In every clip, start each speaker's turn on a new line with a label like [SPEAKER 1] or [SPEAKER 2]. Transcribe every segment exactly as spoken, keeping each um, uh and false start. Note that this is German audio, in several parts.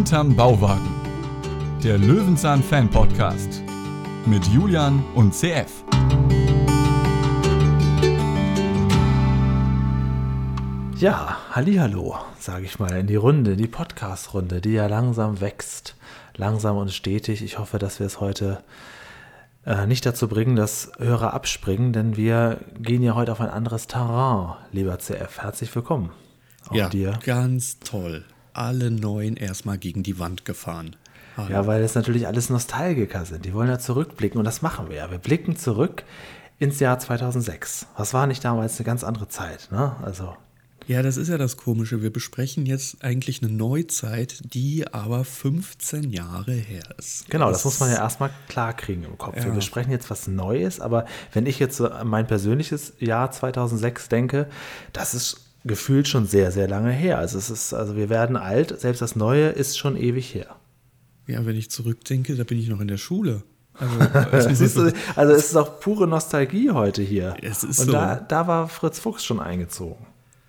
[SPEAKER 1] Hinterm Bauwagen, der Löwenzahn-Fan-Podcast mit Julian und C F.
[SPEAKER 2] Ja, hallihallo, sage ich mal, in die Runde, die Podcast-Runde, die ja langsam wächst, langsam und stetig. Ich hoffe, dass wir es heute äh, nicht dazu bringen, dass Hörer abspringen, denn wir gehen ja heute auf ein anderes Terrain, lieber C F. Herzlich willkommen. Auch
[SPEAKER 3] ja,
[SPEAKER 2] dir.
[SPEAKER 3] Ganz toll. Alle Neuen erstmal gegen die Wand gefahren. Hallo.
[SPEAKER 2] Ja, weil es natürlich alles Nostalgiker sind. Die wollen ja zurückblicken und das machen wir ja. Wir blicken zurück ins Jahr zweitausendsechs. Was war nicht damals eine ganz andere Zeit, ne? Also
[SPEAKER 3] Ja, das ist ja das Komische. Wir besprechen jetzt eigentlich eine Neuzeit, die aber fünfzehn Jahre her ist.
[SPEAKER 2] Genau, das, das muss man ja erstmal klar kriegen im Kopf. Ja. Wir besprechen jetzt was Neues, aber wenn ich jetzt so an mein persönliches Jahr zweitausendsechs denke, das ist gefühlt schon sehr, sehr lange her. Also es ist, also wir werden alt, selbst das Neue ist schon ewig her.
[SPEAKER 3] Ja, wenn ich zurückdenke, da bin ich noch in der Schule. Also,
[SPEAKER 2] Siehst du, also es ist auch pure Nostalgie heute hier.
[SPEAKER 3] Es ist
[SPEAKER 2] Und
[SPEAKER 3] so.
[SPEAKER 2] da, da war Fritz Fuchs schon eingezogen.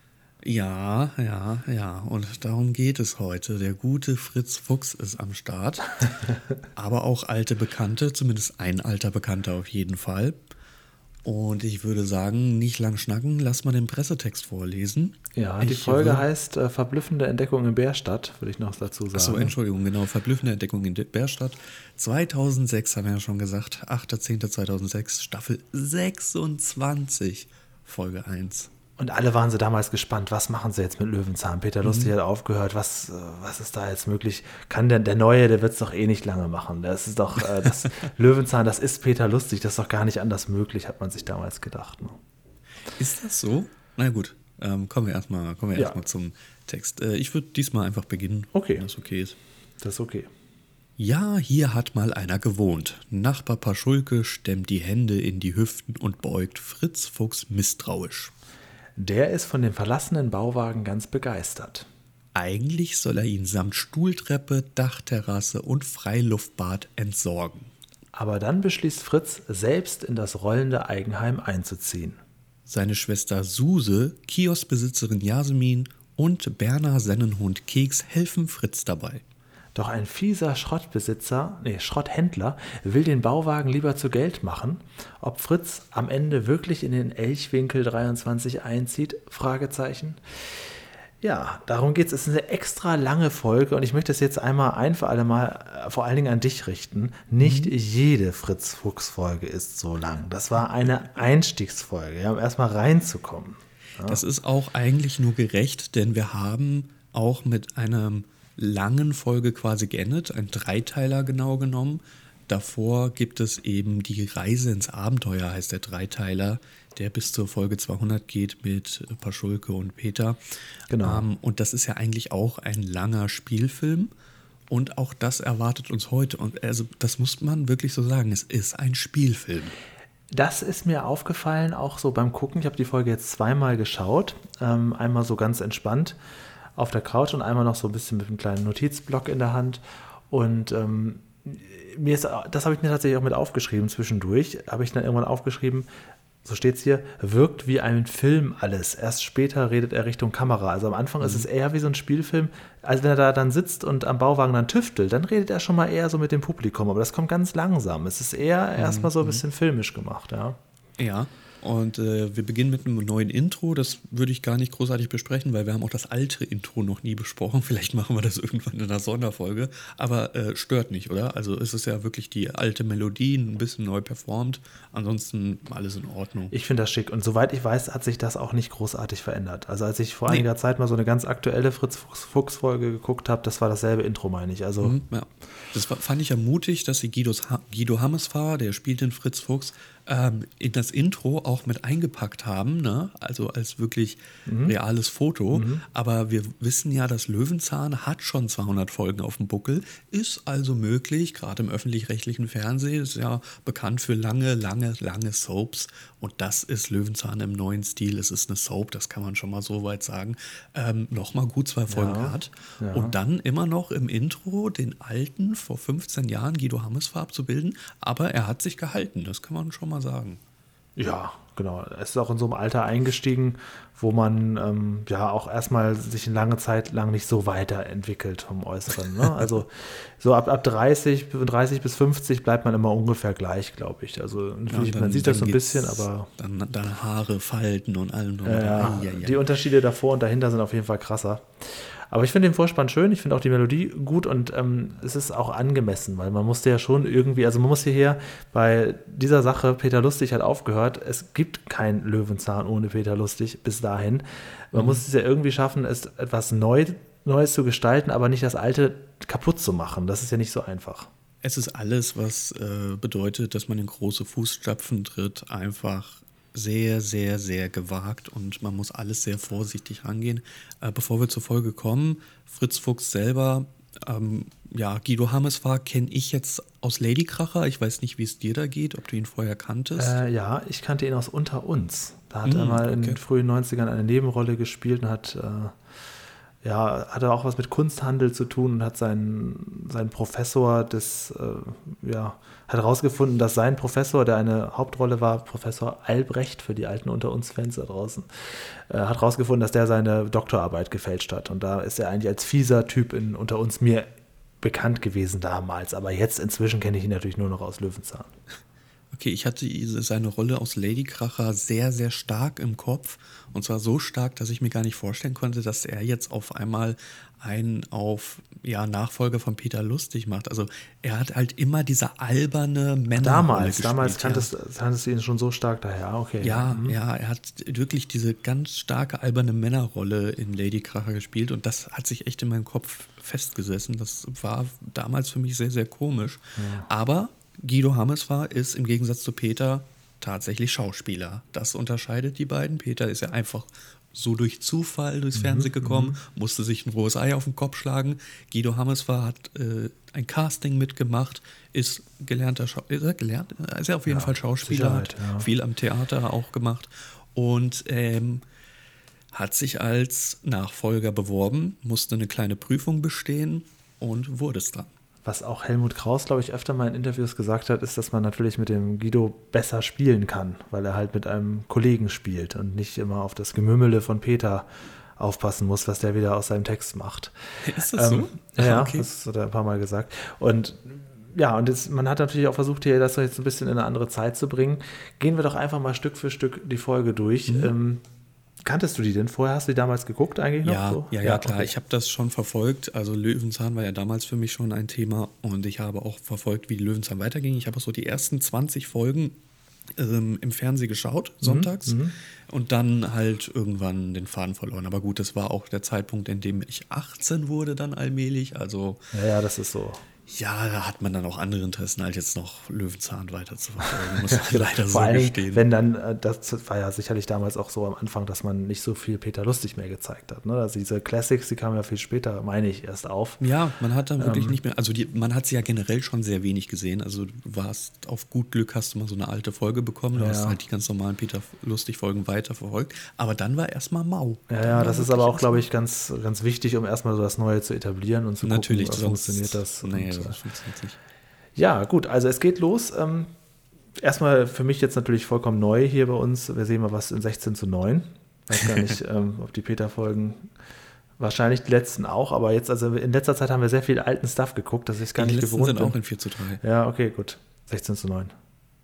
[SPEAKER 3] Ja, ja, ja. Und darum geht es heute. Der gute Fritz Fuchs ist am Start. Aber auch alte Bekannte, zumindest ein alter Bekannter auf jeden Fall. Und ich würde sagen, nicht lang schnacken, lass mal den Pressetext vorlesen.
[SPEAKER 2] Ja, die ich Folge würde... heißt äh, Verblüffende Entdeckung in Bärstadt, würde ich noch dazu sagen.
[SPEAKER 3] Achso, Entschuldigung, genau, Verblüffende Entdeckung in Bärstadt. zweitausendsechs haben wir ja schon gesagt, achter zehnter zweitausendsechs, Staffel sechsundzwanzig, Folge eins.
[SPEAKER 2] Und alle waren sie damals gespannt, was machen sie jetzt mit Löwenzahn? Peter Lustig mhm. hat aufgehört, was, was ist da jetzt möglich? Kann der, der Neue, der wird es doch eh nicht lange machen. Das ist doch, äh, das Löwenzahn, das ist Peter Lustig, das ist doch gar nicht anders möglich, hat man sich damals gedacht. Ne?
[SPEAKER 3] Ist das so? Na gut, ähm, kommen wir erstmal kommen wir
[SPEAKER 2] ja.
[SPEAKER 3] erstmal zum Text. Äh, ich würde diesmal einfach beginnen,
[SPEAKER 2] okay.
[SPEAKER 3] wenn das okay ist.
[SPEAKER 2] Das ist okay.
[SPEAKER 3] Ja, hier hat mal einer gewohnt. Nachbar Paschulke stemmt die Hände in die Hüften und beugt Fritz Fuchs misstrauisch.
[SPEAKER 2] Der ist von dem verlassenen Bauwagen ganz begeistert.
[SPEAKER 3] Eigentlich soll er ihn samt Stuhltreppe, Dachterrasse und Freiluftbad entsorgen.
[SPEAKER 2] Aber dann beschließt Fritz, selbst in das rollende Eigenheim einzuziehen.
[SPEAKER 3] Seine Schwester Suse, Kioskbesitzerin Jasmin und Berner Sennenhund Keks helfen Fritz dabei.
[SPEAKER 2] Doch ein fieser Schrottbesitzer, nee, Schrotthändler will den Bauwagen lieber zu Geld machen. Ob Fritz am Ende wirklich in den Elchwinkel dreiundzwanzig einzieht? Fragezeichen. Ja, darum geht es. Es ist eine extra lange Folge und ich möchte es jetzt einmal ein für alle Mal vor allen Dingen an dich richten. Nicht mhm. jede Fritz-Fuchs-Folge ist so lang. Das war eine Einstiegsfolge, ja, um erstmal reinzukommen. Ja.
[SPEAKER 3] Das ist auch eigentlich nur gerecht, denn wir haben auch mit einem langen Folge quasi geendet, ein Dreiteiler genau genommen. Davor gibt es eben die Reise ins Abenteuer, heißt der Dreiteiler, der bis zur Folge zweihundert geht mit Paschulke und Peter.
[SPEAKER 2] Genau.
[SPEAKER 3] Ähm, und das ist ja eigentlich auch ein langer Spielfilm und auch das erwartet uns heute. Und also das muss man wirklich so sagen, es ist ein Spielfilm.
[SPEAKER 2] Das ist mir aufgefallen, auch so beim Gucken. Ich habe die Folge jetzt zweimal geschaut, ähm, einmal so ganz entspannt auf der Couch und einmal noch so ein bisschen mit einem kleinen Notizblock in der Hand. Und ähm, mir ist, das habe ich mir tatsächlich auch mit aufgeschrieben zwischendurch. Habe ich dann irgendwann aufgeschrieben, so steht es hier, wirkt wie ein Film alles. Erst später redet er Richtung Kamera. Also am Anfang mhm. ist es eher wie so ein Spielfilm. Also wenn er da dann sitzt und am Bauwagen dann tüftelt, dann redet er schon mal eher so mit dem Publikum. Aber das kommt ganz langsam. Es ist eher mhm. erstmal so ein bisschen filmisch gemacht. Ja.
[SPEAKER 3] Ja. Und äh, wir beginnen mit einem neuen Intro. Das würde ich gar nicht großartig besprechen, weil wir haben auch das alte Intro noch nie besprochen. Vielleicht machen wir das irgendwann in einer Sonderfolge. Aber äh, stört nicht, oder? Also es ist ja wirklich die alte Melodie, ein bisschen neu performt. Ansonsten alles in Ordnung.
[SPEAKER 2] Ich finde das schick. Und soweit ich weiß, hat sich das auch nicht großartig verändert. Also als ich vor nee. einiger Zeit mal so eine ganz aktuelle Fritz-Fuchs-Folge geguckt habe, das war dasselbe Intro, meine ich. Also
[SPEAKER 3] mhm, ja. Das war, fand ich ja mutig, dass sie Guidos, Guido Hammesfahr, der spielt den Fritz Fuchs, ähm, in das Intro auch mit eingepackt haben, ne? Also als wirklich mhm. reales Foto. Mhm. Aber wir wissen ja, dass Löwenzahn hat schon zweihundert Folgen auf dem Buckel, ist also möglich, gerade im öffentlich-rechtlichen Fernsehen, ist ja bekannt für lange, lange, lange Soaps. Und das ist Löwenzahn im neuen Stil. Es ist eine Soap, das kann man schon mal so weit sagen. Ähm, Nochmal gut zwei Folgen
[SPEAKER 2] ja,
[SPEAKER 3] hat.
[SPEAKER 2] Ja.
[SPEAKER 3] Und dann immer noch im Intro den alten, vor fünfzehn Jahren, Guido Hammesfahr abzubilden. Aber er hat sich gehalten, das kann man schon mal sagen.
[SPEAKER 2] Ja, genau. Es ist auch in so einem Alter eingestiegen, wo man ähm, ja auch erstmal sich eine lange Zeit lang nicht so weiterentwickelt vom Äußeren. Ne? Also so ab, ab dreißig, dreißig bis fünfzig bleibt man immer ungefähr gleich, glaube ich. Also natürlich, ja, dann, man sieht das so ein bisschen, aber...
[SPEAKER 3] Dann, dann Haare, Falten und allem.
[SPEAKER 2] Äh, ja, ja, ja. Die Unterschiede davor und dahinter sind auf jeden Fall krasser. Aber ich finde den Vorspann schön, ich finde auch die Melodie gut und ähm, es ist auch angemessen, weil man musste ja schon irgendwie, also man muss hierher, bei dieser Sache, Peter Lustig hat aufgehört, es gibt kein Löwenzahn ohne Peter Lustig bis dahin. Man mhm. muss es ja irgendwie schaffen, es etwas neu, Neues zu gestalten, aber nicht das Alte kaputt zu machen. Das ist ja nicht so einfach.
[SPEAKER 3] Es ist alles, was äh, bedeutet, dass man in große Fußstapfen tritt, einfach sehr, sehr, sehr gewagt und man muss alles sehr vorsichtig rangehen. Äh, bevor wir zur Folge kommen, Fritz Fuchs selber, ähm, ja, Guido Hammesfahr kenne ich jetzt aus Ladykracher. Ich weiß nicht, wie es dir da geht, ob du ihn vorher kanntest.
[SPEAKER 2] Äh, ja, ich kannte ihn aus Unter uns. Da hat
[SPEAKER 3] Mm,
[SPEAKER 2] er mal
[SPEAKER 3] okay.
[SPEAKER 2] in den frühen neunzigern eine Nebenrolle gespielt und hat, äh, ja, hatte auch was mit Kunsthandel zu tun und hat seinen, seinen Professor des, äh, ja, hat herausgefunden, dass sein Professor, der eine Hauptrolle war, Professor Albrecht, für die alten Unter uns Fans da draußen, äh, hat herausgefunden, dass der seine Doktorarbeit gefälscht hat. Und da ist er eigentlich als fieser Typ in Unter uns mir bekannt gewesen damals. Aber jetzt inzwischen kenne ich ihn natürlich nur noch aus Löwenzahn.
[SPEAKER 3] Okay, ich hatte seine Rolle aus Ladykracher sehr, sehr stark im Kopf. Und zwar so stark, dass ich mir gar nicht vorstellen konnte, dass er jetzt auf einmal einen auf ja, Nachfolger von Peter Lustig macht. Also er hat halt immer diese alberne Männerrolle
[SPEAKER 2] Damals,
[SPEAKER 3] gespielt.
[SPEAKER 2] damals
[SPEAKER 3] ja.
[SPEAKER 2] kanntest, kanntest du ihn schon so stark daher, okay.
[SPEAKER 3] Ja,
[SPEAKER 2] mhm.
[SPEAKER 3] ja, er hat wirklich diese ganz starke alberne Männerrolle in Ladykracher gespielt und das hat sich echt in meinem Kopf festgesessen. Das war damals für mich sehr, sehr komisch.
[SPEAKER 2] Ja.
[SPEAKER 3] Aber Guido Hammesfahr ist im Gegensatz zu Peter tatsächlich Schauspieler. Das unterscheidet die beiden. Peter ist ja einfach so durch Zufall durchs
[SPEAKER 2] Mhm,
[SPEAKER 3] Fernsehen gekommen,
[SPEAKER 2] mhm.
[SPEAKER 3] musste sich ein rohes Ei auf den Kopf schlagen. Guido Hammesfahr hat äh, ein Casting mitgemacht, ist gelernter Schau- ist er gelernt? Ist er auf jeden
[SPEAKER 2] Ja,
[SPEAKER 3] Fall Schauspieler, hat
[SPEAKER 2] Sicherheit, ja.
[SPEAKER 3] viel am Theater auch gemacht und ähm, hat sich als Nachfolger beworben, musste eine kleine Prüfung bestehen und wurde es dann.
[SPEAKER 2] Was auch Helmut Kraus, glaube ich, öfter mal in Interviews gesagt hat, ist, dass man natürlich mit dem Guido besser spielen kann, weil er halt mit einem Kollegen spielt und nicht immer auf das Gemümmele von Peter aufpassen muss, was der wieder aus seinem Text macht.
[SPEAKER 3] Ist das
[SPEAKER 2] ähm,
[SPEAKER 3] so?
[SPEAKER 2] Ja,
[SPEAKER 3] Okay.
[SPEAKER 2] das hat er ein paar Mal gesagt. Und ja, und jetzt, man hat natürlich auch versucht, hier das jetzt ein bisschen in eine andere Zeit zu bringen. Gehen wir doch einfach mal Stück für Stück die Folge durch.
[SPEAKER 3] Mhm.
[SPEAKER 2] Ähm, kanntest du die denn vorher? Hast du die damals geguckt eigentlich noch?
[SPEAKER 3] Ja,
[SPEAKER 2] so?
[SPEAKER 3] ja, ja, klar.
[SPEAKER 2] okay.
[SPEAKER 3] Ich habe das schon verfolgt. Also Löwenzahn war ja damals für mich schon ein Thema und ich habe auch verfolgt, wie die Löwenzahn weiterging. Ich habe auch so die ersten zwanzig Folgen ähm, im Fernsehen geschaut, sonntags,
[SPEAKER 2] mhm.
[SPEAKER 3] und dann halt irgendwann den Faden verloren. Aber gut, das war auch der Zeitpunkt, in dem ich achtzehn wurde dann allmählich. Also
[SPEAKER 2] Ja, ja, das ist so.
[SPEAKER 3] ja, da hat man dann auch andere Interessen, als jetzt noch Löwenzahn weiter zu verfolgen, muss ich leider so
[SPEAKER 2] Vor allen
[SPEAKER 3] gestehen.
[SPEAKER 2] Dingen, wenn dann, äh, das war ja sicherlich damals auch so am Anfang, dass man nicht so viel Peter Lustig mehr gezeigt hat. Ne? Also diese Classics, die kamen ja viel später, meine ich, erst auf.
[SPEAKER 3] Ja, man hat dann wirklich
[SPEAKER 2] Ähm,
[SPEAKER 3] nicht mehr, also die, man hat sie ja generell schon sehr wenig gesehen. Also du warst auf gut Glück, hast du mal so eine alte Folge bekommen, du
[SPEAKER 2] Ja.
[SPEAKER 3] hast halt die ganz normalen Peter Lustig-Folgen weiterverfolgt. Aber dann war erstmal mau.
[SPEAKER 2] Ja,
[SPEAKER 3] Dann
[SPEAKER 2] ja,
[SPEAKER 3] war
[SPEAKER 2] das ist
[SPEAKER 3] wirklich
[SPEAKER 2] aber auch,
[SPEAKER 3] erstmal-
[SPEAKER 2] glaube ich, ganz, ganz wichtig, um erstmal so das Neue zu etablieren und zu
[SPEAKER 3] Natürlich,
[SPEAKER 2] gucken, wie
[SPEAKER 3] sonst
[SPEAKER 2] funktioniert das.
[SPEAKER 3] Nee,
[SPEAKER 2] Und,
[SPEAKER 3] das funktioniert nicht.
[SPEAKER 2] ja, gut, also es geht los. Ähm, erstmal für mich jetzt natürlich vollkommen neu hier bei uns. Wir sehen mal was in sechzehn zu neun. Weiß gar nicht, ähm, ob die Peter-Folgen, wahrscheinlich die letzten auch, aber jetzt, also in letzter Zeit haben wir sehr viel alten Stuff geguckt, dass ich gar
[SPEAKER 3] Die
[SPEAKER 2] nicht
[SPEAKER 3] letzten
[SPEAKER 2] gewohnt
[SPEAKER 3] sind
[SPEAKER 2] bin.
[SPEAKER 3] auch in vier zu drei.
[SPEAKER 2] Ja, okay, gut. sechzehn zu neun.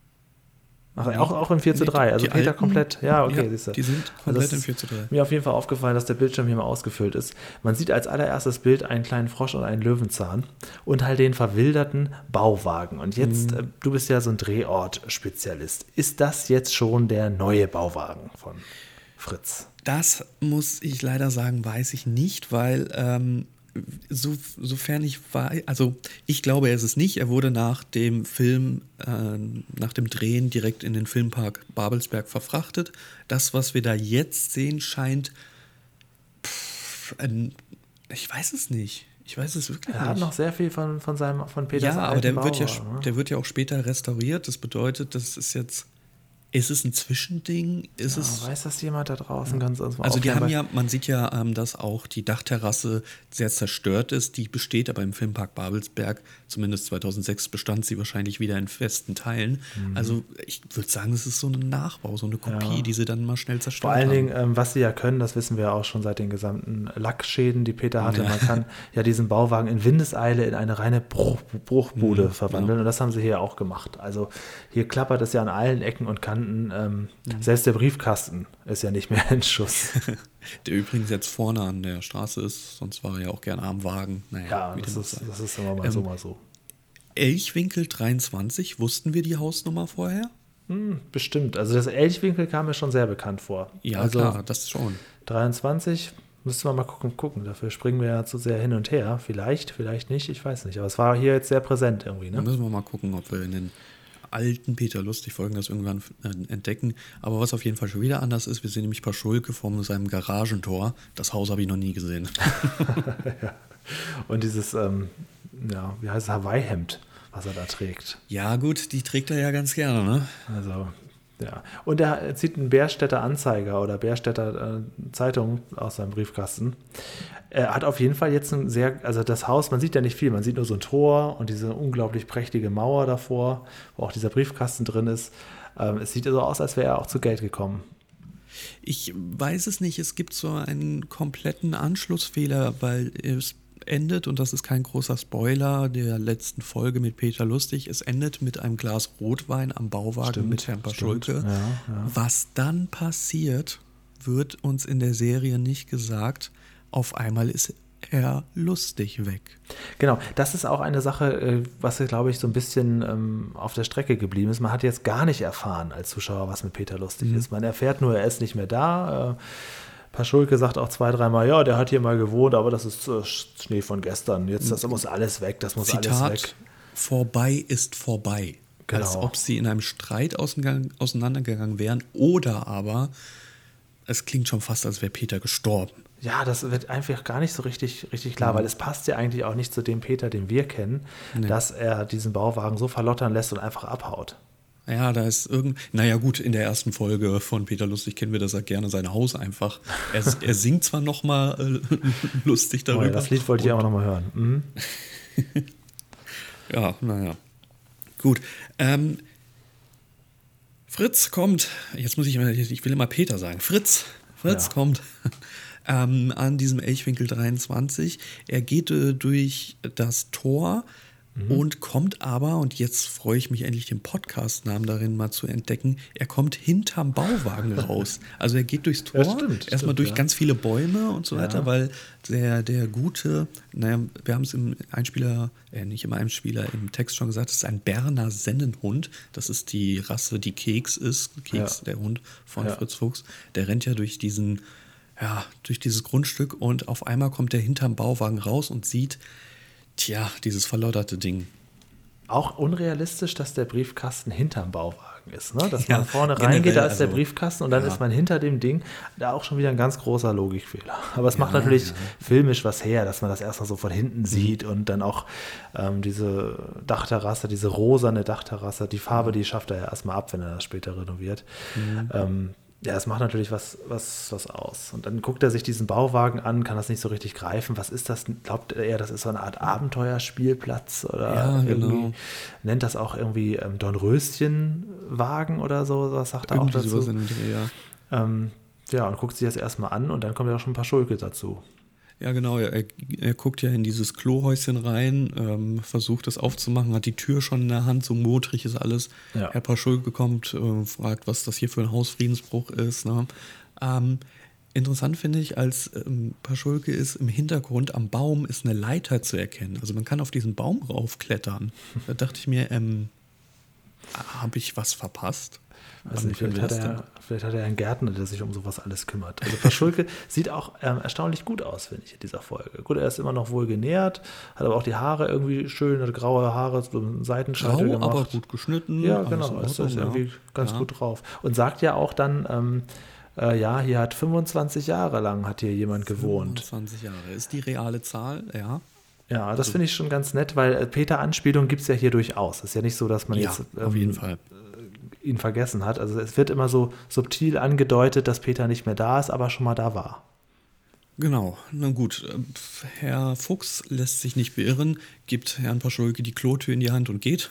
[SPEAKER 2] Ach,
[SPEAKER 3] Nee.
[SPEAKER 2] auch, auch in vier zu
[SPEAKER 3] Nee,
[SPEAKER 2] drei. Also
[SPEAKER 3] die
[SPEAKER 2] Peter
[SPEAKER 3] alten-
[SPEAKER 2] komplett. Ja, okay,
[SPEAKER 3] Ja,
[SPEAKER 2] siehst du.
[SPEAKER 3] die sind
[SPEAKER 2] Also
[SPEAKER 3] komplett
[SPEAKER 2] das
[SPEAKER 3] in
[SPEAKER 2] ist
[SPEAKER 3] vier zu drei.
[SPEAKER 2] Mir auf jeden Fall aufgefallen, dass der Bildschirm hier mal ausgefüllt ist. Man sieht als allererstes Bild einen kleinen Frosch und einen Löwenzahn und halt den verwilderten Bauwagen. Und jetzt,
[SPEAKER 3] Mhm.
[SPEAKER 2] äh, du bist ja so ein Drehort-Spezialist. Ist das jetzt schon der neue Bauwagen von Fritz?
[SPEAKER 3] Das muss ich leider sagen, weiß ich nicht, weil ähm, so, sofern ich weiß, also ich glaube, er ist es nicht. Er wurde nach dem Film, äh, nach dem Drehen direkt in den Filmpark Babelsberg verfrachtet. Das, was wir da jetzt sehen, scheint, pff, ein, ich weiß es nicht. Ich weiß es wirklich
[SPEAKER 2] Er
[SPEAKER 3] nicht.
[SPEAKER 2] hat noch sehr viel von, von seinem von Peters
[SPEAKER 3] Ja, aber
[SPEAKER 2] alten
[SPEAKER 3] der wird, ja,
[SPEAKER 2] Bauwagen, ne?
[SPEAKER 3] der wird ja auch später restauriert. Das bedeutet, das ist jetzt Ist es ein Zwischending? Ist
[SPEAKER 2] Ja,
[SPEAKER 3] es,
[SPEAKER 2] weiß das jemand da draußen? Ganz uns mal
[SPEAKER 3] also die
[SPEAKER 2] aufklären,
[SPEAKER 3] haben
[SPEAKER 2] weil-
[SPEAKER 3] ja, man sieht ja, ähm, dass auch die Dachterrasse sehr zerstört ist. Die besteht aber im Filmpark Babelsberg, zumindest zweitausendsechs bestand sie wahrscheinlich wieder in festen Teilen.
[SPEAKER 2] Mhm.
[SPEAKER 3] Also ich würde sagen, es ist so ein Nachbau, so eine Kopie,
[SPEAKER 2] Ja.
[SPEAKER 3] die sie dann mal schnell zerstört
[SPEAKER 2] Vor allen
[SPEAKER 3] haben.
[SPEAKER 2] Dingen, ähm, was sie ja können, das wissen wir ja auch schon seit den gesamten Lackschäden, die Peter hatte.
[SPEAKER 3] Ja.
[SPEAKER 2] Man kann ja diesen Bauwagen in Windeseile in eine reine Bruch, Bruchbude
[SPEAKER 3] Mhm,
[SPEAKER 2] verwandeln.
[SPEAKER 3] ja.
[SPEAKER 2] Und das haben sie hier auch gemacht. Also hier klappert es ja an allen Ecken und Kanten. Ähm,
[SPEAKER 3] Mhm.
[SPEAKER 2] Selbst der Briefkasten ist ja nicht mehr in Schuss.
[SPEAKER 3] Der übrigens jetzt vorne an der Straße ist, sonst war er ja auch gerne am Wagen. Naja,
[SPEAKER 2] Ja,
[SPEAKER 3] wie
[SPEAKER 2] das
[SPEAKER 3] dem auch
[SPEAKER 2] ist,
[SPEAKER 3] sei.
[SPEAKER 2] das ist immer mal
[SPEAKER 3] Ähm,
[SPEAKER 2] so, mal so.
[SPEAKER 3] Elchwinkel dreiundzwanzig, wussten wir die Hausnummer vorher?
[SPEAKER 2] Hm, bestimmt. Also das Elchwinkel kam mir schon sehr bekannt vor.
[SPEAKER 3] Ja,
[SPEAKER 2] also
[SPEAKER 3] klar, das schon.
[SPEAKER 2] dreiundzwanzig müssten wir mal gucken, gucken. Dafür springen wir ja zu sehr hin und her. Vielleicht, vielleicht nicht, ich weiß nicht. Aber es war hier jetzt sehr präsent irgendwie,
[SPEAKER 3] Da
[SPEAKER 2] ne?
[SPEAKER 3] müssen wir mal gucken, ob wir in den alten Peter Lustig-Folgen das irgendwann äh, entdecken. Aber was auf jeden Fall schon wieder anders ist, wir sehen nämlich Paschulke vor seinem Garagentor. Das Haus habe ich noch nie gesehen.
[SPEAKER 2] Ja. Und dieses, ähm, ja, wie heißt es, Hawaii-Hemd, was er da trägt.
[SPEAKER 3] Ja gut, die trägt er ja ganz gerne, ne?
[SPEAKER 2] Also, ja. Und er zieht einen Bärstädter Anzeiger oder Bärstädter äh, Zeitung aus seinem Briefkasten. Er hat auf jeden Fall jetzt ein sehr, also das Haus, man sieht ja nicht viel, man sieht nur so ein Tor und diese unglaublich prächtige Mauer davor, wo auch dieser Briefkasten drin ist. Ähm, es sieht so aus, als wäre er auch zu Geld gekommen.
[SPEAKER 3] Ich weiß es nicht, es gibt so einen kompletten Anschlussfehler, weil es endet, und das ist kein großer Spoiler der letzten Folge mit Peter Lustig, es endet mit einem Glas Rotwein am Bauwagen
[SPEAKER 2] Stimmt,
[SPEAKER 3] mit Herrn Paschulke.
[SPEAKER 2] stimmt. Ja, ja.
[SPEAKER 3] Was dann passiert, wird uns in der Serie nicht gesagt. Auf einmal ist er lustig weg.
[SPEAKER 2] Genau, das ist auch eine Sache, äh, was, glaube ich, so ein bisschen ähm, auf der Strecke geblieben ist. Man hat jetzt gar nicht erfahren als Zuschauer, was mit Peter lustig
[SPEAKER 3] Mhm.
[SPEAKER 2] ist. Man erfährt nur, er ist nicht mehr da. Äh, Paschulke sagt auch zwei, dreimal, ja, der hat hier mal gewohnt, aber das ist äh, Schnee von gestern. Jetzt, das muss alles weg, das muss alles
[SPEAKER 3] Zitat,
[SPEAKER 2] weg.
[SPEAKER 3] vorbei ist vorbei.
[SPEAKER 2] Genau.
[SPEAKER 3] Als ob sie in einem Streit auseinander- auseinandergegangen wären oder aber es klingt schon fast, als wäre Peter gestorben.
[SPEAKER 2] Ja, das wird einfach gar nicht so richtig, richtig klar, weil es passt ja eigentlich auch nicht zu dem Peter, den wir kennen,
[SPEAKER 3] Nee.
[SPEAKER 2] dass er diesen Bauwagen so verlottern lässt und einfach abhaut.
[SPEAKER 3] Ja, da ist irgend. Naja, gut, in der ersten Folge von Peter Lustig kennen wir, dass er gerne sein Haus einfach. Er, er singt zwar nochmal äh, lustig
[SPEAKER 2] Oh ja,
[SPEAKER 3] darüber.
[SPEAKER 2] das Lied wollte ich auch nochmal hören. Mhm.
[SPEAKER 3] Ja, naja. Gut. Ähm, Fritz kommt. Jetzt muss ich immer, ich will immer Peter sagen. Fritz. Fritz
[SPEAKER 2] Ja.
[SPEAKER 3] kommt ähm, an diesem Elchwinkel dreiundzwanzig. Er geht äh, durch das Tor und kommt aber, und jetzt freue ich mich endlich, den Podcast-Namen darin mal zu entdecken, er kommt hinterm Bauwagen raus. Also er geht durchs Tor,
[SPEAKER 2] Ja, stimmt,
[SPEAKER 3] erstmal
[SPEAKER 2] stimmt,
[SPEAKER 3] durch
[SPEAKER 2] ja.
[SPEAKER 3] ganz viele Bäume und so
[SPEAKER 2] Ja.
[SPEAKER 3] weiter, weil der, der gute, naja, wir haben es im Einspieler, äh, nicht im Einspieler, im Text schon gesagt, es ist ein Berner Sennenhund. Das ist die Rasse, die Keks ist. Keks,
[SPEAKER 2] Ja.
[SPEAKER 3] der Hund von
[SPEAKER 2] Ja.
[SPEAKER 3] Fritz Fuchs. Der rennt ja durch diesen, ja, durch dieses Grundstück und auf einmal kommt er hinterm Bauwagen raus und sieht, tja, dieses verlodderte Ding.
[SPEAKER 2] Auch unrealistisch, dass der Briefkasten hinterm Bauwagen ist. Ne? Dass
[SPEAKER 3] Ja,
[SPEAKER 2] man vorne
[SPEAKER 3] generell,
[SPEAKER 2] reingeht, da ist der
[SPEAKER 3] also,
[SPEAKER 2] Briefkasten und dann
[SPEAKER 3] ja.
[SPEAKER 2] ist man hinter dem Ding. Da auch schon wieder ein ganz großer Logikfehler. Aber es macht
[SPEAKER 3] Ja,
[SPEAKER 2] natürlich
[SPEAKER 3] ja.
[SPEAKER 2] filmisch was her, dass man das erstmal so von hinten sieht und dann auch ähm, diese Dachterrasse, diese rosane Dachterrasse, die Farbe, die schafft er ja erstmal ab, wenn er das später renoviert. Ähm, ja, es macht natürlich was, was, was aus. Und dann guckt er sich diesen Bauwagen an, kann das nicht so richtig greifen. Was ist das? Glaubt er, das ist so eine Art Abenteuerspielplatz? Oder
[SPEAKER 3] Ja,
[SPEAKER 2] irgendwie
[SPEAKER 3] genau.
[SPEAKER 2] nennt das auch irgendwie ähm, Dornröschenwagen oder so, was sagt er auch
[SPEAKER 3] Irgendwie sowas
[SPEAKER 2] dazu?
[SPEAKER 3] in dem Dreh, ja.
[SPEAKER 2] Ähm, ja, und guckt sich das erstmal an und dann kommt ja auch schon ein paar Schulke dazu.
[SPEAKER 3] Ja, genau. Er, er guckt ja in dieses Klohäuschen rein, ähm, versucht das aufzumachen, hat die Tür schon in der Hand, so modrig ist alles.
[SPEAKER 2] Ja.
[SPEAKER 3] Herr Paschulke kommt, äh, fragt, was das hier für ein Hausfriedensbruch ist. Ne? Ähm, interessant finde ich, als ähm, Paschulke ist, im Hintergrund am Baum ist eine Leiter zu erkennen. Also man kann auf diesen Baum raufklettern. Da dachte ich mir, ähm, habe ich was verpasst?
[SPEAKER 2] Weiß
[SPEAKER 3] Wann
[SPEAKER 2] nicht,
[SPEAKER 3] können
[SPEAKER 2] vielleicht,
[SPEAKER 3] wir
[SPEAKER 2] hat
[SPEAKER 3] das
[SPEAKER 2] er,
[SPEAKER 3] denn?
[SPEAKER 2] vielleicht hat er einen Gärtner, der sich um sowas alles kümmert. Also Paschulke sieht auch ähm, erstaunlich gut aus, finde ich, in dieser Folge. Gut, er ist immer noch wohl genährt, hat aber auch die Haare irgendwie schön, hat graue Haare, so einen Seitenscheitel
[SPEAKER 3] Grau,
[SPEAKER 2] gemacht.
[SPEAKER 3] aber gut geschnitten.
[SPEAKER 2] Ja,
[SPEAKER 3] alles
[SPEAKER 2] genau,
[SPEAKER 3] in
[SPEAKER 2] ist,
[SPEAKER 3] Ordnung,
[SPEAKER 2] ist
[SPEAKER 3] ja.
[SPEAKER 2] irgendwie ganz
[SPEAKER 3] Ja.
[SPEAKER 2] gut drauf. Und sagt ja auch dann, ähm, äh, ja, hier hat fünfundzwanzig Jahre lang hat hier jemand gewohnt.
[SPEAKER 3] fünfundzwanzig Jahre ist die reale Zahl, ja.
[SPEAKER 2] Ja,
[SPEAKER 3] Also
[SPEAKER 2] das finde ich schon ganz nett, weil äh, Peter-Anspielung gibt es ja hier durchaus. Es ist ja nicht so, dass man
[SPEAKER 3] Ja,
[SPEAKER 2] jetzt
[SPEAKER 3] auf jeden
[SPEAKER 2] ähm,
[SPEAKER 3] Fall.
[SPEAKER 2] ihn vergessen hat. Also es wird immer so subtil angedeutet, dass Peter nicht mehr da ist, aber schon mal da war.
[SPEAKER 3] Genau, na gut. Herr Fuchs lässt sich nicht beirren, gibt Herrn Paschulke die Klotür in die Hand und geht.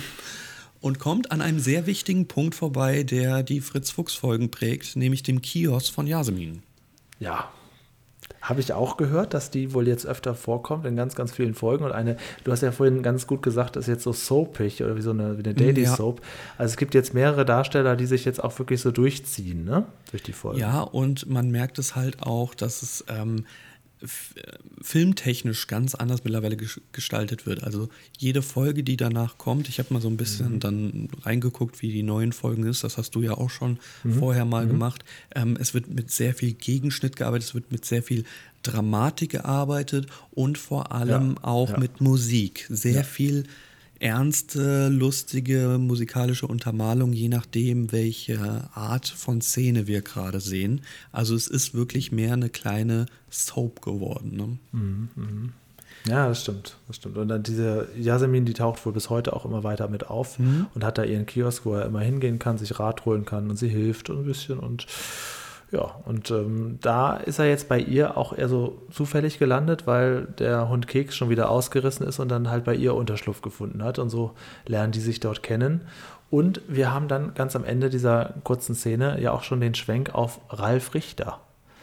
[SPEAKER 3] Und kommt an einem sehr wichtigen Punkt vorbei, der die Fritz-Fuchs-Folgen prägt, nämlich dem Kiosk von Yasemin.
[SPEAKER 2] Ja, habe ich auch gehört, dass die wohl jetzt öfter vorkommt in ganz, ganz vielen Folgen. Und eine, du hast ja vorhin ganz gut gesagt, ist jetzt so soapig oder wie so eine, wie eine Daily
[SPEAKER 3] Ja.
[SPEAKER 2] Soap. Also es gibt jetzt mehrere Darsteller, die sich jetzt auch wirklich so durchziehen, ne? Durch die Folgen.
[SPEAKER 3] Ja, und man merkt es halt auch, dass es ähm, f- äh, filmtechnisch ganz anders mittlerweile ges- gestaltet wird. Also jede Folge, die danach kommt, ich habe mal so ein bisschen mhm. dann reingeguckt, wie die neuen Folgen ist, das hast du ja auch schon mhm. vorher mal mhm. gemacht. Ähm, es wird mit sehr viel Gegenschnitt gearbeitet, es wird mit sehr viel Dramatik gearbeitet und vor allem
[SPEAKER 2] Ja,
[SPEAKER 3] auch
[SPEAKER 2] ja.
[SPEAKER 3] mit Musik. Sehr
[SPEAKER 2] Ja.
[SPEAKER 3] viel ernste, lustige musikalische Untermalung, je nachdem, welche Art von Szene wir gerade sehen. Also es ist wirklich mehr eine kleine Soap geworden. Ne?
[SPEAKER 2] Mhm, mhm. Ja, das stimmt, das stimmt. Und dann diese Yasemin, die taucht wohl bis heute auch immer weiter mit auf
[SPEAKER 3] Mhm.
[SPEAKER 2] und hat da ihren Kiosk, wo er immer hingehen kann, sich Rat holen kann und sie hilft ein bisschen und ja, und ähm, da ist er jetzt bei ihr auch eher so zufällig gelandet, weil der Hund Keks schon wieder ausgerissen ist und dann halt bei ihr Unterschlupf gefunden hat und so lernen die sich dort kennen. Und wir haben dann ganz am Ende dieser kurzen Szene ja auch schon den Schwenk auf Ralf Richter,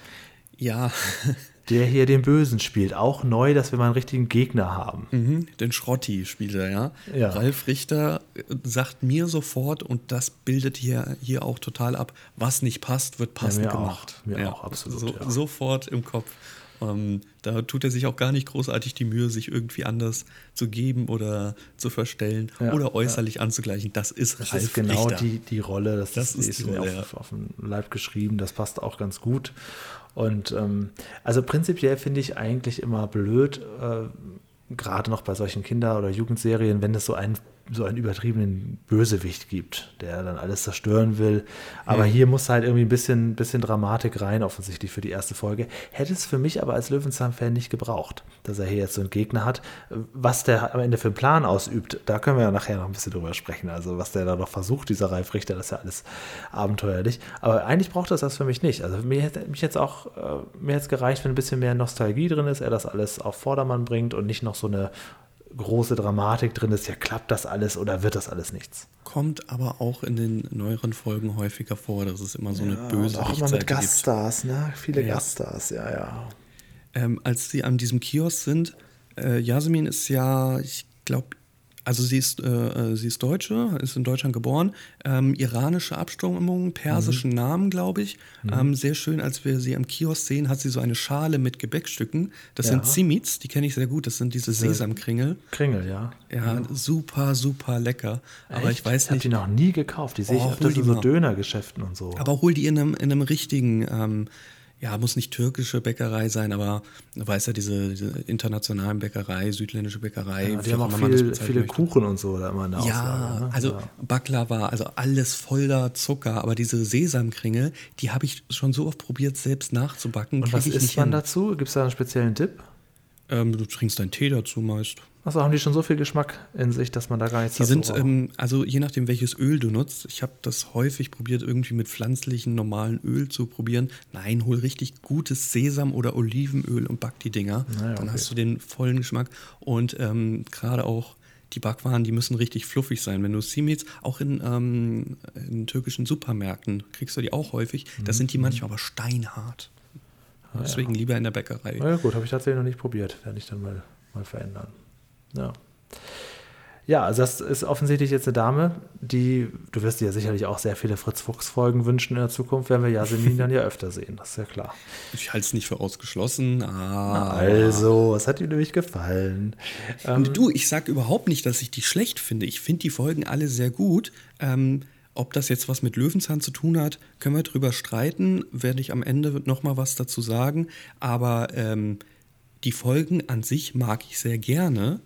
[SPEAKER 3] Ja,
[SPEAKER 2] der hier den Bösen spielt. Auch neu, dass wir mal einen richtigen Gegner haben.
[SPEAKER 3] mhm, den Schrotti spielt er, ja.
[SPEAKER 2] Ja.
[SPEAKER 3] Ralf Richter äh, sagt mir sofort, und das bildet hier, hier auch total ab, was nicht passt, wird passend
[SPEAKER 2] mir auch.
[SPEAKER 3] gemacht.
[SPEAKER 2] Mir auch, absolut,
[SPEAKER 3] So,
[SPEAKER 2] ja.
[SPEAKER 3] Sofort im Kopf. Ähm, da tut er sich auch gar nicht großartig die Mühe, sich irgendwie anders zu geben oder zu verstellen
[SPEAKER 2] Ja,
[SPEAKER 3] oder äußerlich anzugleichen. Das ist
[SPEAKER 2] Das
[SPEAKER 3] Ralf
[SPEAKER 2] ist genau
[SPEAKER 3] Richter.
[SPEAKER 2] die, die Rolle, das,
[SPEAKER 3] Das
[SPEAKER 2] ist,
[SPEAKER 3] ist
[SPEAKER 2] die
[SPEAKER 3] die
[SPEAKER 2] ist mir
[SPEAKER 3] Rolle,
[SPEAKER 2] auf, auf den Leib geschrieben, das passt auch ganz gut. Und ähm, also prinzipiell finde ich eigentlich immer blöd, äh, gerade noch bei solchen Kinder- oder Jugendserien, wenn es so einen, so einen übertriebenen Bösewicht gibt, der dann alles zerstören will. Aber
[SPEAKER 3] Mhm.
[SPEAKER 2] hier muss halt irgendwie ein bisschen, bisschen Dramatik rein, offensichtlich für die erste Folge. Hätte es für mich aber als Löwenzahn-Fan nicht gebraucht, dass er hier jetzt so einen Gegner hat. Was der am Ende für einen Plan ausübt, da können wir ja nachher noch ein bisschen drüber sprechen. Also was der da noch versucht, dieser Ralf Richter, das ist ja alles abenteuerlich. Aber eigentlich braucht das das für mich nicht. Also mir hätte mich jetzt auch, äh, mir hätte es gereicht, wenn ein bisschen mehr Nostalgie drin ist, er das alles auf Vordermann bringt und nicht noch so eine große Dramatik drin ist, ja, klappt das alles oder wird das alles nichts?
[SPEAKER 3] Kommt aber auch in den neueren Folgen häufiger vor, dass es immer so eine
[SPEAKER 2] Ja,
[SPEAKER 3] böse
[SPEAKER 2] und auch immer
[SPEAKER 3] Lichtseite
[SPEAKER 2] mit Gaststars, ne? Viele
[SPEAKER 3] Ja.
[SPEAKER 2] Gaststars, ja, ja.
[SPEAKER 3] Ähm, als sie an diesem Kiosk sind, äh, Yasemin ist ja, ich glaube, also sie ist, äh, sie ist Deutsche, ist in Deutschland geboren, ähm, iranische Abstammung, persischen Namen, glaube ich. Ähm, sehr schön, als wir sie am Kiosk sehen, hat sie so eine Schale mit Gebäckstücken. Das
[SPEAKER 2] Ja.
[SPEAKER 3] sind Simits, die kenne ich sehr gut, das sind diese
[SPEAKER 2] Diese-
[SPEAKER 3] Sesamkringel.
[SPEAKER 2] Kringel, ja.
[SPEAKER 3] Ja, super, super lecker. Aber
[SPEAKER 2] Echt?
[SPEAKER 3] ich weiß
[SPEAKER 2] Ich habe
[SPEAKER 3] nicht,
[SPEAKER 2] die noch nie gekauft. Die sehe ich
[SPEAKER 3] Oh,
[SPEAKER 2] öfters
[SPEAKER 3] hol die
[SPEAKER 2] in so
[SPEAKER 3] mal.
[SPEAKER 2] Dönergeschäften und so.
[SPEAKER 3] aber hol die in einem, in einem richtigen, ähm, ja, muss nicht türkische Bäckerei sein, aber du weißt ja, diese, diese internationalen Bäckerei, südländische Bäckerei.
[SPEAKER 2] ja, die
[SPEAKER 3] wie
[SPEAKER 2] haben
[SPEAKER 3] auch
[SPEAKER 2] auch
[SPEAKER 3] immer man das
[SPEAKER 2] viel,
[SPEAKER 3] bezeichnen
[SPEAKER 2] viele
[SPEAKER 3] möchte.
[SPEAKER 2] Kuchen und so da immer in der
[SPEAKER 3] Ja,
[SPEAKER 2] Auslage. Ne?
[SPEAKER 3] also
[SPEAKER 2] ja.
[SPEAKER 3] Baklava, also alles voller Zucker, aber diese Sesamkringel, die habe ich schon so oft probiert, selbst nachzubacken.
[SPEAKER 2] Und
[SPEAKER 3] krieg
[SPEAKER 2] was
[SPEAKER 3] ich
[SPEAKER 2] isst
[SPEAKER 3] nicht
[SPEAKER 2] man
[SPEAKER 3] hin.
[SPEAKER 2] dazu? Gibt es da einen speziellen Tipp?
[SPEAKER 3] Ähm, du trinkst deinen Tee dazu meist.
[SPEAKER 2] Achso, haben die schon so viel Geschmack in sich, dass man da gar nichts
[SPEAKER 3] Die
[SPEAKER 2] dazu
[SPEAKER 3] sind,
[SPEAKER 2] braucht?
[SPEAKER 3] ähm, also je nachdem, welches Öl du nutzt, ich habe das häufig probiert, irgendwie mit pflanzlichen, normalen Öl zu probieren. Nein, hol richtig gutes Sesam- oder Olivenöl und back die Dinger.
[SPEAKER 2] Naja,
[SPEAKER 3] Dann
[SPEAKER 2] okay.
[SPEAKER 3] hast du den vollen Geschmack. Und ähm, gerade auch die Backwaren, die müssen richtig fluffig sein. Wenn du Simits, auch in, ähm, in türkischen Supermärkten, kriegst du die auch häufig. Da sind die manchmal aber steinhart. Deswegen lieber in der Bäckerei.
[SPEAKER 2] Na ja, gut, habe ich tatsächlich noch nicht probiert. Werde ich dann mal, mal verändern. Ja. Ja, also das ist offensichtlich jetzt eine Dame, die, du wirst dir ja sicherlich auch sehr viele Fritz-Fuchs-Folgen wünschen in der Zukunft, werden wir Yasemin dann ja öfter sehen, das ist ja klar.
[SPEAKER 3] Ich halte es nicht für ausgeschlossen. Ah.
[SPEAKER 2] Also, es hat ihm nämlich gefallen. Ähm,
[SPEAKER 3] Du, ich sag überhaupt nicht, dass ich die schlecht finde. Ich finde die Folgen alle sehr gut. Ähm, ob das jetzt was mit Löwenzahn zu tun hat, können wir drüber streiten. Werde ich am Ende noch mal was dazu sagen. Aber ähm, die Folgen an sich mag ich sehr gerne.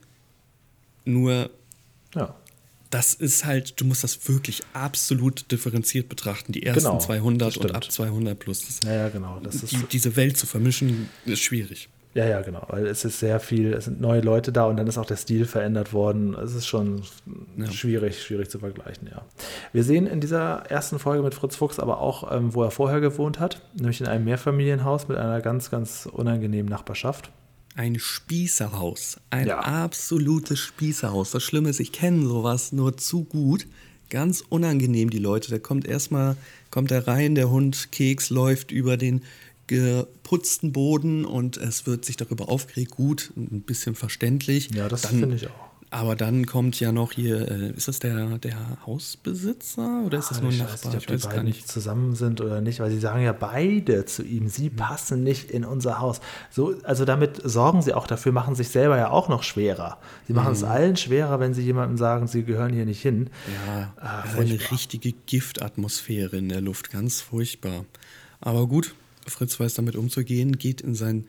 [SPEAKER 3] Nur
[SPEAKER 2] ja.
[SPEAKER 3] das ist halt, du musst das wirklich absolut differenziert betrachten. Die ersten
[SPEAKER 2] Genau,
[SPEAKER 3] zweihundert
[SPEAKER 2] das
[SPEAKER 3] und
[SPEAKER 2] stimmt.
[SPEAKER 3] ab zweihundert plus. Das,
[SPEAKER 2] Ja, ja, genau. Das ist,
[SPEAKER 3] die, diese Welt zu vermischen, ist schwierig.
[SPEAKER 2] Ja, ja, genau, weil es ist sehr viel, es sind neue Leute da und dann ist auch der Stil verändert worden. Es ist schon ja. schwierig, schwierig zu vergleichen, ja. Wir sehen in dieser ersten Folge mit Fritz Fuchs aber auch, ähm, wo er vorher gewohnt hat, nämlich in einem Mehrfamilienhaus mit einer ganz, ganz unangenehmen Nachbarschaft.
[SPEAKER 3] Ein Spießerhaus, ein
[SPEAKER 2] ja.
[SPEAKER 3] absolutes Spießerhaus. Das Schlimme ist, ich kenne sowas nur zu gut. Ganz unangenehm, die Leute. Da kommt erstmal, kommt er rein, der Hund Keks läuft über den geputzten Boden und es wird sich darüber aufgeregt, gut, ein bisschen verständlich.
[SPEAKER 2] Ja, das finde ich auch.
[SPEAKER 3] Aber dann kommt ja noch hier, äh, ist das der, der Hausbesitzer oder ist das
[SPEAKER 2] ah,
[SPEAKER 3] nur ein
[SPEAKER 2] ich
[SPEAKER 3] Nachbar?
[SPEAKER 2] Weiß nicht, ob
[SPEAKER 3] ich
[SPEAKER 2] die
[SPEAKER 3] weiß
[SPEAKER 2] beiden
[SPEAKER 3] gar nicht.
[SPEAKER 2] zusammen sind oder nicht, weil sie sagen ja beide zu ihm, sie mhm. passen nicht in unser Haus. So, also damit sorgen sie auch dafür, machen sich selber ja auch noch schwerer. Sie machen mhm. es allen schwerer, wenn sie jemandem sagen, sie gehören hier nicht hin.
[SPEAKER 3] Ja, ah, also eine richtige Giftatmosphäre in der Luft, ganz furchtbar. Aber gut, Fritz weiß damit umzugehen, geht in, sein,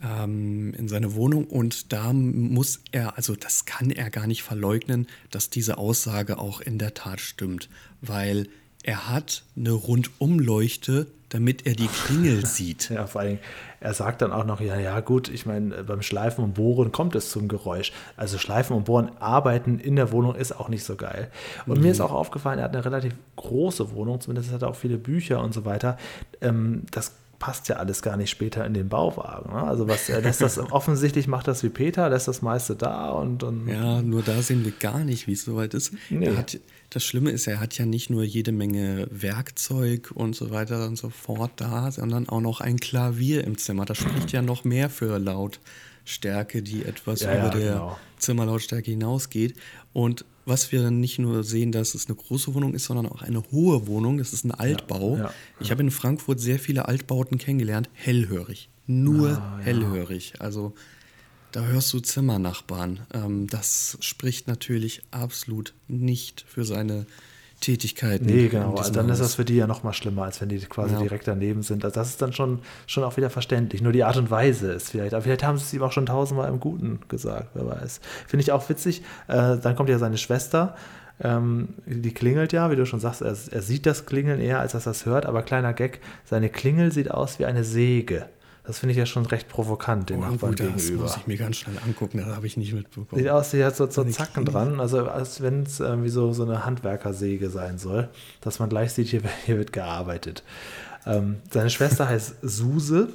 [SPEAKER 3] ähm, in seine Wohnung und da muss er, also das kann er gar nicht verleugnen, dass diese Aussage auch in der Tat stimmt, weil er hat eine Rundumleuchte, damit er die Klingel sieht.
[SPEAKER 2] Ja, vor allem, er sagt dann auch noch, ja, ja gut, ich meine, beim Schleifen und Bohren kommt es zum Geräusch. Also Schleifen und Bohren, Arbeiten in der Wohnung ist auch nicht so geil. Und mhm. mir ist auch aufgefallen, er hat eine relativ große Wohnung, zumindest hat er auch viele Bücher und so weiter. Ähm, das passt ja alles gar nicht später in den Bauwagen. Ne? Also was er lässt das offensichtlich macht das wie Peter, lässt das meiste da und, und
[SPEAKER 3] ja, nur da sehen wir gar nicht, wie es soweit ist. Nee. Er hat, das Schlimme ist, er hat ja nicht nur jede Menge Werkzeug und so weiter und so fort da, sondern auch noch ein Klavier im Zimmer. Das spricht ja noch mehr für Lautstärke, die etwas
[SPEAKER 2] ja,
[SPEAKER 3] über
[SPEAKER 2] ja,
[SPEAKER 3] der
[SPEAKER 2] genau.
[SPEAKER 3] Zimmerlautstärke hinausgeht. Und was wir dann nicht nur sehen, dass es eine große Wohnung ist, sondern auch eine hohe Wohnung. Das ist ein Altbau.
[SPEAKER 2] Ja, ja,
[SPEAKER 3] ich
[SPEAKER 2] ja.
[SPEAKER 3] habe in Frankfurt sehr viele Altbauten kennengelernt. Hellhörig. Nur
[SPEAKER 2] ah, ja.
[SPEAKER 3] hellhörig. Also da hörst du Zimmernachbarn. Ähm, das spricht natürlich absolut nicht für seine Tätigkeiten.
[SPEAKER 2] Nee, genau. Also dann
[SPEAKER 3] Haus.
[SPEAKER 2] ist das für die ja noch mal schlimmer, als wenn die quasi
[SPEAKER 3] ja. direkt
[SPEAKER 2] direkt daneben sind. Also das ist dann schon, schon auch wieder verständlich. Nur die Art und Weise ist vielleicht, aber vielleicht haben sie es ihm auch schon tausendmal im Guten gesagt, wer weiß. Finde ich auch witzig. Äh, dann kommt ja seine Schwester, ähm, die klingelt ja, wie du schon sagst, er, er sieht das Klingeln eher, als dass er es hört, aber kleiner Gag, seine Klingel sieht aus wie eine Säge. Das finde ich ja schon recht provokant, den
[SPEAKER 3] oh,
[SPEAKER 2] Nachbarn
[SPEAKER 3] gut,
[SPEAKER 2] gegenüber.
[SPEAKER 3] Das muss ich mir ganz schnell angucken, das habe ich nicht mitbekommen.
[SPEAKER 2] Sieht aus, sie hat so, so
[SPEAKER 3] Eine
[SPEAKER 2] Zacken
[SPEAKER 3] Klingel.
[SPEAKER 2] dran, also als wenn es irgendwie so, so eine Handwerkersäge sein soll, dass man gleich sieht, hier, hier wird gearbeitet. Ähm, seine Schwester heißt Suse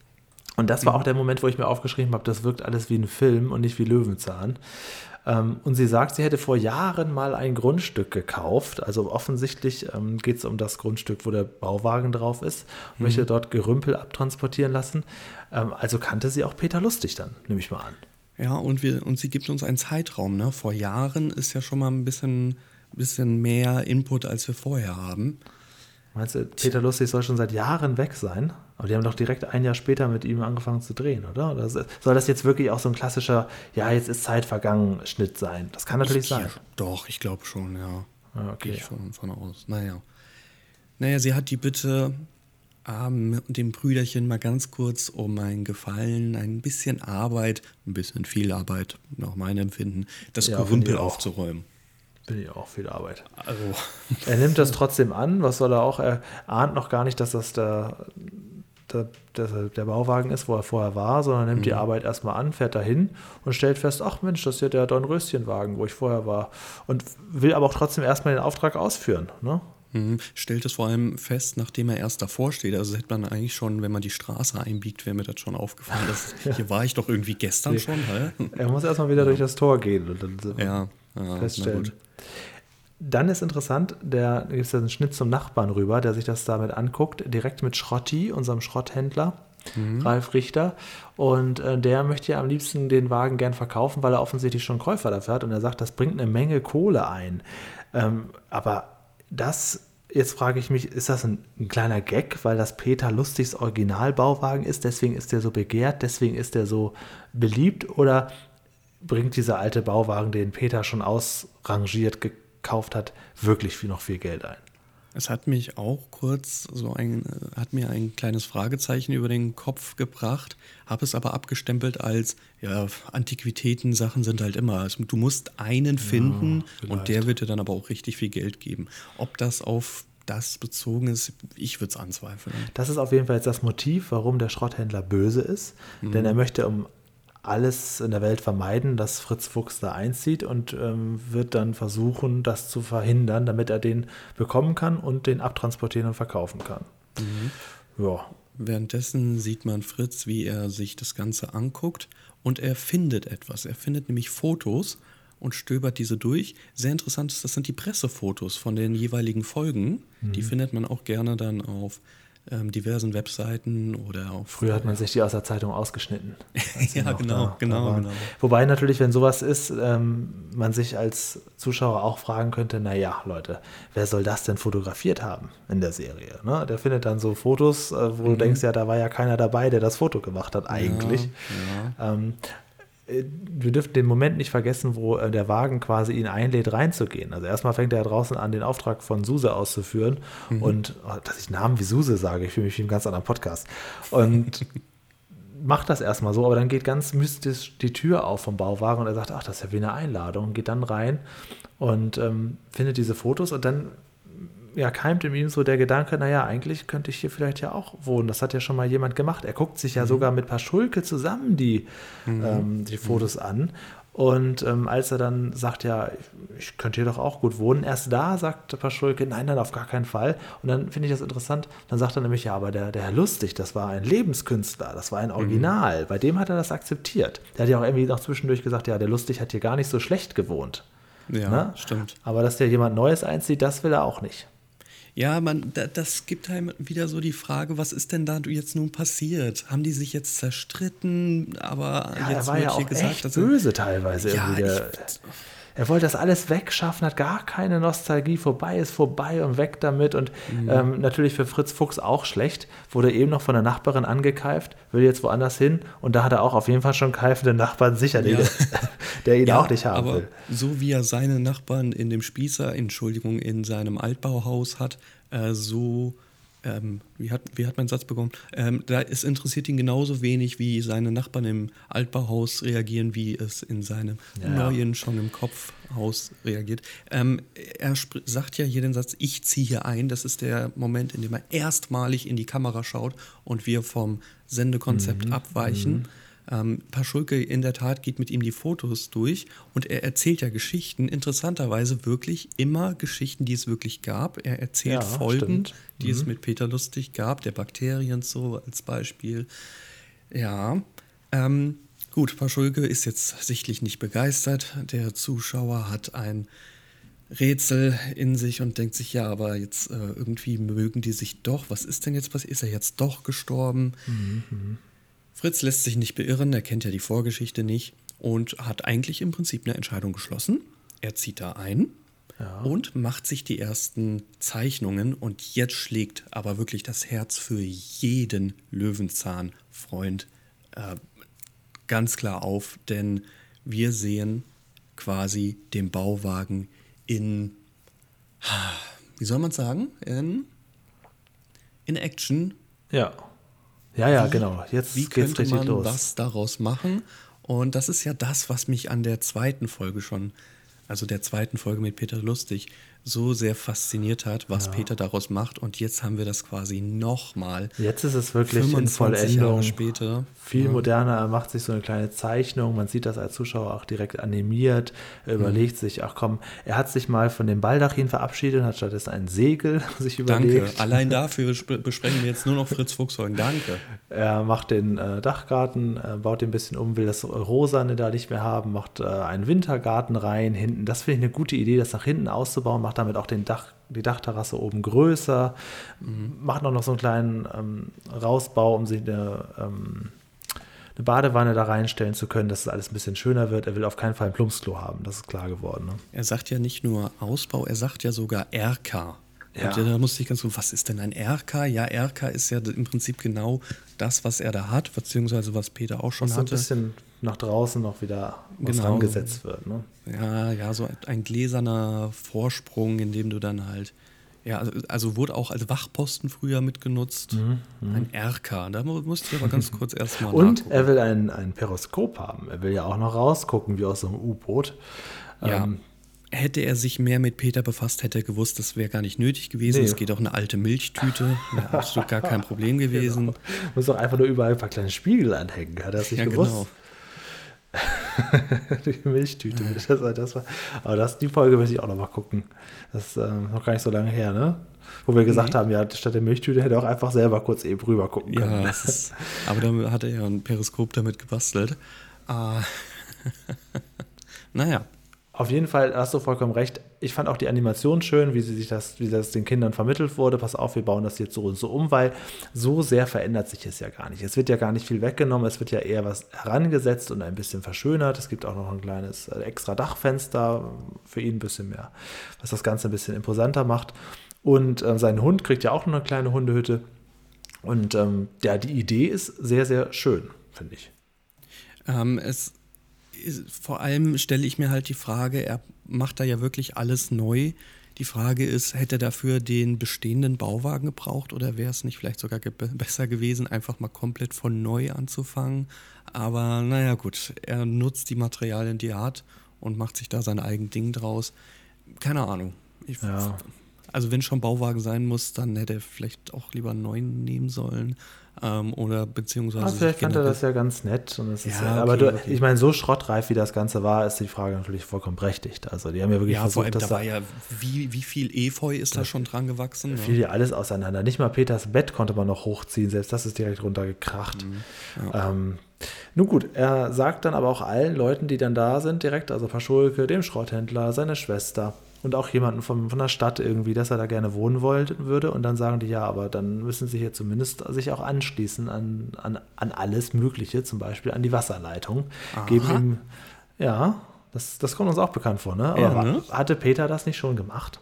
[SPEAKER 2] und das war auch der Moment, wo ich mir aufgeschrieben habe, das wirkt alles wie ein Film und nicht wie Löwenzahn. Ähm, und sie sagt, sie hätte vor Jahren mal ein Grundstück gekauft. Also offensichtlich ähm, geht es um das Grundstück, wo der Bauwagen drauf ist und mhm. möchte dort Gerümpel abtransportieren lassen. Ähm, also kannte sie auch Peter Lustig dann, nehme ich mal an.
[SPEAKER 3] Ja, und, wir, und sie gibt uns einen Zeitraum. Ne? Vor Jahren ist ja schon mal ein bisschen, bisschen mehr Input, als wir vorher haben.
[SPEAKER 2] Meinst du, Peter Lustig soll schon seit Jahren weg sein? Aber die haben doch direkt ein Jahr später mit ihm angefangen zu drehen, oder? Oder soll das jetzt wirklich auch so ein klassischer, ja, jetzt ist Zeit vergangen, Schnitt sein? Das kann natürlich
[SPEAKER 3] ich,
[SPEAKER 2] sein.
[SPEAKER 3] Doch, ich glaube schon, ja.
[SPEAKER 2] Ah, okay.
[SPEAKER 3] Gehe ich von, von aus. Naja. Naja, sie hat die Bitte, ähm, dem Brüderchen mal ganz kurz um einen Gefallen, ein bisschen Arbeit, ein bisschen viel Arbeit, nach meinem Empfinden, das
[SPEAKER 2] Ja,
[SPEAKER 3] Gerümpel aufzuräumen.
[SPEAKER 2] Bin ich auch viel Arbeit.
[SPEAKER 3] Also.
[SPEAKER 2] Er nimmt das trotzdem an. Was soll er auch? Er ahnt noch gar nicht, dass das der, der, der, der Bauwagen ist, wo er vorher war, sondern nimmt mhm. die Arbeit erstmal an, fährt dahin und stellt fest, ach Mensch, das ist ja der Dornröschenwagen, wo ich vorher war. Und will aber auch trotzdem erstmal den Auftrag ausführen. Ne?
[SPEAKER 3] Mhm. Stellt es vor allem fest, nachdem er erst davor steht. Also hätte man eigentlich schon, wenn man die Straße einbiegt, wäre mir das schon aufgefallen. Dass, ja. Hier war ich doch irgendwie gestern nee. schon. Hä?
[SPEAKER 2] Er muss erstmal wieder ja. durch das Tor gehen und dann
[SPEAKER 3] ja. Ja,
[SPEAKER 2] feststellen. Dann ist interessant, da gibt es einen Schnitt zum Nachbarn rüber, der sich das damit anguckt, direkt mit Schrotti, unserem Schrotthändler, mhm. Ralf Richter. Und äh, der möchte ja am liebsten den Wagen gern verkaufen, weil er offensichtlich schon Käufer dafür hat. Und er sagt, das bringt eine Menge Kohle ein. Ähm, aber das, jetzt frage ich mich, ist das ein, ein kleiner Gag, weil das Peter Lustigs Originalbauwagen ist, deswegen ist der so begehrt, deswegen ist der so beliebt, oder bringt dieser alte Bauwagen, den Peter schon ausrangiert gekauft hat, wirklich viel, noch viel Geld ein?
[SPEAKER 3] Es hat mich auch kurz so ein, hat mir ein kleines Fragezeichen über den Kopf gebracht, habe es aber abgestempelt als, ja, Antiquitäten-Sachen sind halt immer. Also du musst einen finden ja, und der wird dir dann aber auch richtig viel Geld geben. Ob das auf das bezogen ist, ich würde es anzweifeln.
[SPEAKER 2] Das ist auf jeden Fall jetzt das Motiv, warum der Schrotthändler böse ist. Mhm. Denn er möchte um alles in der Welt vermeiden, dass Fritz Fuchs da einzieht und ähm, wird dann versuchen, das zu verhindern, damit er den bekommen kann und den abtransportieren und verkaufen kann. Mhm. Ja.
[SPEAKER 3] Währenddessen sieht man Fritz, wie er sich das Ganze anguckt und er findet etwas. Er findet nämlich Fotos und stöbert diese durch. Sehr interessant ist, das sind die Pressefotos von den jeweiligen Folgen. Mhm. Die findet man auch gerne dann auf ähm, diversen Webseiten oder auf...
[SPEAKER 2] Früher hat man sich die aus der Zeitung ausgeschnitten.
[SPEAKER 3] ja, genau,
[SPEAKER 2] da,
[SPEAKER 3] genau,
[SPEAKER 2] da
[SPEAKER 3] genau.
[SPEAKER 2] Wobei natürlich, wenn sowas ist, ähm, man sich als Zuschauer auch fragen könnte, naja, Leute, wer soll das denn fotografiert haben in der Serie? Ne? Der findet dann so Fotos, äh, wo mhm. du denkst, ja, da war ja keiner dabei, der das Foto gemacht hat eigentlich.
[SPEAKER 3] Ja, ja.
[SPEAKER 2] Ähm, wir dürfen den Moment nicht vergessen, wo äh, der Wagen quasi ihn einlädt, reinzugehen. Also erstmal fängt er draußen an, den Auftrag von Suse auszuführen. Mhm. Und oh, dass ich Namen wie Suse sage, ich fühle mich wie im ganz anderen Podcast. Und macht das erstmal so, aber dann geht ganz mystisch die Tür auf vom Bauwagen und er sagt, ach, das ist ja wie eine Einladung. Geht dann rein und ähm, findet diese Fotos und dann ja, keimt in ihm so der Gedanke, naja, eigentlich könnte ich hier vielleicht ja auch wohnen. Das hat ja schon mal jemand gemacht. Er guckt sich ja mhm. sogar mit Paschulke zusammen die, mhm. ähm, die Fotos mhm. an. Und ähm, als er dann sagt, ja, ich, ich könnte hier doch auch gut wohnen, erst da sagt Paschulke, nein, nein, auf gar keinen Fall. Und dann finde ich das interessant, dann sagt er nämlich, ja, aber der, der Herr Lustig, das war ein Lebenskünstler, das war ein Original. Mhm. Bei dem hat er das akzeptiert. Der hat ja auch irgendwie noch zwischendurch gesagt, ja, der Lustig hat hier gar nicht so schlecht gewohnt.
[SPEAKER 3] Ja,
[SPEAKER 2] ne?
[SPEAKER 3] Stimmt.
[SPEAKER 2] Aber dass der jemand Neues einzieht, das will er auch nicht.
[SPEAKER 3] Ja, man, das gibt einem wieder so die Frage, was ist denn da jetzt nun passiert? Haben die sich jetzt zerstritten? Aber
[SPEAKER 2] ja,
[SPEAKER 3] jetzt
[SPEAKER 2] er war
[SPEAKER 3] wird
[SPEAKER 2] ja
[SPEAKER 3] hier
[SPEAKER 2] auch
[SPEAKER 3] gesagt,
[SPEAKER 2] echt
[SPEAKER 3] dass
[SPEAKER 2] böse teilweise.
[SPEAKER 3] Ja,
[SPEAKER 2] irgendwie.
[SPEAKER 3] ich,
[SPEAKER 2] er wollte das alles wegschaffen, hat gar keine Nostalgie, vorbei ist vorbei und weg damit. Und mhm. ähm, natürlich für Fritz Fuchs auch schlecht, wurde eben noch von der Nachbarin angekeift, will jetzt woanders hin. Und da hat er auch auf jeden Fall schon keifende Nachbarn sicherlich, ja. der ihn
[SPEAKER 3] ja,
[SPEAKER 2] auch nicht haben
[SPEAKER 3] aber
[SPEAKER 2] will.
[SPEAKER 3] So wie er seine Nachbarn in dem Spießer, Entschuldigung, in seinem Altbauhaus hat, äh, so... Ähm, wie, hat, wie hat mein Satz begonnen? Ähm, da es interessiert ihn genauso wenig, wie seine Nachbarn im Altbauhaus reagieren, wie es in seinem ja, neuen, schon im Kopfhaus reagiert. Ähm, er sp- sagt ja hier den Satz, ich ziehe hier ein. Das ist der Moment, in dem er erstmalig in die Kamera schaut und wir vom Sendekonzept mhm. abweichen. Mhm. Ähm, Paschulke in der Tat geht mit ihm die Fotos durch und er erzählt ja Geschichten, interessanterweise wirklich immer Geschichten, die es wirklich gab. Er erzählt ja, Folgen, stimmt. die mhm. es mit Peter Lustig gab, der Bakterien so als Beispiel. Ja, ähm, gut, Paschulke ist jetzt sichtlich nicht begeistert. Der Zuschauer hat ein Rätsel in sich und denkt sich, ja, aber jetzt äh, irgendwie mögen die sich doch. Was ist denn jetzt passiert? Ist er jetzt doch gestorben? Mhm. Fritz lässt sich nicht beirren, er kennt ja die Vorgeschichte nicht und hat eigentlich im Prinzip eine Entscheidung geschlossen. Er zieht da ein ja. und macht sich die ersten Zeichnungen und jetzt schlägt aber wirklich das Herz für jeden Löwenzahn-Freund äh, ganz klar auf, denn wir sehen quasi den Bauwagen in, wie soll man sagen, in, in Action.
[SPEAKER 2] Ja. Ja, ja,
[SPEAKER 3] wie,
[SPEAKER 2] genau. Jetzt
[SPEAKER 3] wie
[SPEAKER 2] geht's richtig
[SPEAKER 3] man
[SPEAKER 2] los.
[SPEAKER 3] Was daraus machen? Und das ist ja das, was mich an der zweiten Folge schon, also der zweiten Folge mit Peter Lustig, so sehr fasziniert hat, was ja. Peter daraus macht. Und jetzt haben wir das quasi nochmal.
[SPEAKER 2] Jetzt ist es wirklich in Vollendung.
[SPEAKER 3] Jahre später.
[SPEAKER 2] Viel
[SPEAKER 3] ja.
[SPEAKER 2] moderner. Er macht sich so eine kleine Zeichnung. Man sieht das als Zuschauer auch direkt animiert. Er überlegt mhm. sich, ach komm, er hat sich mal von dem Baldachin verabschiedet und hat stattdessen ein Segel sich überlegt.
[SPEAKER 3] Danke. Allein dafür besprechen wir jetzt nur noch Fritz Fuchs Folgen. Danke.
[SPEAKER 2] Er macht den äh, Dachgarten, äh, baut den ein bisschen um, will das Rosane da nicht mehr haben, macht äh, einen Wintergarten rein hinten. Das finde ich eine gute Idee, das nach hinten auszubauen, macht damit auch den Dach, die Dachterrasse oben größer, mhm. macht auch noch so einen kleinen ähm, Rausbau, um sich eine, ähm, eine Badewanne da reinstellen zu können, dass es alles ein bisschen schöner wird. Er will auf keinen Fall ein Plumpsklo haben, das ist klar geworden. Ne?
[SPEAKER 3] Er sagt ja nicht nur Ausbau, er sagt ja sogar R K.
[SPEAKER 2] Ja.
[SPEAKER 3] Und da musste ich ganz gut, was ist denn ein R K? Ja, R K ist ja im Prinzip genau das, was er da hat, beziehungsweise was Peter auch schon
[SPEAKER 2] was
[SPEAKER 3] hatte.
[SPEAKER 2] So ein bisschen nach draußen noch wieder was
[SPEAKER 3] genau.
[SPEAKER 2] rangesetzt wird. Ne?
[SPEAKER 3] Ja, ja, so ein gläserner Vorsprung, in dem du dann halt, ja, also, also wurde auch als Wachposten früher mitgenutzt. Mhm, ein R K, da musste ich aber ganz kurz erstmal
[SPEAKER 2] Und
[SPEAKER 3] nachgucken.
[SPEAKER 2] er will ein, ein Periskop haben. Er will ja auch noch rausgucken, wie aus so einem U-Boot.
[SPEAKER 3] Ja.
[SPEAKER 2] Ähm,
[SPEAKER 3] hätte er sich mehr mit Peter befasst, hätte er gewusst, das wäre gar nicht nötig gewesen. Es nee. geht auch eine alte Milchtüte, wäre absolut gar kein Problem gewesen.
[SPEAKER 2] Genau. Muss doch einfach nur überall ein paar kleine Spiegel anhängen, hat er das nicht ja, gewusst? Genau. Die Milchtüte, das, das war, aber das, die Folge möchte ich auch noch mal gucken. Das ist ähm, noch gar nicht so lange her, ne? Wo wir gesagt nee. haben, ja, statt der Milchtüte hätte er auch einfach selber kurz eben rüber gucken können.
[SPEAKER 3] Ja, ist, aber dann hat er ja ein Periskop damit gebastelt. Uh, naja.
[SPEAKER 2] Auf jeden Fall hast du vollkommen recht. Ich fand auch die Animation schön, wie sie sich das, wie das den Kindern vermittelt wurde. Pass auf, wir bauen das jetzt so und so um, weil so sehr verändert sich es ja gar nicht. Es wird ja gar nicht viel weggenommen, es wird ja eher was herangesetzt und ein bisschen verschönert. Es gibt auch noch ein kleines extra Dachfenster für ihn ein bisschen mehr, was das Ganze ein bisschen imposanter macht. Und äh, sein Hund kriegt ja auch noch eine kleine Hundehütte. Und ähm, ja, die Idee ist sehr, sehr schön, finde ich.
[SPEAKER 3] Ähm, es Vor allem stelle ich mir halt die Frage, er macht da ja wirklich alles neu. Die Frage ist, hätte er dafür den bestehenden Bauwagen gebraucht oder wäre es nicht vielleicht sogar ge- besser gewesen, einfach mal komplett von neu anzufangen? Aber naja gut, er nutzt die Materialien, die er hat und macht sich da sein eigenes Ding draus. Keine Ahnung. Ich,
[SPEAKER 2] ja.
[SPEAKER 3] Also wenn schon Bauwagen sein muss, dann hätte er vielleicht auch lieber einen neuen nehmen sollen. Ähm, oder beziehungsweise.
[SPEAKER 2] Also vielleicht fand er das ja ganz nett. Und das ist ja, ja, aber okay, du, okay. Ich meine, so schrottreif wie das Ganze war, ist die Frage natürlich vollkommen berechtigt. Also die haben ja wirklich
[SPEAKER 3] ja,
[SPEAKER 2] versucht,
[SPEAKER 3] vor allem,
[SPEAKER 2] dass
[SPEAKER 3] da war ja, wie, wie viel Efeu ist da schon dran gewachsen?
[SPEAKER 2] Fiel ja alles auseinander. Nicht mal Peters Bett konnte man noch hochziehen, selbst das ist direkt runtergekracht. Mhm. Ja. Ähm, nun gut, er sagt dann aber auch allen Leuten, die dann da sind, direkt, also Paschulke, dem Schrotthändler, seine Schwester und auch jemanden von, von der Stadt irgendwie, dass er da gerne wohnen wollte, würde. Und dann sagen die, ja, aber dann müssen sie hier zumindest sich auch anschließen an, an, an alles Mögliche, zum Beispiel an die Wasserleitung. Aha. Geben ihm, ja, das, das kommt uns auch bekannt vor, ne? Aber ja, ne? Hatte Peter das nicht schon gemacht?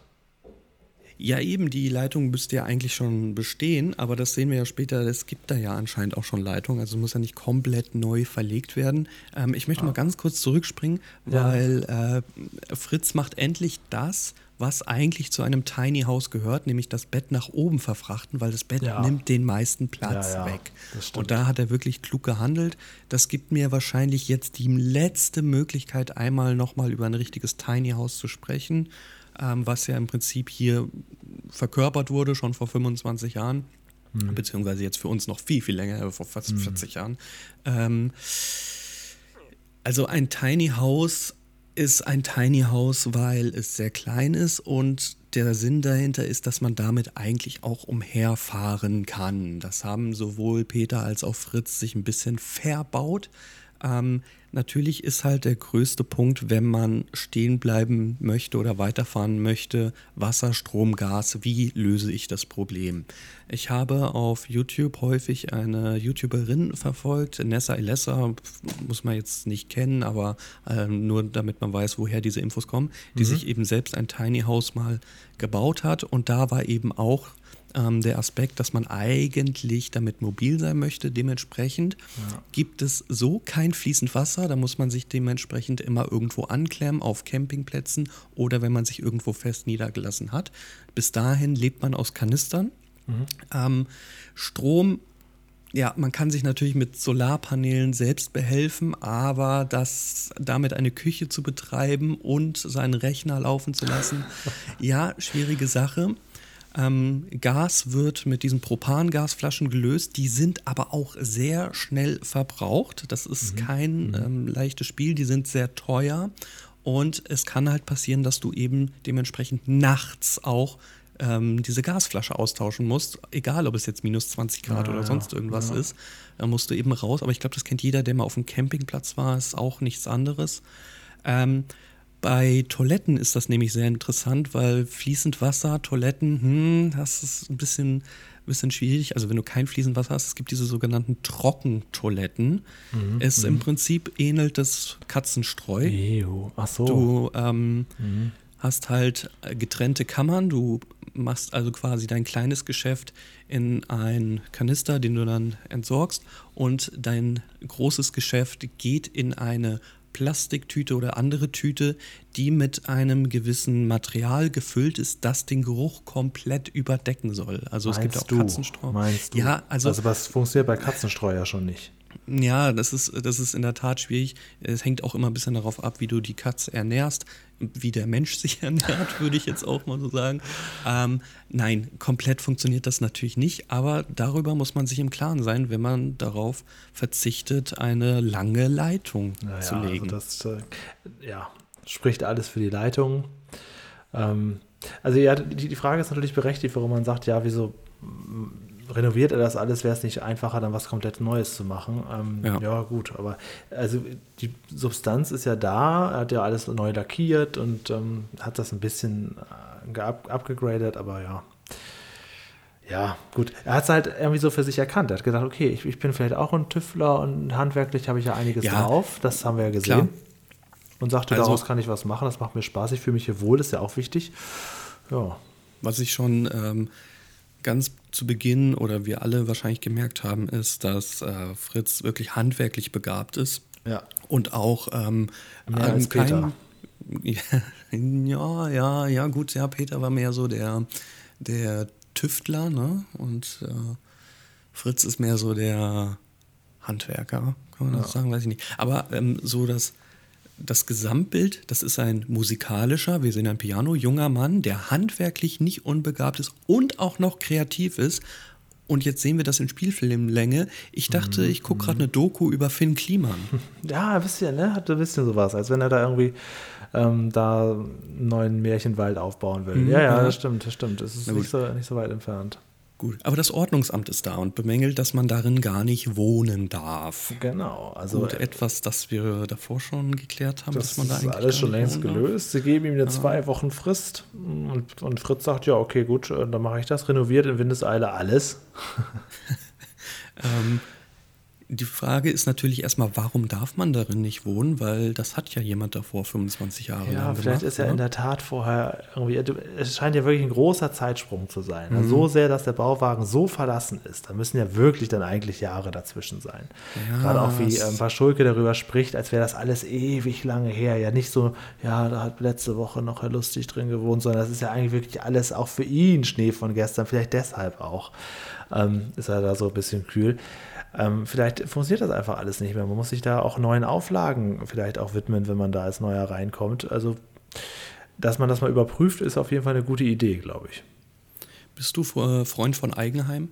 [SPEAKER 3] Ja, eben, die Leitung müsste ja eigentlich schon bestehen, aber das sehen wir ja später, es gibt da ja anscheinend auch schon Leitung, also muss ja nicht komplett neu verlegt werden. Ähm, ich möchte ah. mal ganz kurz zurückspringen, weil ja. äh, Fritz macht endlich das, was eigentlich zu einem Tiny House gehört, nämlich das Bett nach oben verfrachten, weil das Bett ja. nimmt den meisten Platz ja, ja, weg. Und da hat er wirklich klug gehandelt. Das gibt mir wahrscheinlich jetzt die letzte Möglichkeit, einmal nochmal über ein richtiges Tiny House zu sprechen. Ähm, was ja im Prinzip hier verkörpert wurde, schon vor fünfundzwanzig Jahren, mhm. beziehungsweise jetzt für uns noch viel, viel länger, vor fast mhm. vierzig Jahren. Ähm, also ein Tiny House ist ein Tiny House, weil es sehr klein ist und der Sinn dahinter ist, dass man damit eigentlich auch umherfahren kann. Das haben sowohl Peter als auch Fritz sich ein bisschen verbaut. Ähm, natürlich ist halt der größte Punkt, wenn man stehen bleiben möchte oder weiterfahren möchte, Wasser, Strom, Gas, wie löse ich das Problem? Ich habe auf YouTube häufig eine YouTuberin verfolgt, Nessa Elessa, muss man jetzt nicht kennen, aber äh, nur damit man weiß, woher diese Infos kommen, die mhm. sich eben selbst ein Tiny House mal gebaut hat und da war eben auch der Aspekt, dass man eigentlich damit mobil sein möchte. Dementsprechend ja. gibt es so kein fließend Wasser. Da muss man sich dementsprechend immer irgendwo anklemmen auf Campingplätzen oder wenn man sich irgendwo fest niedergelassen hat. Bis dahin lebt man aus Kanistern. Mhm. Ähm, Strom, ja, man kann sich natürlich mit Solarpanelen selbst behelfen, aber das damit eine Küche zu betreiben und seinen Rechner laufen zu lassen, ja, schwierige Sache. Ähm, Gas wird mit diesen Propangasflaschen gelöst, die sind aber auch sehr schnell verbraucht. Das ist mhm. kein mhm. ähm, leichtes Spiel, die sind sehr teuer und es kann halt passieren, dass du eben dementsprechend nachts auch ähm, diese Gasflasche austauschen musst, egal ob es jetzt minus zwanzig Grad ja, oder sonst irgendwas ja. ist, da musst du eben raus, aber ich glaube, das kennt jeder, der mal auf einem Campingplatz war, ist auch nichts anderes. Ähm, Bei Toiletten ist das nämlich sehr interessant, weil fließend Wasser, Toiletten, hm, das ist ein bisschen, bisschen schwierig. Also wenn du kein fließend Wasser hast, es gibt diese sogenannten Trockentoiletten. Mhm, es im Prinzip ähnelt das Katzenstreu.
[SPEAKER 2] Ew. Ach so.
[SPEAKER 3] Du ähm, mhm. hast halt getrennte Kammern, du machst also quasi dein kleines Geschäft in einen Kanister, den du dann entsorgst und dein großes Geschäft geht in eine Plastiktüte oder andere Tüte, die mit einem gewissen Material gefüllt ist, das den Geruch komplett überdecken soll. Also
[SPEAKER 2] meinst
[SPEAKER 3] es gibt auch
[SPEAKER 2] du,
[SPEAKER 3] Katzenstreu.
[SPEAKER 2] Meinst du?
[SPEAKER 3] Ja, also,
[SPEAKER 2] also was funktioniert bei Katzenstreu ja schon nicht.
[SPEAKER 3] Ja, das ist, das ist in der Tat schwierig. Es hängt auch immer ein bisschen darauf ab, wie du die Katze ernährst, wie der Mensch sich ernährt, würde ich jetzt auch mal so sagen. Ähm, nein, komplett funktioniert das natürlich nicht, aber darüber muss man sich im Klaren sein, wenn man darauf verzichtet, eine lange Leitung
[SPEAKER 2] naja,
[SPEAKER 3] zu legen.
[SPEAKER 2] Also das äh, ja, spricht alles für die Leitung. Ähm, also ja, die, die Frage ist natürlich berechtigt, warum man sagt, ja, wieso renoviert er das alles, wäre es nicht einfacher, dann was komplett Neues zu machen. Ähm, ja. ja, gut, aber also die Substanz ist ja da, er hat ja alles neu lackiert und ähm, hat das ein bisschen äh, up- abgegradet, aber ja. Ja, gut. Er hat es halt irgendwie so für sich erkannt. Er hat gedacht, okay, ich, ich bin vielleicht auch ein Tüftler und handwerklich habe ich ja einiges
[SPEAKER 3] ja,
[SPEAKER 2] drauf. Das haben wir ja gesehen.
[SPEAKER 3] Klar.
[SPEAKER 2] Und sagte,
[SPEAKER 3] Also,
[SPEAKER 2] daraus kann ich was machen, das macht mir Spaß, ich fühle mich hier wohl, ist ja auch wichtig. Ja.
[SPEAKER 3] Was ich schon ähm, ganz zu Beginn oder wir alle wahrscheinlich gemerkt haben, ist, dass äh, Fritz wirklich handwerklich begabt ist.
[SPEAKER 2] Ja.
[SPEAKER 3] Und auch ähm,
[SPEAKER 2] mehr als Peter.
[SPEAKER 3] Ja, ja, ja, gut, ja, Peter war mehr so der, der Tüftler, ne? Und äh, Fritz ist mehr so der Handwerker, kann man das ja. sagen, weiß ich nicht. Aber ähm, so das, das Gesamtbild, das ist ein musikalischer, wir sehen ein Piano, junger Mann, der handwerklich nicht unbegabt ist und auch noch kreativ ist. Und jetzt sehen wir das in Spielfilmlänge. Ich dachte, mm, ich gucke gerade eine Doku über Finn Kliman.
[SPEAKER 2] Ja, ein bisschen, ne? Hat ein bisschen sowas, als wenn er da irgendwie ähm, da einen neuen Märchenwald aufbauen will. Mm, ja, ja, ja, das stimmt, das stimmt. Es ist nicht so, nicht so weit entfernt.
[SPEAKER 3] Gut, aber das Ordnungsamt ist da und bemängelt, dass man darin gar nicht wohnen darf.
[SPEAKER 2] Genau. Also
[SPEAKER 3] und etwas, das wir davor schon geklärt haben,
[SPEAKER 2] das
[SPEAKER 3] dass man da eigentlich
[SPEAKER 2] ist alles schon längst gelöst. Sie geben ihm eine
[SPEAKER 3] ah.
[SPEAKER 2] zwei Wochen Frist und, und Fritz sagt, ja, okay, gut, dann mache ich das. Renoviert in Windeseile alles.
[SPEAKER 3] ähm, die Frage ist natürlich erstmal, warum darf man darin nicht wohnen? Weil das hat ja jemand davor fünfundzwanzig Jahre
[SPEAKER 2] ja,
[SPEAKER 3] lang gemacht.
[SPEAKER 2] Ja, vielleicht ist ja
[SPEAKER 3] ne?
[SPEAKER 2] in der Tat vorher irgendwie, es scheint ja wirklich ein großer Zeitsprung zu sein. Mhm. So sehr, dass der Bauwagen so verlassen ist. Da müssen ja wirklich dann eigentlich Jahre dazwischen sein. Ja, gerade auch wie ähm, Paschulke darüber spricht, als wäre das alles ewig lange her. Ja, nicht so, ja, da hat letzte Woche noch Herr Lustig drin gewohnt, sondern das ist ja eigentlich wirklich alles auch für ihn Schnee von gestern. Vielleicht deshalb auch ähm, ist er da so ein bisschen kühl. Ähm, vielleicht funktioniert das einfach alles nicht mehr. Man muss sich da auch neuen Auflagen vielleicht auch widmen, wenn man da als Neuer reinkommt. Also, dass man das mal überprüft, ist auf jeden Fall eine gute Idee, glaube ich.
[SPEAKER 3] Bist du äh, Freund von Eigenheim?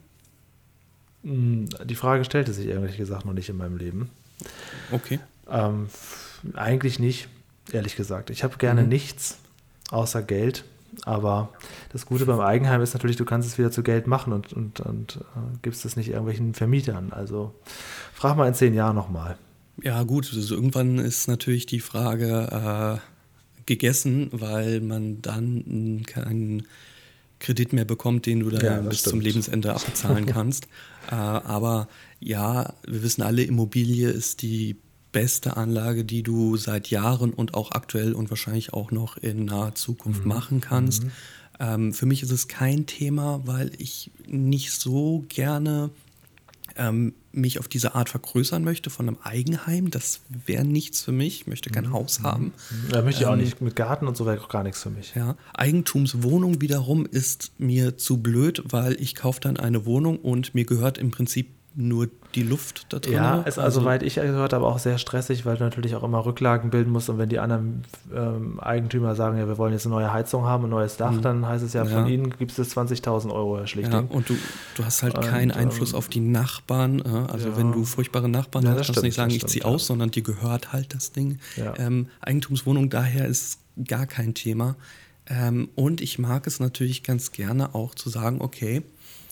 [SPEAKER 2] Die Frage stellte sich ehrlich gesagt noch nicht in meinem Leben.
[SPEAKER 3] Okay.
[SPEAKER 2] Ähm, eigentlich nicht, ehrlich gesagt. Ich habe gerne mhm. nichts außer Geld. Aber das Gute beim Eigenheim ist natürlich, du kannst es wieder zu Geld machen und, und, und äh, gibst es nicht irgendwelchen Vermietern. Also frag mal in zehn Jahren nochmal.
[SPEAKER 3] Ja gut, also irgendwann ist natürlich die Frage äh, gegessen, weil man dann keinen Kredit mehr bekommt, den du dann ja, bis stimmt. zum Lebensende abbezahlen kannst. äh, aber ja, wir wissen alle, Immobilie ist die beste Anlage, die du seit Jahren und auch aktuell und wahrscheinlich auch noch in naher Zukunft mhm. machen kannst. Mhm. Ähm, für mich ist es kein Thema, weil ich nicht so gerne ähm, mich auf diese Art vergrößern möchte von einem Eigenheim. Das wäre nichts für mich. Ich möchte kein mhm. Haus haben.
[SPEAKER 2] Da möchte ich
[SPEAKER 3] ähm,
[SPEAKER 2] auch nicht. Mit Garten und so wäre auch gar nichts für mich.
[SPEAKER 3] Ja. Eigentumswohnung wiederum ist mir zu blöd, weil ich kaufe dann eine Wohnung und mir gehört im Prinzip nur die Luft da drin.
[SPEAKER 2] Ja, ist also, soweit ich gehört habe, auch sehr stressig, weil du natürlich auch immer Rücklagen bilden musst und wenn die anderen ähm, Eigentümer sagen, ja, wir wollen jetzt eine neue Heizung haben, ein neues Dach, mhm. dann heißt es ja, von ja. ihnen gibt es zwanzigtausend Euro, Herr Schlichting.
[SPEAKER 3] Ja, und du, du hast halt keinen und, Einfluss ähm, auf die Nachbarn, äh, also ja. wenn du furchtbare Nachbarn
[SPEAKER 2] ja,
[SPEAKER 3] hast, kannst du nicht sagen, ich
[SPEAKER 2] stimmt,
[SPEAKER 3] ziehe
[SPEAKER 2] ja.
[SPEAKER 3] aus, sondern dir gehört halt das Ding.
[SPEAKER 2] Ja.
[SPEAKER 3] Ähm, Eigentumswohnung daher ist gar kein Thema. Ähm, und ich mag es natürlich ganz gerne auch zu sagen, okay,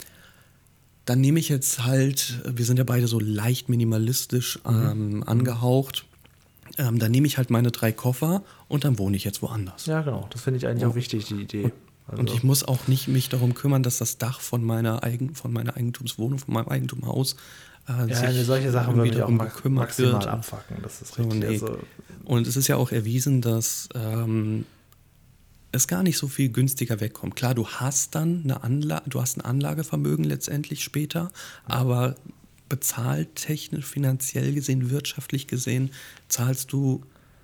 [SPEAKER 3] dann nehme ich jetzt halt, wir sind ja beide so leicht minimalistisch ähm, mhm. angehaucht, ähm, dann nehme ich halt meine drei Koffer und dann wohne ich jetzt woanders.
[SPEAKER 2] Ja, genau. Das finde ich eigentlich ja. auch wichtig, die Idee.
[SPEAKER 3] Und,
[SPEAKER 2] also.
[SPEAKER 3] und ich muss auch nicht mich darum kümmern, dass das Dach von meiner, Eigen, von meiner Eigentumswohnung, von meinem Eigentumhaus äh,
[SPEAKER 2] ja,
[SPEAKER 3] sich
[SPEAKER 2] eine solche Sache würde mich auch maximal
[SPEAKER 3] wird.
[SPEAKER 2] abfacken. Das ist
[SPEAKER 3] so,
[SPEAKER 2] richtig.
[SPEAKER 3] Nee.
[SPEAKER 2] Also,
[SPEAKER 3] und es ist ja auch erwiesen, dass ähm, es gar nicht so viel günstiger wegkommt. Klar, du hast dann eine Anlage, du hast ein Anlagevermögen letztendlich später, aber bezahlt technisch, finanziell gesehen, wirtschaftlich gesehen, zahlst du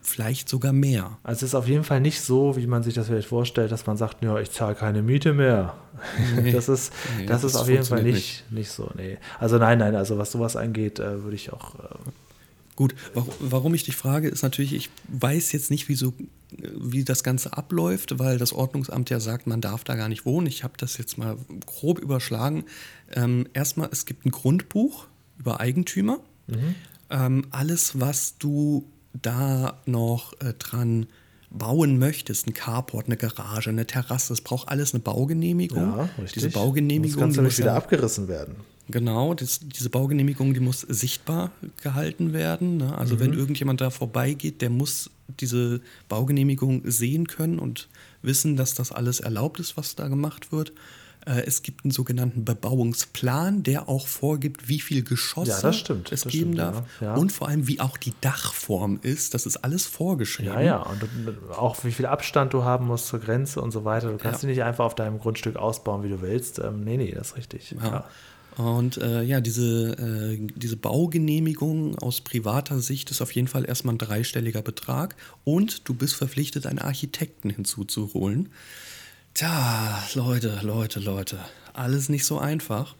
[SPEAKER 3] vielleicht sogar mehr.
[SPEAKER 2] Also es ist auf jeden Fall nicht so, wie man sich das vielleicht vorstellt, dass man sagt, ja, ich zahle keine Miete mehr. Nee, das ist, nee, das, das ist auf jeden Fall nicht, nicht. nicht so. Nee. Also nein, nein, also was sowas angeht, äh, würde ich auch... Äh,
[SPEAKER 3] Gut, warum ich dich frage, ist natürlich, ich weiß jetzt nicht, wie, so, wie das Ganze abläuft, weil das Ordnungsamt ja sagt, man darf da gar nicht wohnen. Ich habe das jetzt mal grob überschlagen. Ähm, erstmal, es gibt ein Grundbuch über Eigentümer. Mhm. Ähm, alles, was du da noch äh, dran bauen möchtest, ein Carport, eine Garage, eine Terrasse, es braucht alles eine Baugenehmigung.
[SPEAKER 2] Ja, richtig.
[SPEAKER 3] Diese Baugenehmigung,
[SPEAKER 2] das kann
[SPEAKER 3] die
[SPEAKER 2] nämlich
[SPEAKER 3] muss
[SPEAKER 2] wieder
[SPEAKER 3] ja,
[SPEAKER 2] abgerissen werden.
[SPEAKER 3] Genau, das, diese Baugenehmigung, die muss sichtbar gehalten werden. Ne? Also mhm. wenn irgendjemand da vorbeigeht, der muss diese Baugenehmigung sehen können und wissen, dass das alles erlaubt ist, was da gemacht wird. Äh, es gibt einen sogenannten Bebauungsplan, der auch vorgibt, wie viel Geschosse
[SPEAKER 2] ja, das stimmt,
[SPEAKER 3] es
[SPEAKER 2] das
[SPEAKER 3] geben
[SPEAKER 2] stimmt,
[SPEAKER 3] darf.
[SPEAKER 2] Ja, ja.
[SPEAKER 3] Und vor allem, wie auch die Dachform ist. Das ist alles vorgeschrieben.
[SPEAKER 2] Ja, ja. Und auch wie viel Abstand du haben musst zur Grenze und so weiter. Du kannst
[SPEAKER 3] ja.
[SPEAKER 2] die nicht einfach auf deinem Grundstück ausbauen, wie du willst. Ähm, nee, nee, das ist richtig.
[SPEAKER 3] Ja. Ja. Und äh, ja, diese, äh, diese Baugenehmigung aus privater Sicht ist auf jeden Fall erstmal ein dreistelliger Betrag und du bist verpflichtet, einen Architekten hinzuzuholen. Tja, Leute, Leute, Leute, alles nicht so einfach.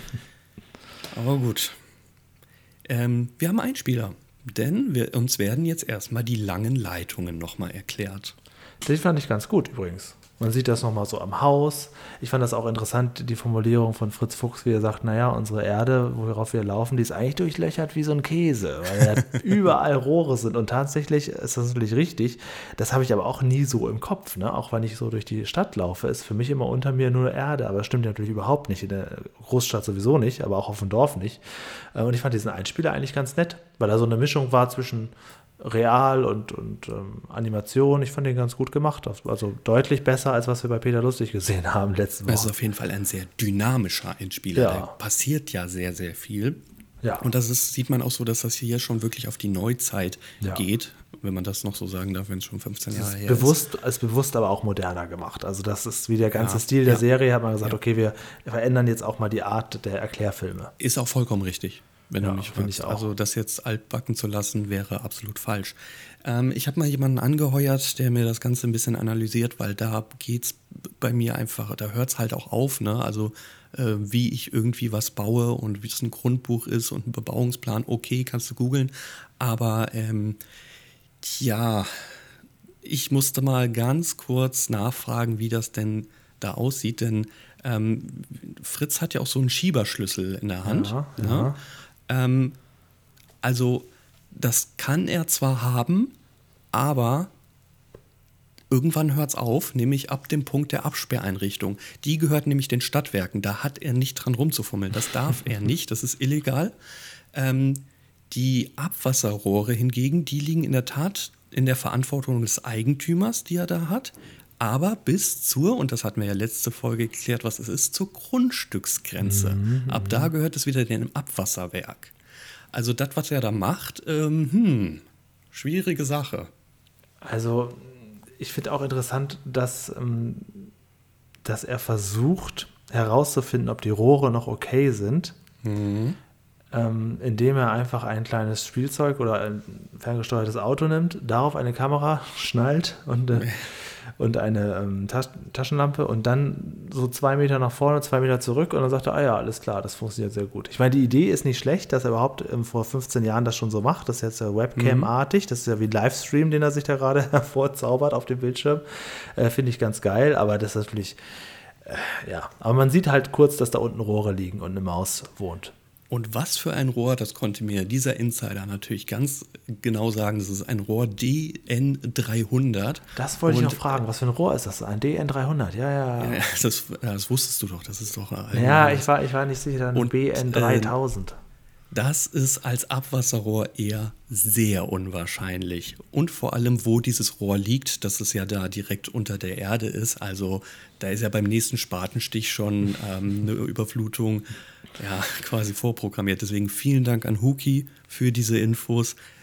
[SPEAKER 3] Aber gut. Ähm, wir haben einen Einspieler, denn wir, uns werden jetzt erstmal die langen Leitungen nochmal erklärt.
[SPEAKER 2] Den fand ich ganz gut übrigens. Man sieht das nochmal so am Haus. Ich fand das auch interessant, die Formulierung von Fritz Fuchs, wie er sagt, naja, unsere Erde, worauf wir laufen, die ist eigentlich durchlöchert wie so ein Käse, weil ja überall Rohre sind. Und tatsächlich ist das natürlich richtig. Das habe ich aber auch nie so im Kopf. Ne? Auch wenn ich so durch die Stadt laufe, ist für mich immer unter mir nur Erde. Aber das stimmt natürlich überhaupt nicht. In der Großstadt sowieso nicht, aber auch auf dem Dorf nicht. Und ich fand diesen Einspieler eigentlich ganz nett, weil da so eine Mischung war zwischen Real und, und ähm, Animation. Ich fand den ganz gut gemacht. Also deutlich besser, als was wir bei Peter Lustig gesehen haben letzte Woche.
[SPEAKER 3] Das ist auf jeden Fall ein sehr dynamischer Einspieler.
[SPEAKER 2] Ja.
[SPEAKER 3] Da passiert ja sehr, sehr viel.
[SPEAKER 2] Ja.
[SPEAKER 3] Und das ist, sieht man auch so, dass das hier schon wirklich auf die Neuzeit ja. geht, wenn man das noch so sagen darf, wenn es schon fünfzehn Jahre her
[SPEAKER 2] bewusst,
[SPEAKER 3] ist.
[SPEAKER 2] Ist bewusst aber auch moderner gemacht. Also das ist wie der ganze
[SPEAKER 3] ja.
[SPEAKER 2] Stil der
[SPEAKER 3] ja.
[SPEAKER 2] Serie, hat man gesagt,
[SPEAKER 3] ja.
[SPEAKER 2] okay, wir verändern jetzt auch mal die Art der Erklärfilme.
[SPEAKER 3] Ist auch vollkommen richtig. Wenn
[SPEAKER 2] ja,
[SPEAKER 3] du mich
[SPEAKER 2] fragst.
[SPEAKER 3] Also das jetzt altbacken zu lassen, wäre absolut falsch. Ähm, ich habe mal jemanden angeheuert, der mir das Ganze ein bisschen analysiert, weil da geht es bei mir einfach, da hört es halt auch auf, ne? Also äh, wie ich irgendwie was baue und wie es ein Grundbuch ist und ein Bebauungsplan, okay, kannst du googeln. Aber ähm, ja, ich musste mal ganz kurz nachfragen, wie das denn da aussieht, denn ähm, Fritz hat ja auch so einen Schieberschlüssel in der Hand.
[SPEAKER 2] Ja,
[SPEAKER 3] ne?
[SPEAKER 2] ja.
[SPEAKER 3] Ähm, also das kann er zwar haben, aber irgendwann hört es auf, nämlich ab dem Punkt der Absperreinrichtung. Die gehört nämlich den Stadtwerken, da hat er nicht dran rumzufummeln, das darf er nicht, das ist illegal. Ähm, die Abwasserrohre hingegen, die liegen in der Tat in der Verantwortung des Eigentümers, die er da hat, aber bis zur, und das hatten wir ja letzte Folge geklärt, was es ist, zur Grundstücksgrenze. Mhm, Ab da gehört es wieder dem Abwasserwerk. Also das, was er da macht, ähm, hm, schwierige Sache.
[SPEAKER 2] Also ich finde auch interessant, dass, ähm, dass er versucht herauszufinden, ob die Rohre noch okay sind, mhm. ähm, indem er einfach ein kleines Spielzeug oder ein ferngesteuertes Auto nimmt, darauf eine Kamera schnallt und äh, und eine ähm, Tas- Taschenlampe und dann so zwei Meter nach vorne, zwei Meter zurück und dann sagt er, ah ja, alles klar, das funktioniert sehr gut. Ich meine, die Idee ist nicht schlecht, dass er überhaupt ähm, vor fünfzehn Jahren das schon so macht. Das ist jetzt ja Webcam-artig, das ist ja wie ein Livestream, den er sich da gerade hervorzaubert auf dem Bildschirm. Äh, Finde ich ganz geil, aber das ist natürlich, äh, ja, aber man sieht halt kurz, dass da unten Rohre liegen und eine Maus wohnt.
[SPEAKER 3] Und was für ein Rohr, das konnte mir dieser Insider natürlich ganz genau sagen, das ist ein Rohr D N dreihundert.
[SPEAKER 2] Das wollte
[SPEAKER 3] und,
[SPEAKER 2] ich noch fragen, was für ein Rohr ist das? Ein D N dreihundert, ja, ja.
[SPEAKER 3] ja das, das wusstest du doch, das ist doch...
[SPEAKER 2] Ja, ich war, ich war nicht sicher, ein
[SPEAKER 3] und,
[SPEAKER 2] B N dreitausend.
[SPEAKER 3] Äh, das ist als Abwasserrohr eher sehr unwahrscheinlich. Und vor allem, wo dieses Rohr liegt, dass es ja da direkt unter der Erde ist. Also da ist ja beim nächsten Spatenstich schon ähm, eine Überflutung ja, quasi vorprogrammiert. Deswegen vielen Dank an Huki für diese Infos.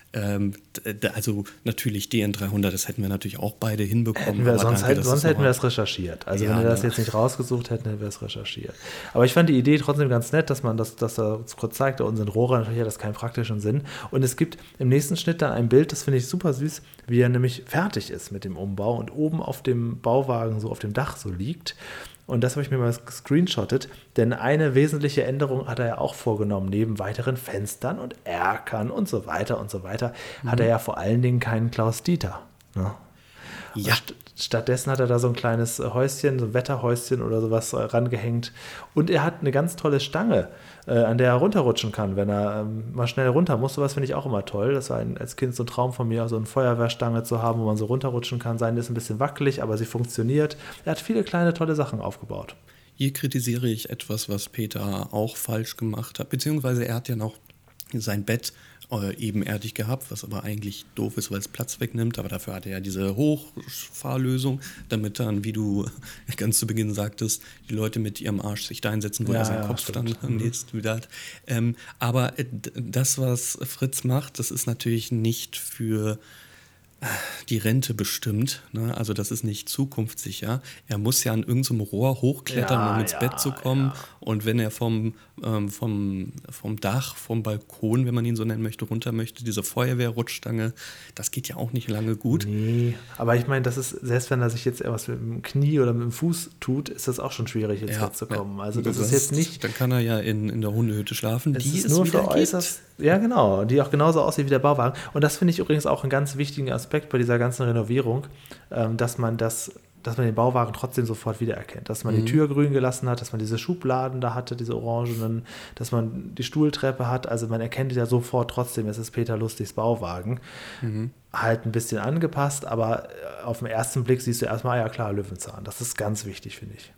[SPEAKER 3] Ähm, d- also natürlich D N dreihundert, das hätten wir natürlich auch beide hinbekommen.
[SPEAKER 2] Hätten wir,
[SPEAKER 3] aber
[SPEAKER 2] sonst
[SPEAKER 3] danke,
[SPEAKER 2] hätten,
[SPEAKER 3] dass
[SPEAKER 2] sonst
[SPEAKER 3] es
[SPEAKER 2] hätten wir
[SPEAKER 3] nochmal-
[SPEAKER 2] das recherchiert. Also
[SPEAKER 3] Ja,
[SPEAKER 2] wenn wir das
[SPEAKER 3] ne.
[SPEAKER 2] jetzt nicht rausgesucht hätten, hätten wir es recherchiert. Aber ich fand die Idee trotzdem ganz nett, dass man das, das da kurz zeigt. Da unten sind Rohre, natürlich hat das keinen praktischen Sinn. Und es gibt im nächsten Schnitt dann ein Bild, das finde ich super süß, wie er nämlich fertig ist mit dem Umbau und oben auf dem Bauwagen, so auf dem Dach so liegt. Und das habe ich mir mal gescreenshottet, denn eine wesentliche Änderung hat er ja auch vorgenommen. Neben weiteren Fenstern und Erkern und so weiter und so weiter mhm. hat er ja vor allen Dingen keinen Klaus Dieter. Ne?
[SPEAKER 3] Ja.
[SPEAKER 2] St- stattdessen hat er da so ein kleines Häuschen, so ein Wetterhäuschen oder sowas äh, rangehängt. Und er hat eine ganz tolle Stange, äh, an der er runterrutschen kann, wenn er ähm, mal schnell runter muss. Sowas finde ich auch immer toll. Das war ein, als Kind so ein Traum von mir, so eine Feuerwehrstange zu haben, wo man so runterrutschen kann. Seine ist ein bisschen wackelig, aber sie funktioniert. Er hat viele kleine, tolle Sachen aufgebaut.
[SPEAKER 3] Hier kritisiere ich etwas, was Peter auch falsch gemacht hat, beziehungsweise er hat ja noch sein Bett äh, ebenerdig gehabt, was aber eigentlich doof ist, weil es Platz wegnimmt, aber dafür hat er ja diese Hochfahrlösung, damit dann, wie du ganz zu Beginn sagtest, die Leute mit ihrem Arsch sich da einsetzen, wo
[SPEAKER 2] Ja,
[SPEAKER 3] er seinen
[SPEAKER 2] ja,
[SPEAKER 3] Kopf
[SPEAKER 2] stimmt.
[SPEAKER 3] dann nächst wieder hat. Ähm, aber äh, d- das, was Fritz macht, das ist natürlich nicht für die Rente bestimmt, ne? Also das ist nicht zukunftssicher. Er muss ja an irgendeinem Rohr hochklettern,
[SPEAKER 2] Ja,
[SPEAKER 3] um ins
[SPEAKER 2] ja,
[SPEAKER 3] Bett zu kommen.
[SPEAKER 2] ja.
[SPEAKER 3] Und wenn er vom, ähm, vom, vom Dach, vom Balkon, wenn man ihn so nennen möchte, runter möchte, diese Feuerwehrrutschstange, das geht ja auch nicht lange gut.
[SPEAKER 2] Nee, aber ich meine, das ist, selbst wenn er sich jetzt etwas mit dem Knie oder mit dem Fuß tut, ist das auch schon schwierig, ins Bett zu kommen. Also das, ist jetzt nicht...
[SPEAKER 3] Dann kann er ja in, in der Hundehütte schlafen,
[SPEAKER 2] Es
[SPEAKER 3] die
[SPEAKER 2] ist
[SPEAKER 3] es
[SPEAKER 2] nur
[SPEAKER 3] wieder
[SPEAKER 2] für äußerst, ja genau, die auch genauso aussieht wie der Bauwagen. Und das finde ich übrigens auch einen ganz wichtigen Aspekt bei dieser ganzen Renovierung, ähm, dass man das, dass man den Bauwagen trotzdem sofort wiedererkennt. Dass man
[SPEAKER 3] Mhm.
[SPEAKER 2] die Tür grün gelassen hat, dass man diese Schubladen da hatte, diese orangenen, dass man die Stuhltreppe hat. Also man erkennt ja sofort trotzdem, es ist Peter Lustigs Bauwagen.
[SPEAKER 3] Mhm.
[SPEAKER 2] Halt ein bisschen angepasst, aber auf den ersten Blick siehst du erstmal, ah ja klar, Löwenzahn. Das ist ganz wichtig, finde ich.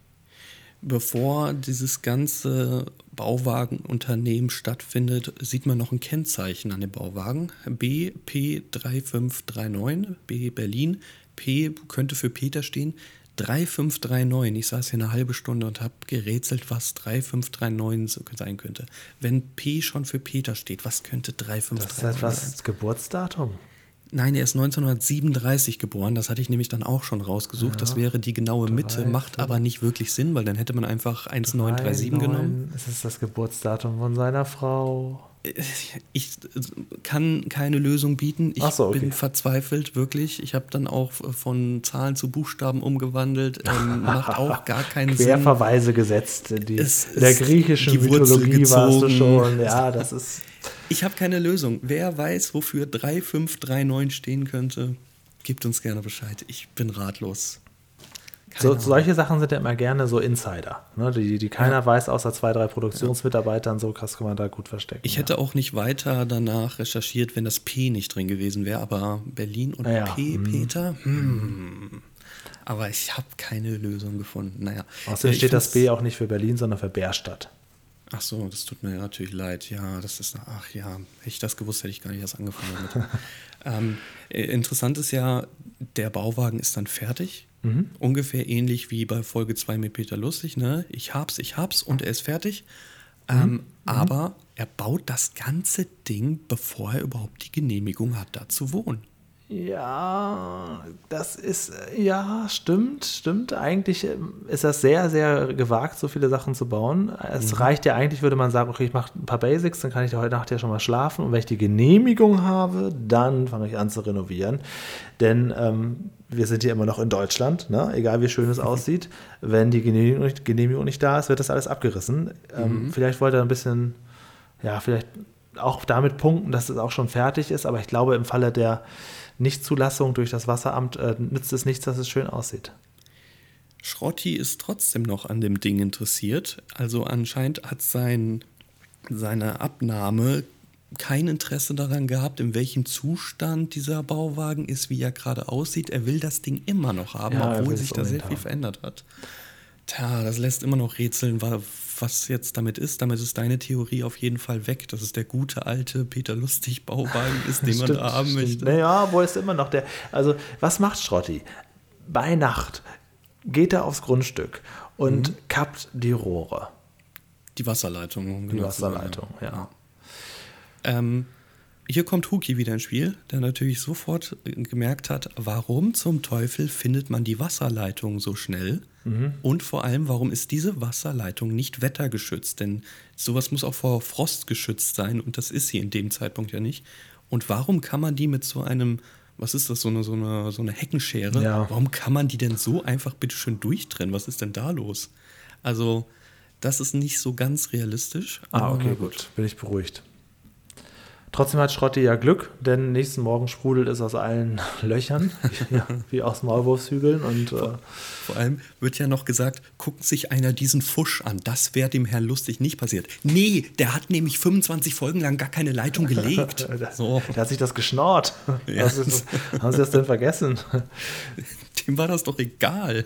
[SPEAKER 3] Bevor dieses ganze Bauwagenunternehmen stattfindet, sieht man noch ein Kennzeichen an dem Bauwagen. B P drei fünf drei neun, B Berlin. P könnte für Peter stehen. drei fünf drei neun. Ich saß hier eine halbe Stunde und habe gerätselt, was drei fünf drei neun so sein könnte. Wenn P schon für Peter steht, was könnte drei fünf drei neun
[SPEAKER 2] Das ist halt
[SPEAKER 3] sein?
[SPEAKER 2] was Geburtsdatum.
[SPEAKER 3] Nein, er ist neunzehnhundertsiebenunddreißig geboren, das hatte ich nämlich dann auch schon rausgesucht.
[SPEAKER 2] Ja,
[SPEAKER 3] das wäre die genaue Mitte,
[SPEAKER 2] drei,
[SPEAKER 3] macht
[SPEAKER 2] fünf.
[SPEAKER 3] aber nicht wirklich Sinn, weil dann hätte man einfach eins neun drei sieben genommen.
[SPEAKER 2] Es ist das Geburtsdatum von seiner Frau.
[SPEAKER 3] Ich kann keine Lösung bieten. Ich
[SPEAKER 2] Ach so, okay.
[SPEAKER 3] bin verzweifelt, wirklich. Ich habe dann auch von Zahlen zu Buchstaben umgewandelt. Ähm, macht auch gar keinen Sinn.
[SPEAKER 2] Querverweise gesetzt. In, die,
[SPEAKER 3] Es
[SPEAKER 2] in der
[SPEAKER 3] ist
[SPEAKER 2] griechischen
[SPEAKER 3] die Wurzel
[SPEAKER 2] Mythologie warst du
[SPEAKER 3] gezogen.
[SPEAKER 2] schon. Ja, das ist...
[SPEAKER 3] Ich habe keine Lösung. Wer weiß, wofür drei fünf drei neun stehen könnte, gebt uns gerne Bescheid. Ich bin ratlos. Keine
[SPEAKER 2] So,
[SPEAKER 3] Ahnung.
[SPEAKER 2] solche Sachen sind ja immer gerne so Insider, ne, die, die keiner ja. weiß, außer zwei, drei Produktionsmitarbeitern. So krass kann man da gut verstecken.
[SPEAKER 3] Ich hätte
[SPEAKER 2] ja.
[SPEAKER 3] auch nicht weiter danach recherchiert, wenn das P nicht drin gewesen wäre, aber Berlin und
[SPEAKER 2] Ja,
[SPEAKER 3] P,
[SPEAKER 2] hm.
[SPEAKER 3] Peter? Hm. Aber ich habe keine Lösung gefunden. Naja.
[SPEAKER 2] Außerdem
[SPEAKER 3] Ich
[SPEAKER 2] steht das
[SPEAKER 3] find's-
[SPEAKER 2] B auch nicht für Berlin, sondern für Bärstadt.
[SPEAKER 3] Ach so, das tut mir natürlich leid. Ja, das ist, ach ja, hätte ich das gewusst, hätte ich gar nicht erst angefangen damit. ähm, äh, interessant ist ja, der Bauwagen ist dann fertig.
[SPEAKER 2] Mhm.
[SPEAKER 3] Ungefähr ähnlich wie bei Folge zwei mit Peter Lustig, ne? Ich hab's, ich hab's und er ist fertig. Ähm, mhm. Aber er baut das ganze Ding, bevor er überhaupt die Genehmigung hat, da zu wohnen.
[SPEAKER 2] Ja, das ist, ja, stimmt, stimmt. Eigentlich ist das sehr, sehr gewagt, so viele Sachen zu bauen. Es mhm. reicht ja eigentlich, würde man sagen, okay, ich mache ein paar Basics, dann kann ich heute Nacht ja schon mal schlafen. Und wenn ich die Genehmigung habe, dann fange ich an zu renovieren. Denn ähm, wir sind hier immer noch in Deutschland, ne? Egal wie schön es aussieht. Wenn die Genehmigung nicht, Genehmigung nicht da ist, wird das alles abgerissen. Mhm. Ähm, vielleicht wollte er ein bisschen, ja, vielleicht auch damit punkten, dass es auch schon fertig ist. Aber ich glaube, im Falle der Nichtzulassung durch das Wasseramt äh, nützt es nichts, dass es schön aussieht.
[SPEAKER 3] Schrotti ist trotzdem noch an dem Ding interessiert. Also anscheinend hat sein, seine Abnahme kein Interesse daran gehabt, in welchem Zustand dieser Bauwagen ist, wie er gerade aussieht. Er will das Ding immer noch haben,
[SPEAKER 2] Ja, er
[SPEAKER 3] obwohl
[SPEAKER 2] will
[SPEAKER 3] sich
[SPEAKER 2] es
[SPEAKER 3] da sehr
[SPEAKER 2] unbedingt
[SPEAKER 3] viel
[SPEAKER 2] haben.
[SPEAKER 3] verändert hat. Tja, das lässt immer noch rätseln, wa- was jetzt damit ist. Damit ist deine Theorie auf jeden Fall weg, dass es der gute alte Peter Lustig Bauwagen ist, den man
[SPEAKER 2] Stimmt,
[SPEAKER 3] da haben
[SPEAKER 2] stimmt.
[SPEAKER 3] möchte.
[SPEAKER 2] Naja, wo ist immer noch der. Also, was macht Schrotti? Bei Nacht geht er aufs Grundstück und
[SPEAKER 3] Mhm.
[SPEAKER 2] kappt die Rohre.
[SPEAKER 3] Die Wasserleitung. um
[SPEAKER 2] Die
[SPEAKER 3] genau zu sein,
[SPEAKER 2] Wasserleitung, ja.
[SPEAKER 3] Ähm, hier kommt Huki wieder ins Spiel, der natürlich sofort gemerkt hat, warum zum Teufel findet man die Wasserleitung so schnell? Mhm. Und vor allem, warum ist diese Wasserleitung nicht wettergeschützt? Denn sowas muss auch vor Frost geschützt sein und das ist sie in dem Zeitpunkt ja nicht. Und warum kann man die mit so einem, was ist das, so eine, so eine, so eine Heckenschere, ja. warum kann man die denn so einfach bitteschön durchtrennen? Was ist denn da los? Also, das ist nicht so ganz realistisch.
[SPEAKER 2] Ah, okay, gut, bin ich beruhigt. Trotzdem hat Schrotti ja Glück, denn nächsten Morgen sprudelt es aus allen Löchern, ja, wie aus Maulwurfshügeln. Und,
[SPEAKER 3] vor, äh, vor allem wird ja noch gesagt, guckt sich einer diesen Fusch an. Das wäre dem Herrn Lustig nicht passiert. Nee, der hat nämlich fünfundzwanzig Folgen lang gar keine Leitung gelegt.
[SPEAKER 2] der,
[SPEAKER 3] so.
[SPEAKER 2] der hat sich das geschnorrt. Ja. Was ist, haben Sie das denn vergessen?
[SPEAKER 3] Dem war das doch egal.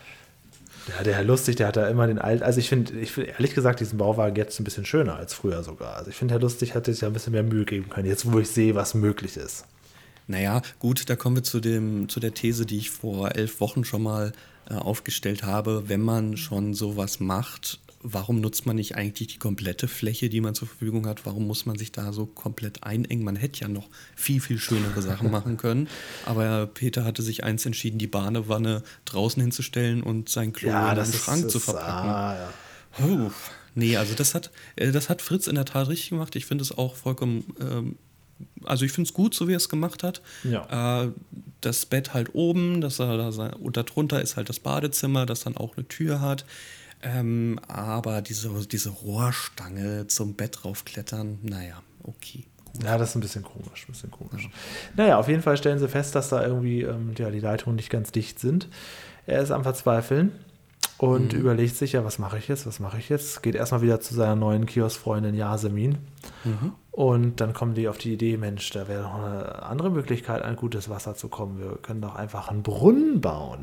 [SPEAKER 2] Ja, der Herr Lustig, der hat da immer den alten, also ich finde, ich find, ehrlich gesagt, diesen Bauwagen jetzt ein bisschen schöner als früher sogar. Also ich finde, Herr Lustig hätte sich ja ein bisschen mehr Mühe geben können, jetzt wo ich sehe, was möglich ist.
[SPEAKER 3] Naja, gut, da kommen wir zu, dem, zu der These, die ich vor elf Wochen schon mal äh, aufgestellt habe. Wenn man schon sowas macht, warum nutzt man nicht eigentlich die komplette Fläche, die man zur Verfügung hat? Warum muss man sich da so komplett einengen? Man hätte ja noch viel, viel schönere Sachen machen können. Aber Peter hatte sich eins entschieden, die Badewanne draußen hinzustellen und sein Klo
[SPEAKER 2] ja,
[SPEAKER 3] in
[SPEAKER 2] das
[SPEAKER 3] einen
[SPEAKER 2] ist,
[SPEAKER 3] Schrank
[SPEAKER 2] das
[SPEAKER 3] zu verpacken.
[SPEAKER 2] Ah, ja.
[SPEAKER 3] Puh. Nee, also das hat, das hat Fritz in der Tat richtig gemacht. Ich finde es auch vollkommen, ähm, also ich finde es gut, so wie er es gemacht hat.
[SPEAKER 2] Ja.
[SPEAKER 3] Äh, das Bett halt oben, dass er da sein, und darunter ist halt das Badezimmer, das dann auch eine Tür hat. Ähm, aber diese, diese Rohrstange zum Bett raufklettern, naja, okay. Gut.
[SPEAKER 2] Ja, das ist ein bisschen komisch, ein bisschen komisch. Ja. Naja, auf jeden Fall stellen sie fest, dass da irgendwie ähm, ja, die Leitungen nicht ganz dicht sind. Er ist am Verzweifeln und mhm. überlegt sich, ja, was mache ich jetzt, was mache ich jetzt? Geht erstmal wieder zu seiner neuen Kioskfreundin Yasemin. Mhm. Und dann kommen die auf die Idee, Mensch, da wäre doch eine andere Möglichkeit, an gutes Wasser zu kommen. Wir können doch einfach einen Brunnen bauen.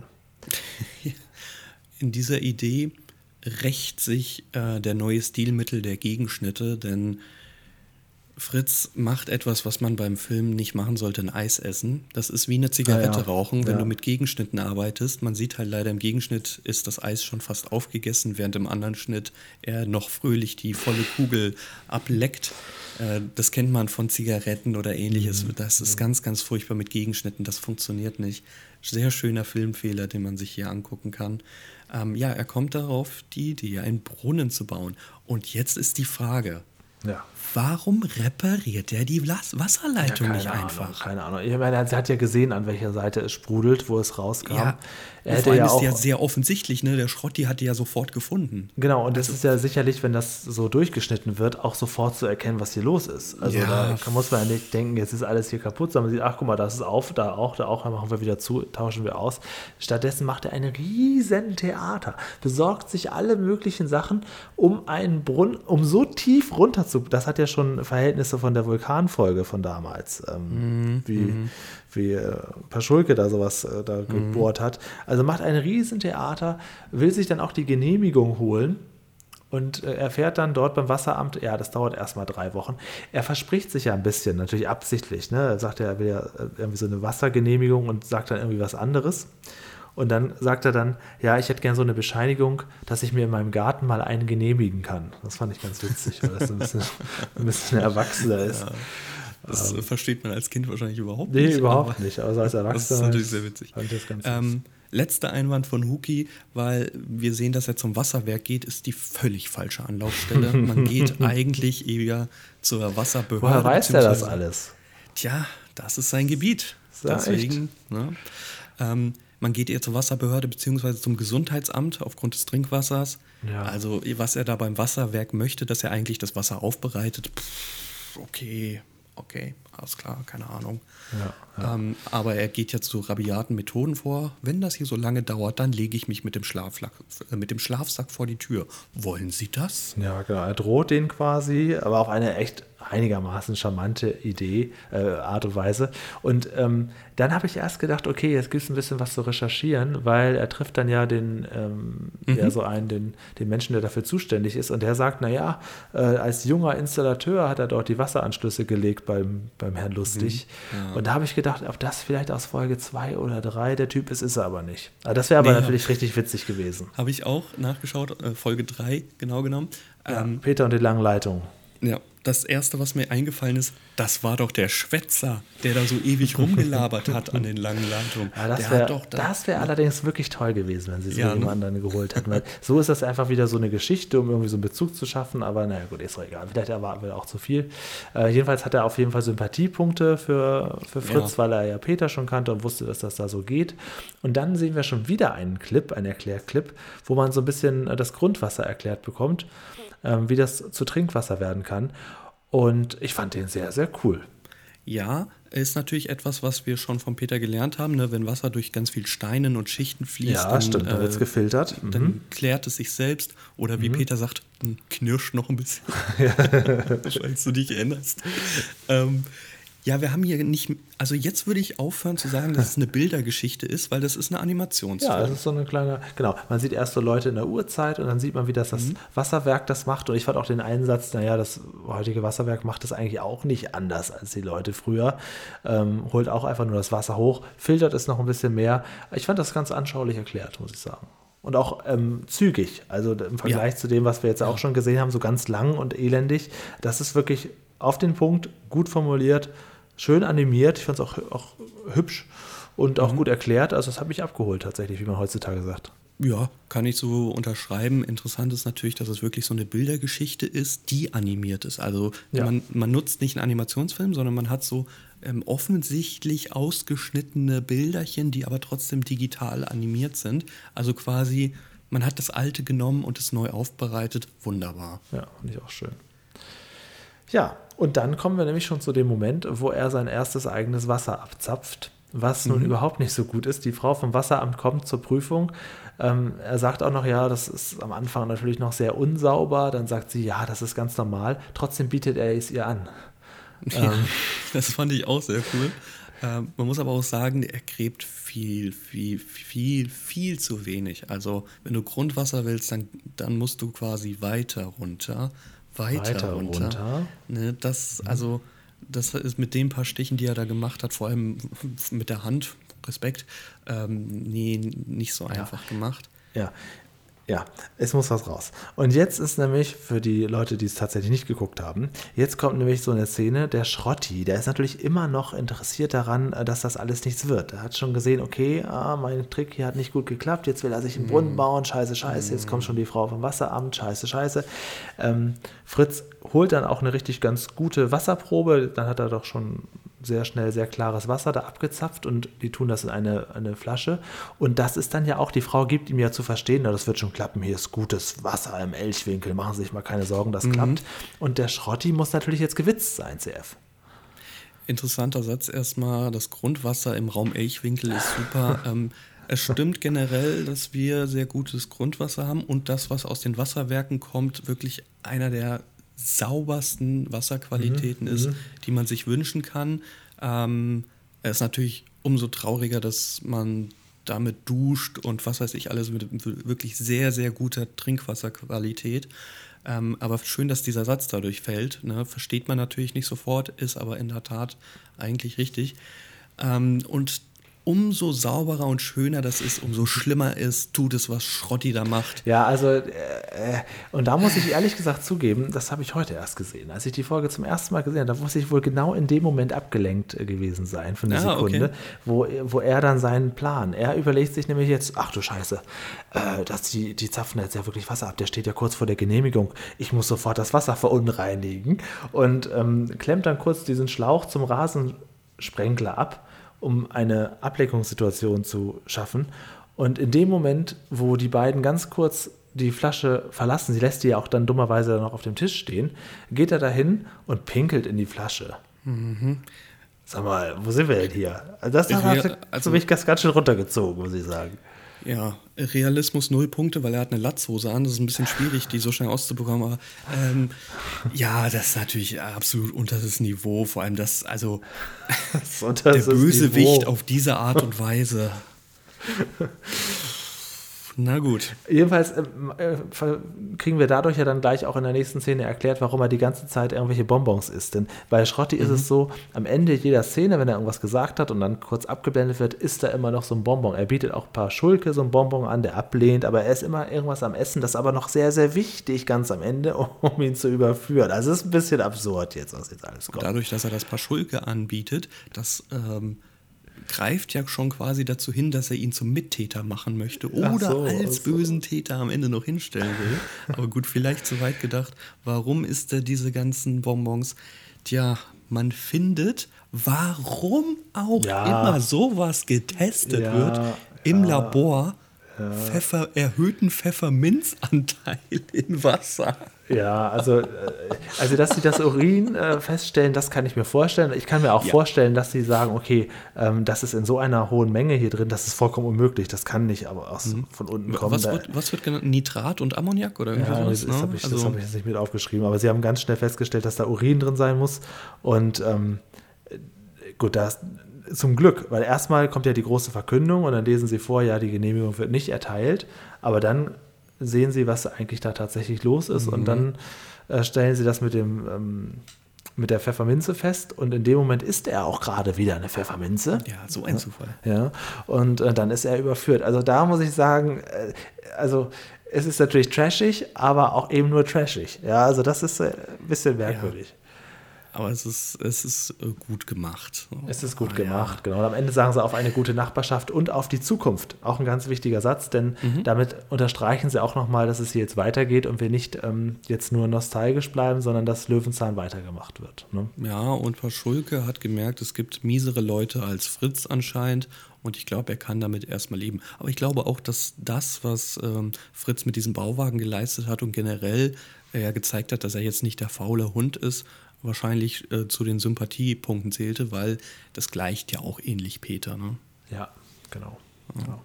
[SPEAKER 3] In dieser Idee rächt sich äh, der neue Stilmittel der Gegenschnitte, denn Fritz macht etwas, was man beim Film nicht machen sollte, ein Eis essen. Das ist wie eine Zigarette ja, ja. rauchen, wenn ja. du mit Gegenschnitten arbeitest. Man sieht halt leider, im Gegenschnitt ist das Eis schon fast aufgegessen, während im anderen Schnitt er noch fröhlich die volle Kugel ableckt. Äh, das kennt man von Zigaretten oder ähnliches. Mhm. Das ist ganz, ganz furchtbar mit Gegenschnitten. Das funktioniert nicht. Sehr schöner Filmfehler, den man sich hier angucken kann. Ähm, ja, er kommt darauf, die Idee, einen Brunnen zu bauen. Und jetzt ist die Frage,
[SPEAKER 2] ja.
[SPEAKER 3] warum repariert er die Wasserleitung ja, nicht
[SPEAKER 2] Ahnung,
[SPEAKER 3] einfach?
[SPEAKER 2] Keine Ahnung. Ich meine, er hat ja gesehen, an welcher Seite es sprudelt, wo es rauskam.
[SPEAKER 3] Ja,
[SPEAKER 2] er
[SPEAKER 3] vor allem
[SPEAKER 2] ja
[SPEAKER 3] ist
[SPEAKER 2] auch,
[SPEAKER 3] ja sehr offensichtlich, ne? Der Schrotti hat die ja sofort gefunden.
[SPEAKER 2] Genau, und das also, ist ja sicherlich, wenn das so durchgeschnitten wird, auch sofort zu erkennen, was hier los ist. Also ja. da muss man ja nicht denken, jetzt ist alles hier kaputt, sondern man sieht, ach guck mal, das ist auf, da auch, da auch, dann machen wir wieder zu, tauschen wir aus. Stattdessen macht er ein riesen Theater, besorgt sich alle möglichen Sachen, um einen Brunnen, um so tief runter zu, das hat ja schon Verhältnisse von der Vulkanfolge von damals, ähm, mhm. wie, mhm. wie äh, Paschulke da sowas äh, da mhm. gebohrt hat. Also macht ein Riesentheater, will sich dann auch die Genehmigung holen und äh, erfährt dann dort beim Wasseramt, ja, das dauert erstmal drei Wochen. Er verspricht sich ja ein bisschen, natürlich absichtlich, ne? Er sagt ja, er will ja irgendwie so eine Wassergenehmigung und sagt dann irgendwie was anderes. Und dann sagt er dann, ja, ich hätte gerne so eine Bescheinigung, dass ich mir in meinem Garten mal einen genehmigen kann. Das fand ich ganz witzig, weil das ein bisschen, ein bisschen erwachsener ist. Ja,
[SPEAKER 3] das ähm, versteht man als Kind wahrscheinlich überhaupt
[SPEAKER 2] nee,
[SPEAKER 3] nicht.
[SPEAKER 2] Nee, überhaupt nicht. Also als Erwachsener.
[SPEAKER 3] Das ist natürlich sehr witzig.
[SPEAKER 2] Fand ich das ganz
[SPEAKER 3] ähm, letzter Einwand von Huki, weil wir sehen, dass er zum Wasserwerk geht, ist die völlig falsche Anlaufstelle. Man geht eigentlich eher zur Wasserbehörde.
[SPEAKER 2] Woher weiß er das alles?
[SPEAKER 3] Tja, das ist sein Gebiet.
[SPEAKER 2] Ja,
[SPEAKER 3] deswegen, ne, ähm, man geht eher zur Wasserbehörde bzw. zum Gesundheitsamt aufgrund des Trinkwassers. Ja. Also was er da beim Wasserwerk möchte, dass er eigentlich das Wasser aufbereitet, pff, okay, okay, alles klar, keine Ahnung.
[SPEAKER 2] Ja, ja.
[SPEAKER 3] Ähm, aber er geht jetzt zu rabiaten Methoden vor. Wenn das hier so lange dauert, dann lege ich mich mit dem, Schlaflack, äh, mit dem Schlafsack vor die Tür. Wollen Sie das?
[SPEAKER 2] Ja, genau. Er droht den quasi, aber auf eine echt einigermaßen charmante Idee, äh, Art und Weise. Und ähm, dann habe ich erst gedacht, okay, jetzt gibt es ein bisschen was zu recherchieren, weil er trifft dann ja den, ähm, mhm. ja, so einen, den, den Menschen, der dafür zuständig ist. Und der sagt, naja, äh, als junger Installateur hat er dort die Wasseranschlüsse gelegt beim, beim Herrn Lustig. Mhm. Ja. Und da habe ich gedacht, ob das vielleicht aus Folge zwei oder drei der Typ ist, ist er aber nicht. Also das wäre aber nee, natürlich richtig witzig gewesen.
[SPEAKER 3] Habe ich auch nachgeschaut, äh, Folge drei genau genommen.
[SPEAKER 2] Ja, ähm, Peter und die langen Leitungen.
[SPEAKER 3] Ja, das Erste, was mir eingefallen ist, das war doch der Schwätzer, der da so ewig rumgelabert hat an den langen Leitungen.
[SPEAKER 2] Ja, das
[SPEAKER 3] Der
[SPEAKER 2] wäre
[SPEAKER 3] hat doch da-
[SPEAKER 2] wär allerdings wirklich toll gewesen, wenn sie so
[SPEAKER 3] Ja, ne?
[SPEAKER 2] jemanden dann geholt hätten. Weil so ist das einfach wieder so eine Geschichte, um irgendwie so einen Bezug zu schaffen. Aber naja, gut, ist doch egal. Vielleicht erwarten wir auch zu viel. Äh, jedenfalls hat er auf jeden Fall Sympathiepunkte für, für Fritz,
[SPEAKER 3] Ja.
[SPEAKER 2] weil er ja Peter schon kannte und wusste, dass das da so geht. Und dann sehen wir schon wieder einen Clip, einen Erklärclip, wo man so ein bisschen äh, das Grundwasser erklärt bekommt, ähm, wie das zu Trinkwasser werden kann. Und ich fand den sehr, sehr cool.
[SPEAKER 3] Ja, ist natürlich etwas, was wir schon von Peter gelernt haben. Ne? Wenn Wasser durch ganz viel Steinen und Schichten fließt,
[SPEAKER 2] Ja,
[SPEAKER 3] dann,
[SPEAKER 2] stimmt, dann wird's
[SPEAKER 3] äh,
[SPEAKER 2] gefiltert. Mhm.
[SPEAKER 3] Dann klärt es sich selbst. Oder wie Peter sagt, hm, knirscht noch ein bisschen. Falls du dich erinnerst. Ähm, ja, wir haben hier nicht, also jetzt würde ich aufhören zu sagen, dass es eine Bildergeschichte ist, weil das ist eine Animationsfilm.
[SPEAKER 2] Ja, das ist so eine kleine, genau, man sieht erst so Leute in der Urzeit und dann sieht man, wie das, das Wasserwerk das macht. Und ich fand auch den Einsatz, naja, das heutige Wasserwerk macht das eigentlich auch nicht anders als die Leute früher. Ähm, holt auch einfach nur das Wasser hoch, filtert es noch ein bisschen mehr. Ich fand das ganz anschaulich erklärt, muss ich sagen. Und auch ähm, zügig, also im Vergleich
[SPEAKER 3] Ja.
[SPEAKER 2] zu dem, was wir jetzt auch schon gesehen haben, so ganz lang und elendig. Das ist wirklich auf den Punkt, gut formuliert, schön animiert. Ich fand es auch, auch hübsch und auch gut erklärt. Also das hat mich abgeholt tatsächlich, wie man heutzutage sagt.
[SPEAKER 3] Ja, kann ich so unterschreiben. Interessant ist natürlich, dass es wirklich so eine Bildergeschichte ist, die animiert ist. Also
[SPEAKER 2] Ja.
[SPEAKER 3] man, man nutzt nicht einen Animationsfilm, sondern man hat so ähm, offensichtlich ausgeschnittene Bilderchen, die aber trotzdem digital animiert sind. Also quasi, man hat das Alte genommen und es neu aufbereitet. Wunderbar.
[SPEAKER 2] Ja, finde ich auch schön. Ja, und dann kommen wir nämlich schon zu dem Moment, wo er sein erstes eigenes Wasser abzapft, was nun überhaupt nicht so gut ist. Die Frau vom Wasseramt kommt zur Prüfung. Ähm, er sagt auch noch, ja, das ist am Anfang natürlich noch sehr unsauber. Dann sagt sie, ja, das ist ganz normal. Trotzdem bietet er es ihr an.
[SPEAKER 3] Ja, das fand ich auch sehr cool. Ähm, man muss aber auch sagen, er gräbt viel, viel, viel, viel zu wenig. Also wenn du Grundwasser willst, dann, dann musst du quasi weiter runter. Weiter,
[SPEAKER 2] Weiter
[SPEAKER 3] runter.
[SPEAKER 2] runter.
[SPEAKER 3] Ne, das, also, das ist mit den paar Stichen, die er da gemacht hat, vor allem mit der Hand, Respekt, ähm, nee, nicht so einfach gemacht.
[SPEAKER 2] Ja, ja, es muss was raus. Und jetzt ist nämlich für die Leute, die es tatsächlich nicht geguckt haben, jetzt kommt nämlich so eine Szene, der Schrotti, der ist natürlich immer noch interessiert daran, dass das alles nichts wird. Er hat schon gesehen, okay, ah, mein Trick hier hat nicht gut geklappt, jetzt will er sich einen Brunnen bauen, scheiße, scheiße, jetzt kommt schon die Frau vom Wasseramt, scheiße, scheiße. Ähm, Fritz holt dann auch eine richtig ganz gute Wasserprobe, dann hat er doch schon sehr schnell sehr klares Wasser da abgezapft und die tun das in eine, eine Flasche. Und das ist dann ja auch, die Frau gibt ihm ja zu verstehen, na, das wird schon klappen, hier ist gutes Wasser im Elchwinkel, machen Sie sich mal keine Sorgen, das klappt. Und der Schrotti muss natürlich jetzt gewitzt sein, C F.
[SPEAKER 3] Interessanter Satz erstmal, das Grundwasser im Raum Elchwinkel ist super. ähm, es stimmt generell, dass wir sehr gutes Grundwasser haben und das, was aus den Wasserwerken kommt, wirklich einer der saubersten Wasserqualitäten
[SPEAKER 2] Mhm,
[SPEAKER 3] ist,
[SPEAKER 2] mhm.
[SPEAKER 3] die man sich wünschen kann. Ähm, es ist natürlich umso trauriger, dass man damit duscht und was weiß ich alles mit wirklich sehr, sehr guter Trinkwasserqualität. Ähm, aber schön, dass dieser Satz dadurch fällt. Ne? Versteht man natürlich nicht sofort, ist aber in der Tat eigentlich richtig. Ähm, und umso sauberer und schöner das ist, umso schlimmer ist, tut es, was Schrotti da macht.
[SPEAKER 2] Ja, also, äh, und da muss ich ehrlich gesagt zugeben, das habe ich heute erst gesehen. Als ich die Folge zum ersten Mal gesehen habe, da muss ich wohl genau in dem Moment abgelenkt äh, gewesen sein für eine
[SPEAKER 3] Ah,
[SPEAKER 2] Sekunde,
[SPEAKER 3] okay.
[SPEAKER 2] wo, wo er dann seinen Plan, er überlegt sich nämlich jetzt, ach du Scheiße, äh, dass die, die zapfen jetzt ja wirklich Wasser ab, der steht ja kurz vor der Genehmigung, ich muss sofort das Wasser verunreinigen und ähm, klemmt dann kurz diesen Schlauch zum Rasensprenkler ab, um eine Ableckungssituation zu schaffen. Und in dem Moment, wo die beiden ganz kurz die Flasche verlassen, sie lässt die ja auch dann dummerweise noch auf dem Tisch stehen, geht er dahin und pinkelt in die Flasche. Mhm. Sag mal, wo sind wir denn hier? Also das
[SPEAKER 3] Ja,
[SPEAKER 2] hat
[SPEAKER 3] also-
[SPEAKER 2] für mich ganz, ganz schön runtergezogen, muss ich sagen.
[SPEAKER 3] Ja, Realismus null Punkte, weil er hat eine Latzhose an. Das ist ein bisschen schwierig, die so schnell auszubekommen. Aber ähm, ja, das ist natürlich absolut unteres Niveau. Vor allem das, also
[SPEAKER 2] So, das
[SPEAKER 3] der
[SPEAKER 2] ist
[SPEAKER 3] Bösewicht
[SPEAKER 2] Niveau.
[SPEAKER 3] auf diese Art und Weise. Na gut.
[SPEAKER 2] Jedenfalls äh, kriegen wir dadurch ja dann gleich auch in der nächsten Szene erklärt, warum er die ganze Zeit irgendwelche Bonbons isst. Denn bei Schrotti mhm. ist es so, am Ende jeder Szene, wenn er irgendwas gesagt hat und dann kurz abgeblendet wird, isst er immer noch so ein Bonbon. Er bietet auch ein paar Schulke so ein Bonbon an, der ablehnt, aber er ist immer irgendwas am Essen, das ist aber noch sehr, sehr wichtig ganz am Ende, um ihn zu überführen. Also es ist ein bisschen absurd jetzt, was jetzt alles kommt.
[SPEAKER 3] Dadurch, dass er das Paar Schulke anbietet, das ähm, greift ja schon quasi dazu hin, dass er ihn zum Mittäter machen möchte oder so, als so. bösen Täter am Ende noch hinstellen will. Aber gut, vielleicht zu weit gedacht. Warum isst er diese ganzen Bonbons? Tja, man findet, warum auch ja. immer sowas getestet ja, wird im ja. Labor, ja. Pfeffer, erhöhten Pfefferminzanteil in Wasser.
[SPEAKER 2] Ja, also, also dass sie das Urin äh, feststellen, das kann ich mir vorstellen. Ich kann mir auch ja. vorstellen, dass sie sagen, okay, ähm, das ist in so einer hohen Menge hier drin, das ist vollkommen unmöglich, das kann nicht aber aus, mhm. von unten kommen.
[SPEAKER 3] Was wird, was wird genannt? Nitrat und Ammoniak oder
[SPEAKER 2] ja,
[SPEAKER 3] irgendwas?
[SPEAKER 2] Das, ne? habe ich, also, hab ich jetzt nicht mit aufgeschrieben, aber sie haben ganz schnell festgestellt, dass da Urin drin sein muss und ähm, gut, das zum Glück, weil erstmal kommt ja die große Verkündung und dann lesen sie vor, ja, die Genehmigung wird nicht erteilt, aber dann sehen sie, was eigentlich da tatsächlich los ist mhm. und dann äh, stellen sie das mit dem ähm, mit der Pfefferminze fest und in dem Moment isst er auch gerade wieder eine Pfefferminze.
[SPEAKER 3] Ja, so ein Zufall.
[SPEAKER 2] Ja, und äh, dann ist er überführt. Also da muss ich sagen, äh, also es ist natürlich trashig, aber auch eben nur trashig. Ja, also das ist äh, ein bisschen merkwürdig.
[SPEAKER 3] Ja. Aber es ist, es ist gut gemacht.
[SPEAKER 2] Es ist gut
[SPEAKER 3] ah,
[SPEAKER 2] gemacht,
[SPEAKER 3] ja.
[SPEAKER 2] genau. Und am Ende sagen sie auf eine gute Nachbarschaft und auf die Zukunft. Auch ein ganz wichtiger Satz, denn mhm. damit unterstreichen sie auch nochmal, dass es hier jetzt weitergeht und wir nicht ähm, jetzt nur nostalgisch bleiben, sondern dass Löwenzahn weitergemacht wird. Ne?
[SPEAKER 3] Ja, und Paschulke hat gemerkt, es gibt miesere Leute als Fritz anscheinend und ich glaube, er kann damit erstmal leben. Aber ich glaube auch, dass das, was ähm, Fritz mit diesem Bauwagen geleistet hat und generell er ja gezeigt hat, dass er jetzt nicht der faule Hund ist, wahrscheinlich äh, zu den Sympathiepunkten zählte, weil das gleicht ja auch ähnlich Peter. Ne?
[SPEAKER 2] Ja, genau. Ja. genau.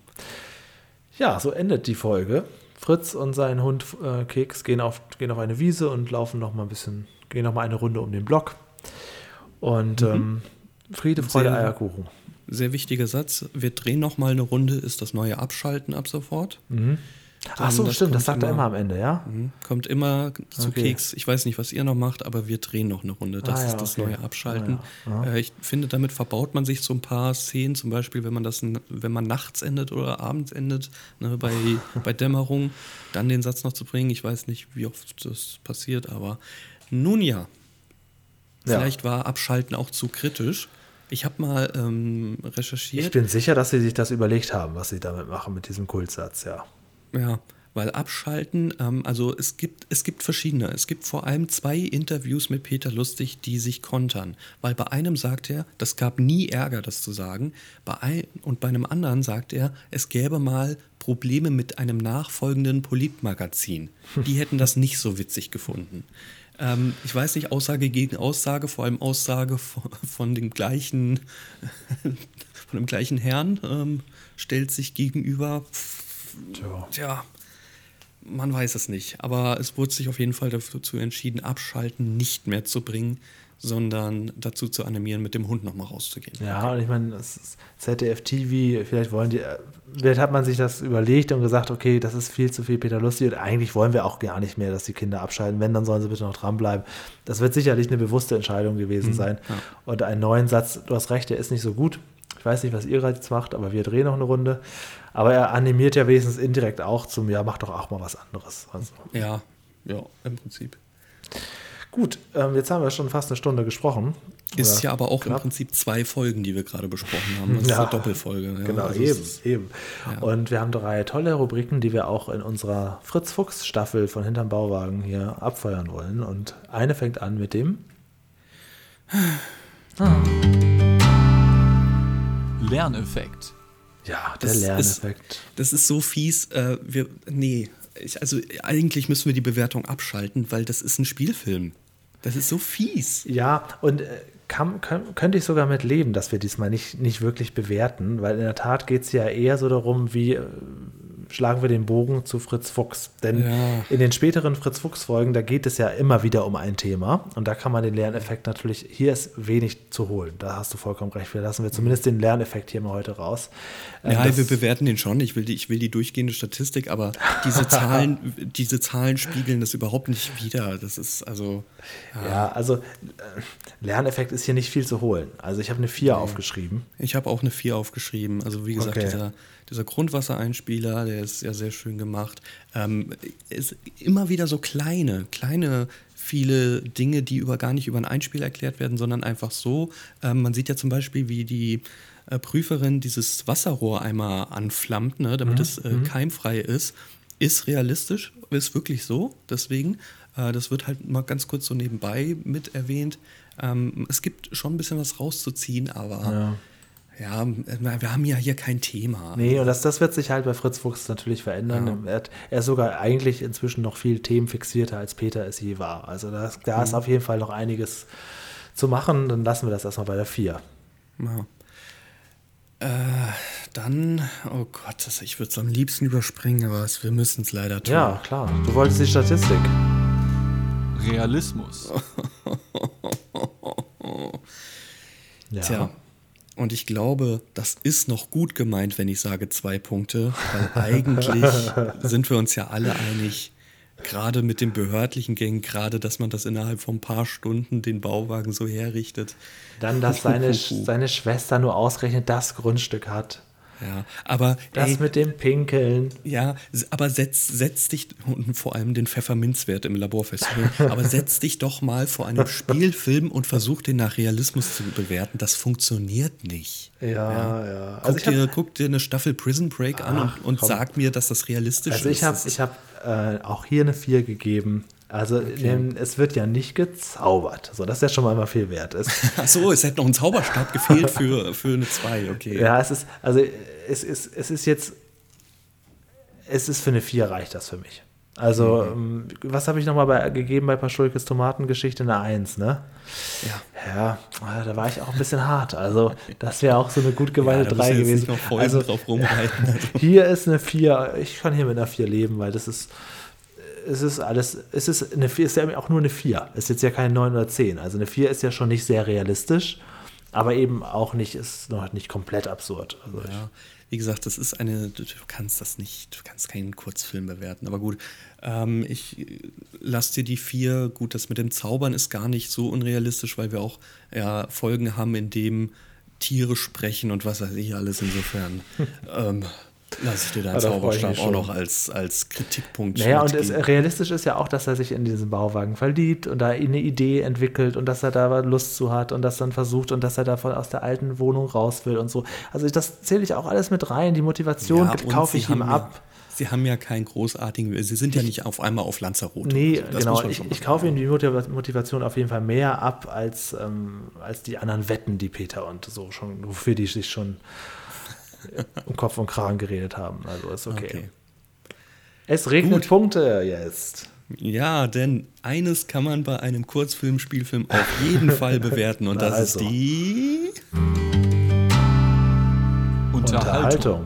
[SPEAKER 2] Ja, so endet die Folge. Fritz und sein Hund äh, Keks gehen auf, gehen auf eine Wiese und laufen noch mal ein bisschen, gehen noch mal eine Runde um den Block. Und mhm. ähm, Friede, Freude, sehr, Eierkuchen.
[SPEAKER 3] Sehr wichtiger Satz. Wir drehen noch mal eine Runde, ist das neue Abschalten ab sofort.
[SPEAKER 2] Mhm. Ach so, das stimmt, das sagt immer, er immer am Ende, ja?
[SPEAKER 3] Kommt immer zu
[SPEAKER 2] okay.
[SPEAKER 3] Keks. Ich weiß nicht, was ihr noch macht, aber wir drehen noch eine Runde. Das
[SPEAKER 2] ah, ja,
[SPEAKER 3] ist das
[SPEAKER 2] okay.
[SPEAKER 3] neue Abschalten.
[SPEAKER 2] Ah, ja.
[SPEAKER 3] äh, ich finde, damit verbaut man sich so ein paar Szenen, zum Beispiel, wenn man das, wenn man nachts endet oder abends endet, ne, bei, bei Dämmerung, dann den Satz noch zu bringen. Ich weiß nicht, wie oft das passiert, aber nun ja. Vielleicht ja. war Abschalten auch zu kritisch. Ich habe mal ähm, recherchiert.
[SPEAKER 2] Ich bin sicher, dass sie sich das überlegt haben, was sie damit machen mit diesem Kultsatz, ja.
[SPEAKER 3] Ja, weil Abschalten, ähm, also es gibt, es gibt verschiedene. Es gibt vor allem zwei Interviews mit Peter Lustig, die sich kontern. Weil bei einem sagt er, das gab nie Ärger, das zu sagen. Bei ein, und bei einem anderen sagt er, es gäbe mal Probleme mit einem nachfolgenden Politmagazin. Die hätten das nicht so witzig gefunden. Ähm, ich weiß nicht, Aussage gegen Aussage, vor allem Aussage von, von dem gleichen, von dem gleichen Herrn ähm, stellt sich gegenüber.
[SPEAKER 2] Tja.
[SPEAKER 3] Tja, man weiß es nicht. Aber es wurde sich auf jeden Fall dazu entschieden, Abschalten nicht mehr zu bringen, sondern dazu zu animieren, mit dem Hund nochmal rauszugehen.
[SPEAKER 2] Ja, und ich meine, das ist Z D F-T V, vielleicht wollen die, vielleicht hat man sich das überlegt und gesagt, okay, das ist viel zu viel Peter Lustig und eigentlich wollen wir auch gar nicht mehr, dass die Kinder abschalten. Wenn, dann sollen sie bitte noch dranbleiben. Das wird sicherlich eine bewusste Entscheidung gewesen mhm, sein. Ja. Und einen neuen Satz, du hast recht, der ist nicht so gut. Ich weiß nicht, was ihr jetzt macht, aber wir drehen noch eine Runde. Aber er animiert ja wenigstens indirekt auch zum, ja, mach doch auch mal was anderes. Also.
[SPEAKER 3] Ja, ja, im Prinzip.
[SPEAKER 2] Gut, ähm, jetzt haben wir schon fast eine Stunde gesprochen.
[SPEAKER 3] Ist ja aber auch knapp. Im Prinzip zwei Folgen, die wir gerade besprochen haben. Das
[SPEAKER 2] ja,
[SPEAKER 3] ist eine Doppelfolge. Ja,
[SPEAKER 2] genau,
[SPEAKER 3] also
[SPEAKER 2] eben, eben.
[SPEAKER 3] Ja.
[SPEAKER 2] Und wir haben drei tolle Rubriken, die wir auch in unserer Fritz-Fuchs-Staffel von Hinterm Bauwagen hier abfeuern wollen. Und eine fängt an mit dem
[SPEAKER 1] ah. Lerneffekt.
[SPEAKER 2] Ja, der
[SPEAKER 3] das
[SPEAKER 2] Lerneffekt.
[SPEAKER 3] Ist, das ist so fies. Äh, wir, nee, ich, also eigentlich müssen wir die Bewertung abschalten, weil das ist ein Spielfilm. Das ist so fies.
[SPEAKER 2] Ja, und äh, kann, kann, könnte ich sogar mit leben, dass wir diesmal nicht, nicht wirklich bewerten, weil in der Tat geht es ja eher so darum, wie, schlagen wir den Bogen zu Fritz Fuchs. Denn
[SPEAKER 3] Ja.
[SPEAKER 2] in den späteren Fritz Fuchs-Folgen, da geht es ja immer wieder um ein Thema. Und da kann man den Lerneffekt natürlich, hier ist wenig zu holen. Da hast du vollkommen recht. Wir lassen wir zumindest den Lerneffekt hier mal heute raus. Ähm,
[SPEAKER 3] Ja,
[SPEAKER 2] das-
[SPEAKER 3] wir bewerten den schon. Ich will die, ich will die durchgehende Statistik, aber diese Zahlen, diese Zahlen spiegeln das überhaupt nicht wider. Das ist also.
[SPEAKER 2] Ja, also äh, Lerneffekt ist hier nicht viel zu holen. Also ich habe eine vier aufgeschrieben.
[SPEAKER 3] Ich habe auch eine vier aufgeschrieben. Also wie gesagt,
[SPEAKER 2] Okay.
[SPEAKER 3] dieser, dieser Grundwassereinspieler, der ist ja sehr schön gemacht. Ähm, ist immer wieder so kleine, kleine, viele Dinge, die über gar nicht über ein Einspiel erklärt werden, sondern einfach so. Ähm, man sieht ja zum Beispiel, wie die äh, Prüferin dieses Wasserrohr einmal anflammt, ne, damit es äh, keimfrei ist. Ist realistisch, ist wirklich so. Deswegen, äh, das wird halt mal ganz kurz so nebenbei mit erwähnt. Ähm, es gibt schon ein bisschen was rauszuziehen, aber ja, wir haben ja hier kein Thema.
[SPEAKER 2] Nee, und das, das wird sich halt bei Fritz Fuchs natürlich verändern. Er, hat, er ist sogar eigentlich inzwischen noch viel themenfixierter, als Peter es je war. Also das, da ist auf jeden Fall noch einiges zu machen. Dann lassen wir das erstmal bei der vier.
[SPEAKER 3] Ja. Äh, dann, oh Gott, das, ich würde es am liebsten überspringen, aber es, wir müssen es leider tun.
[SPEAKER 2] Ja, klar. Du wolltest die Statistik.
[SPEAKER 1] Realismus.
[SPEAKER 2] Ja.
[SPEAKER 3] Tja, und ich glaube, das ist noch gut gemeint, wenn ich sage zwei Punkte, weil eigentlich sind wir uns ja alle einig, gerade mit den behördlichen Gängen, gerade, dass man das innerhalb von ein paar Stunden den Bauwagen so herrichtet.
[SPEAKER 2] Dann, dass seine, seine Schwester nur ausgerechnet das Grundstück hat.
[SPEAKER 3] Ja, aber
[SPEAKER 2] Das
[SPEAKER 3] ey,
[SPEAKER 2] mit dem Pinkeln.
[SPEAKER 3] ja, s- aber setz, setz dich, und vor allem den Pfefferminzwert im Labor festlegen, aber setz dich doch mal vor einem Spielfilm und versuch den nach Realismus zu bewerten. Das funktioniert nicht.
[SPEAKER 2] Ja, ja.
[SPEAKER 3] Guck,
[SPEAKER 2] Also ich habe
[SPEAKER 3] dir, guck dir eine Staffel Prison Break an
[SPEAKER 2] Ach,
[SPEAKER 3] und, und
[SPEAKER 2] komm.
[SPEAKER 3] sag mir, dass das realistisch
[SPEAKER 2] also ich
[SPEAKER 3] ist.
[SPEAKER 2] hab,
[SPEAKER 3] Das
[SPEAKER 2] ich hab, äh, auch hier eine vier gegeben. Also denn es wird ja nicht gezaubert. So, das ist ja schon mal immer viel wert ist.
[SPEAKER 3] Ach so, es hätte noch ein Zauberstab gefehlt für, für eine zwei, okay.
[SPEAKER 2] Ja, es ist, also es ist, es ist jetzt, es ist für eine vier reicht das für mich. Also, ähm, was habe ich nochmal bei, gegeben bei Paschulkes Tomatengeschichte? Eine eins, ne?
[SPEAKER 3] Ja.
[SPEAKER 2] Ja, ah, da war ich auch ein bisschen hart. Also, das wäre auch so eine gut gemeinte
[SPEAKER 3] Ja, da
[SPEAKER 2] drei
[SPEAKER 3] musst du jetzt
[SPEAKER 2] gewesen.
[SPEAKER 3] nicht noch Folgen
[SPEAKER 2] Also,
[SPEAKER 3] drauf rumreiten. Also.
[SPEAKER 2] hier ist eine vier. Ich kann hier mit einer vier leben, weil das ist, es ist alles, es ist eine vier, ist ja auch nur eine vier. Ist jetzt ja keine neun oder zehn. Also eine vier ist ja schon nicht sehr realistisch, aber eben auch nicht, ist noch nicht komplett absurd. Also
[SPEAKER 3] Ja, wie gesagt, das ist eine, du, du kannst das nicht, du kannst keinen Kurzfilm bewerten, aber gut, ähm, ich äh, lass dir die vier, gut, das mit dem Zaubern ist gar nicht so unrealistisch, weil wir auch ja, Folgen haben, in denen Tiere sprechen und was weiß ich alles, insofern ähm, lass ich dir deinen
[SPEAKER 2] Ja, da freu ich
[SPEAKER 3] Zauberstab
[SPEAKER 2] mich
[SPEAKER 3] auch
[SPEAKER 2] schon.
[SPEAKER 3] noch als, als Kritikpunkt
[SPEAKER 2] Naja, und es,
[SPEAKER 3] mitgeben.
[SPEAKER 2] realistisch ist ja auch, dass er sich in diesen Bauwagen verliebt und da eine Idee entwickelt und dass er da Lust zu hat und das dann versucht und dass er davon aus der alten Wohnung raus will und so. Also das zähle ich auch alles mit rein. Die Motivation
[SPEAKER 3] Ja, und
[SPEAKER 2] kaufe
[SPEAKER 3] sie
[SPEAKER 2] ich ihm
[SPEAKER 3] haben
[SPEAKER 2] ab.
[SPEAKER 3] Ja, sie haben ja keinen großartigen, sie sind ja nicht auf einmal auf Lanzarote.
[SPEAKER 2] Nee,
[SPEAKER 3] oder so. Das
[SPEAKER 2] genau.
[SPEAKER 3] muss man
[SPEAKER 2] Ich,
[SPEAKER 3] schon
[SPEAKER 2] ich
[SPEAKER 3] mal
[SPEAKER 2] kaufe
[SPEAKER 3] sagen.
[SPEAKER 2] ihm die Motiva- Motivation auf jeden Fall mehr ab als, ähm, als die anderen Wetten, die Peter und so schon, wofür die sich schon um Kopf und Kragen geredet haben. Also ist okay.
[SPEAKER 3] Okay.
[SPEAKER 2] Es regnet
[SPEAKER 3] Gut.
[SPEAKER 2] Punkte jetzt.
[SPEAKER 3] Ja, denn eines kann man bei einem Kurzfilm, Spielfilm auf jeden Fall bewerten und
[SPEAKER 2] Na
[SPEAKER 3] das
[SPEAKER 2] also.
[SPEAKER 3] ist die
[SPEAKER 1] Unterhaltung.
[SPEAKER 2] Unterhaltung.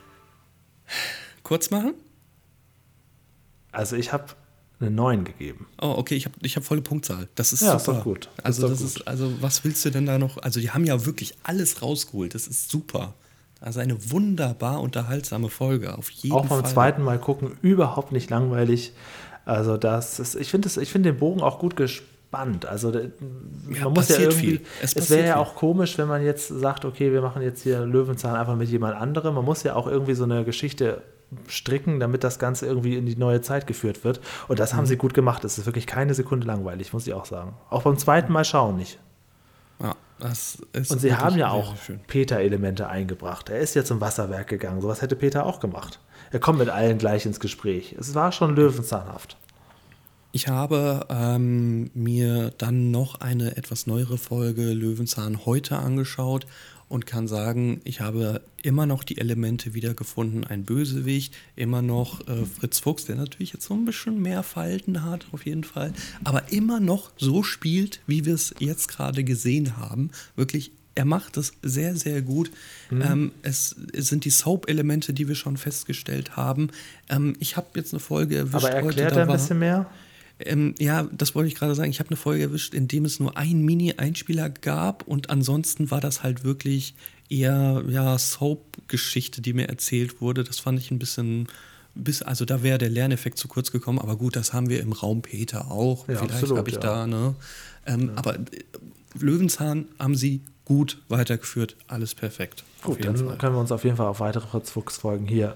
[SPEAKER 3] kurz machen?
[SPEAKER 2] Also ich habe eine neun gegeben.
[SPEAKER 3] Oh, okay, ich habe ich hab volle Punktzahl. Das ist
[SPEAKER 2] Ja, ist
[SPEAKER 3] super.
[SPEAKER 2] doch gut. Ist
[SPEAKER 3] Also
[SPEAKER 2] doch
[SPEAKER 3] das
[SPEAKER 2] gut.
[SPEAKER 3] ist also was willst du denn da noch? Also die haben ja wirklich alles rausgeholt. Das ist super. Also eine wunderbar unterhaltsame Folge auf jeden
[SPEAKER 2] Auch beim
[SPEAKER 3] Fall.
[SPEAKER 2] zweiten Mal gucken, überhaupt nicht langweilig. Also das ist, ich finde ich find den Bogen auch gut gespannt. Also da- man
[SPEAKER 3] Ja,
[SPEAKER 2] muss ja
[SPEAKER 3] passiert
[SPEAKER 2] irgendwie,
[SPEAKER 3] viel. Es
[SPEAKER 2] es,
[SPEAKER 3] passiert
[SPEAKER 2] wäre ja
[SPEAKER 3] viel.
[SPEAKER 2] auch komisch, wenn man jetzt sagt, okay, wir machen jetzt hier Löwenzahn einfach mit jemand anderem. Man muss ja auch irgendwie so eine Geschichte stricken, damit das Ganze irgendwie in die neue Zeit geführt wird. Und das
[SPEAKER 3] Mhm.
[SPEAKER 2] haben sie gut gemacht. Es ist wirklich keine Sekunde langweilig, muss ich auch sagen. Auch beim zweiten Mal schauen nicht.
[SPEAKER 3] Ja, das ist
[SPEAKER 2] Und sie
[SPEAKER 3] wirklich
[SPEAKER 2] haben ja
[SPEAKER 3] sehr,
[SPEAKER 2] auch
[SPEAKER 3] sehr schön.
[SPEAKER 2] Peter-Elemente eingebracht. Er ist ja zum Wasserwerk gegangen. Sowas hätte Peter auch gemacht. Er kommt mit allen gleich ins Gespräch. Es war schon löwenzahnhaft.
[SPEAKER 3] Ich habe ähm, mir dann noch eine etwas neuere Folge Löwenzahn heute angeschaut und kann sagen, ich habe immer noch die Elemente wiedergefunden. Ein Bösewicht, immer noch äh, Fritz Fuchs, der natürlich jetzt so ein bisschen mehr Falten hat, auf jeden Fall, aber immer noch so spielt, wie wir es jetzt gerade gesehen haben. Wirklich er macht es sehr, sehr gut. Mhm. Ähm, es, es sind die Soap-Elemente, die wir schon festgestellt haben. Ähm, ich habe jetzt eine Folge erwischt.
[SPEAKER 2] Aber erklärt
[SPEAKER 3] heute,
[SPEAKER 2] er ein war, bisschen mehr?
[SPEAKER 3] Ähm, ja, das wollte ich gerade sagen. Ich habe eine Folge erwischt, in dem es nur einen Mini-Einspieler gab und ansonsten war das halt wirklich eher ja, Soap-Geschichte, die mir erzählt wurde. Das fand ich ein bisschen, bis, also da wäre der Lerneffekt zu kurz gekommen, aber gut, das haben wir im Raum Peter auch. Ja, vielleicht habe ich ja. da, ne? Ähm, ja. Aber äh, Löwenzahn haben sie gut weitergeführt, alles perfekt.
[SPEAKER 2] Gut, dann Fall. können wir uns auf jeden Fall auf weitere Fritz-Fuchs-Folgen hier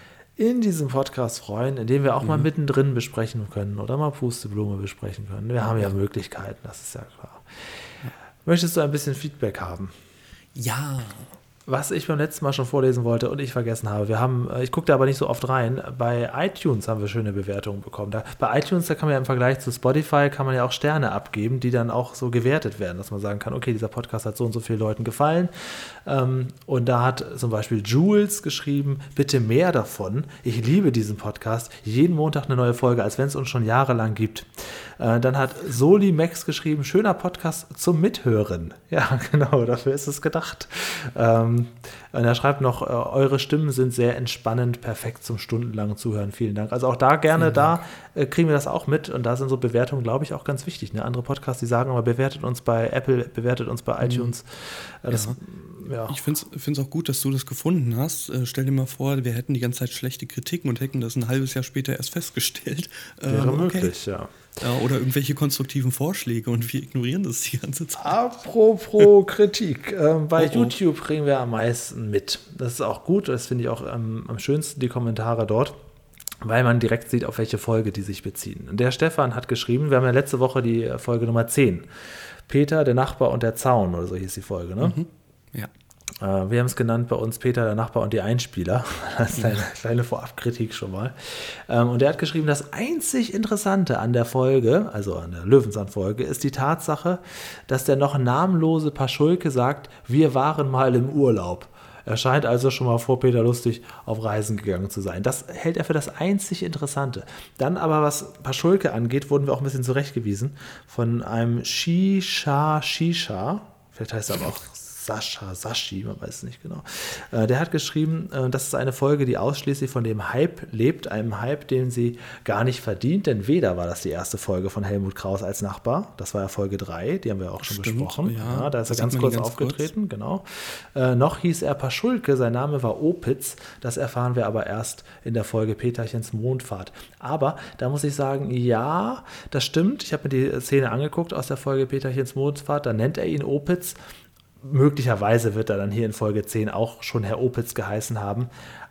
[SPEAKER 2] in diesem Podcast freuen, in dem wir auch mhm. mal mittendrin besprechen können oder mal Pusteblume besprechen können. Wir haben ja, ja Möglichkeiten, das ist ja klar. Ja. Möchtest du ein bisschen Feedback haben?
[SPEAKER 3] Ja.
[SPEAKER 2] Was ich beim letzten Mal schon vorlesen wollte und ich vergessen habe, wir haben, ich gucke da aber nicht so oft rein, bei iTunes haben wir schöne Bewertungen bekommen. Da, bei iTunes, da kann man ja im Vergleich zu Spotify, kann man ja auch Sterne abgeben, die dann auch so gewertet werden, dass man sagen kann, okay, dieser Podcast hat so und so vielen Leuten gefallen. Ähm, und da hat zum Beispiel Jules geschrieben, bitte mehr davon. Ich liebe diesen Podcast. Jeden Montag eine neue Folge, als wenn es uns schon jahrelang gibt. Äh, dann hat Soli Max geschrieben, schöner Podcast zum Mithören. Ja, genau, dafür ist es gedacht. Ähm, und er schreibt noch, eure Stimmen sind sehr entspannend, perfekt zum stundenlangen Zuhören. Vielen Dank. Also auch da gerne, da äh, kriegen wir das auch mit. Und da sind so Bewertungen, glaube ich, auch ganz wichtig. Ne? Andere Podcasts, die sagen aber, bewertet uns bei Apple, bewertet uns bei iTunes. Äh, das,
[SPEAKER 3] ja. Ja. Ich finde es auch gut, dass du das gefunden hast. Äh, stell dir mal vor, wir hätten die ganze Zeit schlechte Kritiken und hätten das ein halbes Jahr später erst festgestellt.
[SPEAKER 2] Wäre ähm, möglich, okay. ja.
[SPEAKER 3] Ja, oder irgendwelche konstruktiven Vorschläge und wir ignorieren das die ganze Zeit.
[SPEAKER 2] Apropos Kritik, ähm, bei
[SPEAKER 3] oh, oh.
[SPEAKER 2] YouTube kriegen wir am meisten mit. Das ist auch gut, das finde ich auch ähm, am schönsten, die Kommentare dort, weil man direkt sieht, auf welche Folge die sich beziehen. Und der Stefan hat geschrieben, wir haben ja letzte Woche die Folge Nummer zehn. Peter, der Nachbar und der Zaun, oder so hieß die Folge, ne?
[SPEAKER 3] Mhm. Ja.
[SPEAKER 2] Wir haben es genannt bei uns Peter, der Nachbar und die Einspieler. Das ist eine kleine Vorabkritik schon mal. Und er hat geschrieben, das einzig Interessante an der Folge, also an der Löwenzahn-Folge, ist die Tatsache, dass der noch namenlose Paschulke sagt, wir waren mal im Urlaub. Er scheint also schon mal vor Peter Lustig auf Reisen gegangen zu sein. Das hält er für das einzig Interessante. Dann aber, was Paschulke angeht, wurden wir auch ein bisschen zurechtgewiesen von einem Shisha Shisha. Vielleicht heißt er aber auch Sascha, Sashi, man weiß es nicht genau. Äh, der hat geschrieben, äh, das ist eine Folge, die ausschließlich von dem Hype lebt, einem Hype, den sie gar nicht verdient, denn weder war das die erste Folge von Helmut Kraus als Nachbar, das war ja Folge drei, die haben wir auch schon
[SPEAKER 3] Stimmt,
[SPEAKER 2] besprochen.
[SPEAKER 3] Ja,
[SPEAKER 2] ja, da ist er ganz kurz ganz aufgetreten, kurz. genau. Äh, noch hieß er Paschulke, sein Name war Opitz, das erfahren wir aber erst in der Folge Peterchens Mondfahrt. Aber da muss ich sagen, ja, das stimmt, ich habe mir die Szene angeguckt aus der Folge Peterchens Mondfahrt, da nennt er ihn Opitz. Möglicherweise wird er dann hier in Folge zehn auch schon Herr Opitz geheißen haben.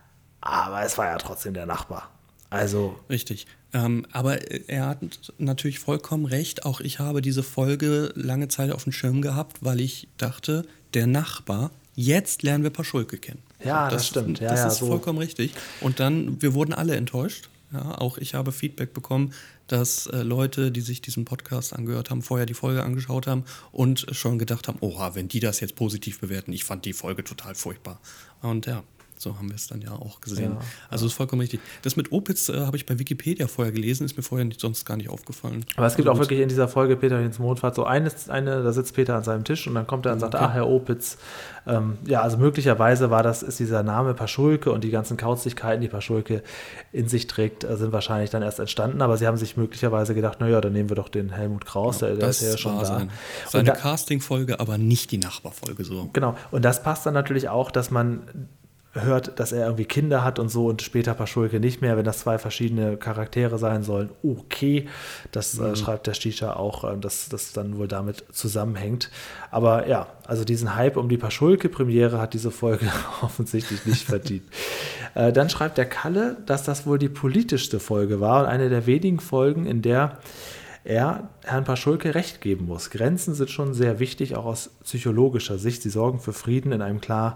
[SPEAKER 2] Aber es war ja trotzdem der Nachbar. Also
[SPEAKER 3] Richtig. Ähm, aber er hat natürlich vollkommen recht. Auch ich habe diese Folge lange Zeit auf dem Schirm gehabt, weil ich dachte, der Nachbar, jetzt lernen wir Paschulke kennen.
[SPEAKER 2] Ja, das, das stimmt. Ja,
[SPEAKER 3] das
[SPEAKER 2] ja,
[SPEAKER 3] ist
[SPEAKER 2] so.
[SPEAKER 3] vollkommen richtig. Und dann, wir wurden alle enttäuscht. Ja, auch ich habe Feedback bekommen, dass äh, Leute, die sich diesen Podcast angehört haben, vorher die Folge angeschaut haben und schon gedacht haben, oha, wenn die das jetzt positiv bewerten, ich fand die Folge total furchtbar. Und ja, so haben wir es dann ja auch gesehen. Ja, also ja. ist vollkommen richtig. Das mit Opitz äh, habe ich bei Wikipedia vorher gelesen, ist mir vorher nicht, sonst gar nicht aufgefallen.
[SPEAKER 2] Aber es gibt
[SPEAKER 3] also
[SPEAKER 2] auch wirklich in dieser Folge Peterchens Mondfahrt so eine, eine, da sitzt Peter an seinem Tisch und dann kommt er und sagt, okay. ah, Herr Opitz. Ähm, ja, also möglicherweise war das, ist dieser Name Paschulke und die ganzen Kauzigkeiten, die Paschulke in sich trägt, sind wahrscheinlich dann erst entstanden, aber sie haben sich möglicherweise gedacht, naja, dann nehmen wir doch den Helmut Kraus,
[SPEAKER 3] ja,
[SPEAKER 2] der, der ist ja schon da.
[SPEAKER 3] Sein. Seine da, Casting-Folge, aber nicht die Nachbarfolge so.
[SPEAKER 2] Genau, und das passt dann natürlich auch, dass man hört, dass er irgendwie Kinder hat und so und später Paschulke nicht mehr, wenn das zwei verschiedene Charaktere sein sollen. Okay, das mhm. äh, schreibt der Stisha auch, äh, dass das dann wohl damit zusammenhängt. Aber ja, also diesen Hype um die Paschulke-Premiere hat diese Folge offensichtlich nicht verdient. Äh, dann schreibt der Kalle, dass das wohl die politischste Folge war und eine der wenigen Folgen, in der er Herrn Paschulke recht geben muss. Grenzen sind schon sehr wichtig, auch aus psychologischer Sicht. Sie sorgen für Frieden in einem klar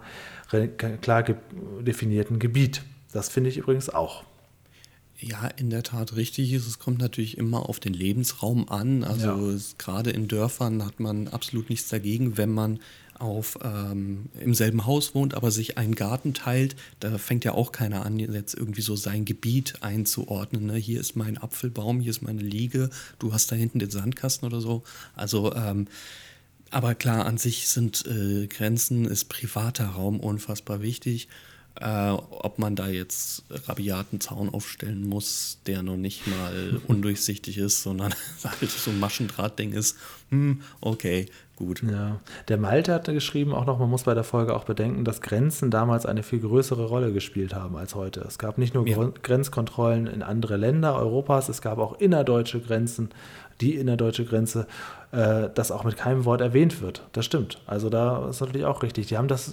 [SPEAKER 2] klar ge- definierten Gebiet. Das finde ich übrigens auch.
[SPEAKER 3] Ja, in der Tat richtig ist. Es kommt natürlich immer auf den Lebensraum an. Also ja. gerade in Dörfern hat man absolut nichts dagegen, wenn man auf, ähm, im selben Haus wohnt, aber sich einen Garten teilt. Da fängt ja auch keiner an, jetzt irgendwie so sein Gebiet einzuordnen. Ne? Hier ist mein Apfelbaum, hier ist meine Liege, du hast da hinten den Sandkasten oder so. Also ähm, Aber klar, an sich sind äh, Grenzen, ist privater Raum unfassbar wichtig. Äh, ob man da jetzt rabiaten Zaun aufstellen muss, der noch nicht mal undurchsichtig ist, sondern halt so ein Maschendrahtding ist, hm, okay, gut.
[SPEAKER 2] Ja. Der Malte hatte geschrieben auch noch, man muss bei der Folge auch bedenken, dass Grenzen damals eine viel größere Rolle gespielt haben als heute. Es gab nicht nur
[SPEAKER 3] Ja.
[SPEAKER 2] Grenzkontrollen in andere Länder Europas, es gab auch innerdeutsche Grenzen, die innerdeutsche Grenze, äh, das auch mit keinem Wort erwähnt wird. Das stimmt. Also da ist natürlich auch richtig. Die haben das...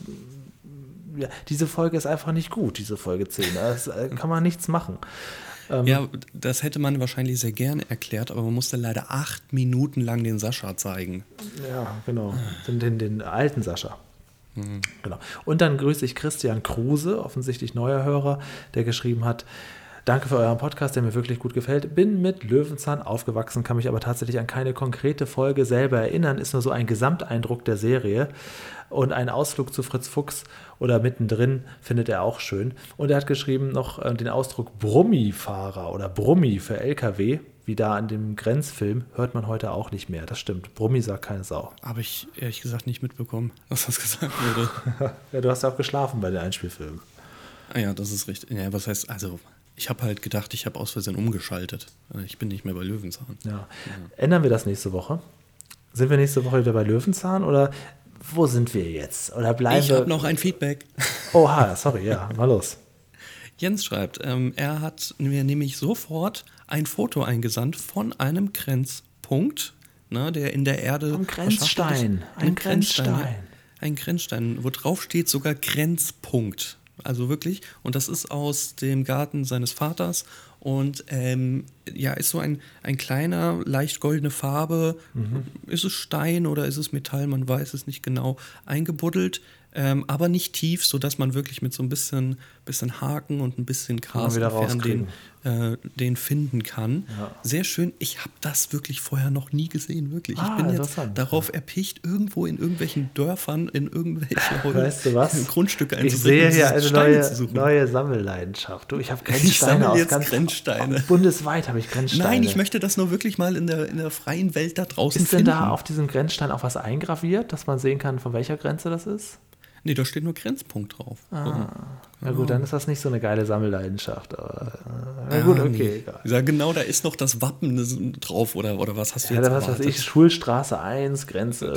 [SPEAKER 2] Ja, diese Folge ist einfach nicht gut, diese Folge zehn. Da äh, kann man nichts machen. Ähm,
[SPEAKER 3] Ja, das hätte man wahrscheinlich sehr gerne erklärt, aber man musste leider acht Minuten lang den Sascha zeigen.
[SPEAKER 2] ja, genau. Den, den, den alten Sascha. Mhm. Genau. Und dann grüße ich Christian Kruse, offensichtlich neuer Hörer, der geschrieben hat: Danke für euren Podcast, der mir wirklich gut gefällt. Bin mit Löwenzahn aufgewachsen, kann mich aber tatsächlich an keine konkrete Folge selber erinnern. Ist nur so ein Gesamteindruck der Serie. Und einen Ausflug zu Fritz Fuchs oder mittendrin findet er auch schön. Und er hat geschrieben noch äh, den Ausdruck Brummifahrer oder Brummi für L K W, wie da an dem Grenzfilm, hört man heute auch nicht mehr. Das stimmt. Brummi sagt keine Sau.
[SPEAKER 3] Habe ich ehrlich gesagt nicht mitbekommen, dass das gesagt wurde.
[SPEAKER 2] Ja, du hast ja auch geschlafen bei den Einspielfilmen.
[SPEAKER 3] Ah ja, das ist richtig. Ja, was heißt, also ich habe halt gedacht, ich habe aus Versehen umgeschaltet. Ich bin nicht mehr bei Löwenzahn.
[SPEAKER 2] Ja. Ja. Ändern wir das nächste Woche? Sind wir nächste Woche wieder bei Löwenzahn oder wo sind wir jetzt? Oder bleiben
[SPEAKER 3] Ich
[SPEAKER 2] wir...
[SPEAKER 3] habe noch ein Feedback.
[SPEAKER 2] Oha, sorry, ja, mal los.
[SPEAKER 3] Jens schreibt, ähm, er hat mir nämlich sofort ein Foto eingesandt von einem Grenzpunkt, ne, der in der Erde...
[SPEAKER 2] Ein Grenzstein.
[SPEAKER 3] Ein,
[SPEAKER 2] Ein
[SPEAKER 3] Grenzstein.
[SPEAKER 2] Grenzstein.
[SPEAKER 3] Ja, ein Grenzstein, wo drauf steht sogar Grenzpunkt. Also wirklich. Und das ist aus dem Garten seines Vaters. Und ähm, ja, ist so ein, ein kleiner, leicht goldene Farbe. Mhm. Ist es Stein oder ist es Metall? Man weiß es nicht genau. Eingebuddelt, ähm, aber nicht tief, sodass man wirklich mit so ein bisschen, bisschen Haken und ein bisschen Gras entfernen den, äh, den finden kann. Ja. Sehr schön. Ich habe das wirklich vorher noch nie gesehen, wirklich.
[SPEAKER 2] Ah,
[SPEAKER 3] ich bin jetzt darauf ja. erpicht, irgendwo in irgendwelchen Dörfern, in irgendwelche
[SPEAKER 2] weißt du was?
[SPEAKER 3] Grundstücke
[SPEAKER 2] einzubringen. Ich sehe hier eine neue, neue Sammelleidenschaft. Du, ich habe Grenzsteine aus
[SPEAKER 3] jetzt
[SPEAKER 2] ganz
[SPEAKER 3] Grenzsteine.
[SPEAKER 2] Bundesweit habe ich Grenzsteine.
[SPEAKER 3] Nein, ich möchte das nur wirklich mal in der, in der freien Welt da draußen
[SPEAKER 2] ist finden. Ist denn da auf diesem Grenzstein auch was eingraviert, dass man sehen kann, von welcher Grenze das ist?
[SPEAKER 3] Nee, da steht nur Grenzpunkt drauf.
[SPEAKER 2] Ah, so. Na gut, dann ist das nicht so eine geile Sammelleidenschaft. Aber, na gut, okay,
[SPEAKER 3] nee.
[SPEAKER 2] egal.
[SPEAKER 3] Ja, genau, da ist noch das Wappen drauf, oder, oder was hast du
[SPEAKER 2] ja,
[SPEAKER 3] jetzt
[SPEAKER 2] was weiß ich, Schulstraße eins, Grenze.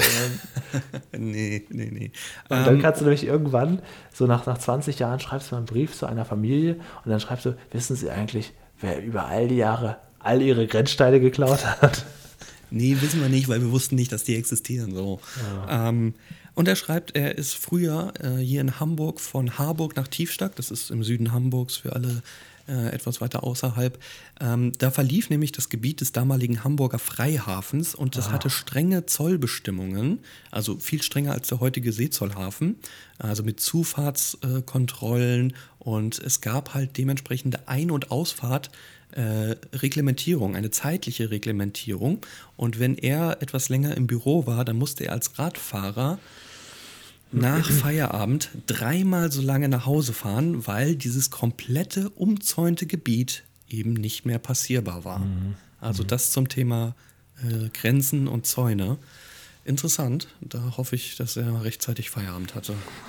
[SPEAKER 3] nee, nee, nee.
[SPEAKER 2] Und ähm, dann kannst du nämlich irgendwann, so nach, nach zwanzig Jahren, schreibst du einen Brief zu einer Familie und dann schreibst du, wissen Sie eigentlich, wer über all die Jahre all ihre Grenzsteine geklaut hat?
[SPEAKER 3] Nee, wissen wir nicht, weil wir wussten nicht, dass die existieren. So. Ja. Ähm, und er schreibt, er ist früher äh, hier in Hamburg von Harburg nach Tiefstack, das ist im Süden Hamburgs für alle äh, etwas weiter außerhalb. Ähm, da verlief nämlich das Gebiet des damaligen Hamburger Freihafens und das ah. hatte strenge Zollbestimmungen, also viel strenger als der heutige Seezollhafen, also mit Zufahrtskontrollen äh, und es gab halt dementsprechende Ein- und Ausfahrt Äh, Reglementierung, eine zeitliche Reglementierung. Und wenn er etwas länger im Büro war, dann musste er als Radfahrer nach Feierabend dreimal so lange nach Hause fahren, weil dieses komplette umzäunte Gebiet eben nicht mehr passierbar war. Mhm. Also das zum Thema äh, Grenzen und Zäune. Interessant. Da hoffe ich, dass er rechtzeitig Feierabend hatte.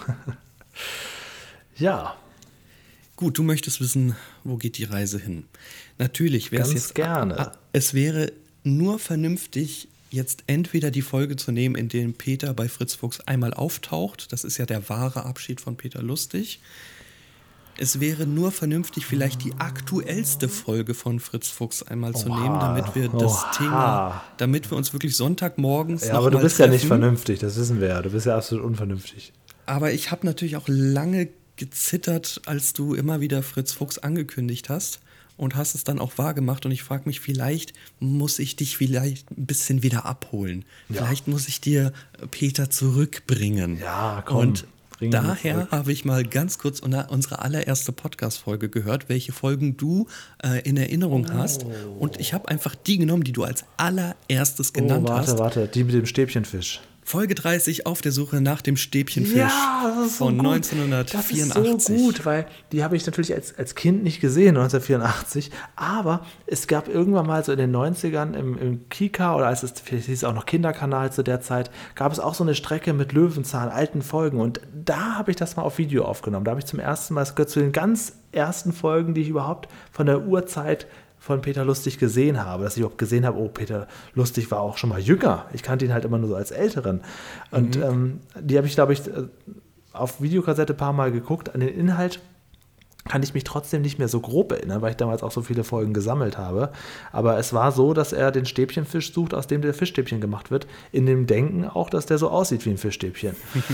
[SPEAKER 2] Ja.
[SPEAKER 3] Gut, du möchtest wissen, wo geht die Reise hin? Natürlich wäre es jetzt
[SPEAKER 2] gerne.
[SPEAKER 3] A, es wäre nur vernünftig, jetzt entweder die Folge zu nehmen, in der Peter bei Fritz Fuchs einmal auftaucht. Das ist ja der wahre Abschied von Peter Lustig. Es wäre nur vernünftig, vielleicht die aktuellste Folge von Fritz Fuchs einmal Oha. zu nehmen, damit wir das Oha. Thema, damit wir uns wirklich Sonntagmorgens
[SPEAKER 2] Ja, aber du bist treffen. ja nicht vernünftig, das wissen wir ja. Du bist ja absolut unvernünftig.
[SPEAKER 3] Aber ich habe natürlich auch lange gezittert, als du immer wieder Fritz Fuchs angekündigt hast und hast es dann auch wahrgemacht und ich frage mich, vielleicht muss ich dich vielleicht ein bisschen wieder abholen. Ja. Vielleicht muss ich dir Peter zurückbringen.
[SPEAKER 2] Ja, komm.
[SPEAKER 3] Und daher habe ich mal ganz kurz unsere allererste Podcast-Folge gehört, welche Folgen du äh, in Erinnerung oh. hast. Und ich habe einfach die genommen, die du als allererstes genannt
[SPEAKER 2] oh, warte,
[SPEAKER 3] hast.
[SPEAKER 2] Warte, warte, die mit dem Stäbchenfisch.
[SPEAKER 3] Folge dreißig, auf der Suche nach dem Stäbchenfisch.
[SPEAKER 2] Ja, das ist so
[SPEAKER 3] von
[SPEAKER 2] gut.
[SPEAKER 3] neunzehnhundertvierundachtzig.
[SPEAKER 2] Das ist so gut, weil die habe ich natürlich als, als Kind nicht gesehen, neunzehnhundertvierundachtzig, aber es gab irgendwann mal so in den neunzigern im, im Kika oder als es vielleicht hieß auch noch Kinderkanal zu der Zeit, gab es auch so eine Strecke mit Löwenzahn, alten Folgen und da habe ich das mal auf Video aufgenommen. Da habe ich zum ersten Mal, es gehört zu den ganz ersten Folgen, die ich überhaupt von der Urzeit von Peter Lustig gesehen habe, dass ich überhaupt gesehen habe, oh, Peter Lustig war auch schon mal jünger. Ich kannte ihn halt immer nur so als Älteren. Und mhm. ähm, die habe ich, glaube ich, auf Videokassette ein paar Mal geguckt. An den Inhalt kann ich mich trotzdem nicht mehr so grob erinnern, weil ich damals auch so viele Folgen gesammelt habe. Aber es war so, dass er den Stäbchenfisch sucht, aus dem der Fischstäbchen gemacht wird, in dem Denken auch, dass der so aussieht wie ein Fischstäbchen.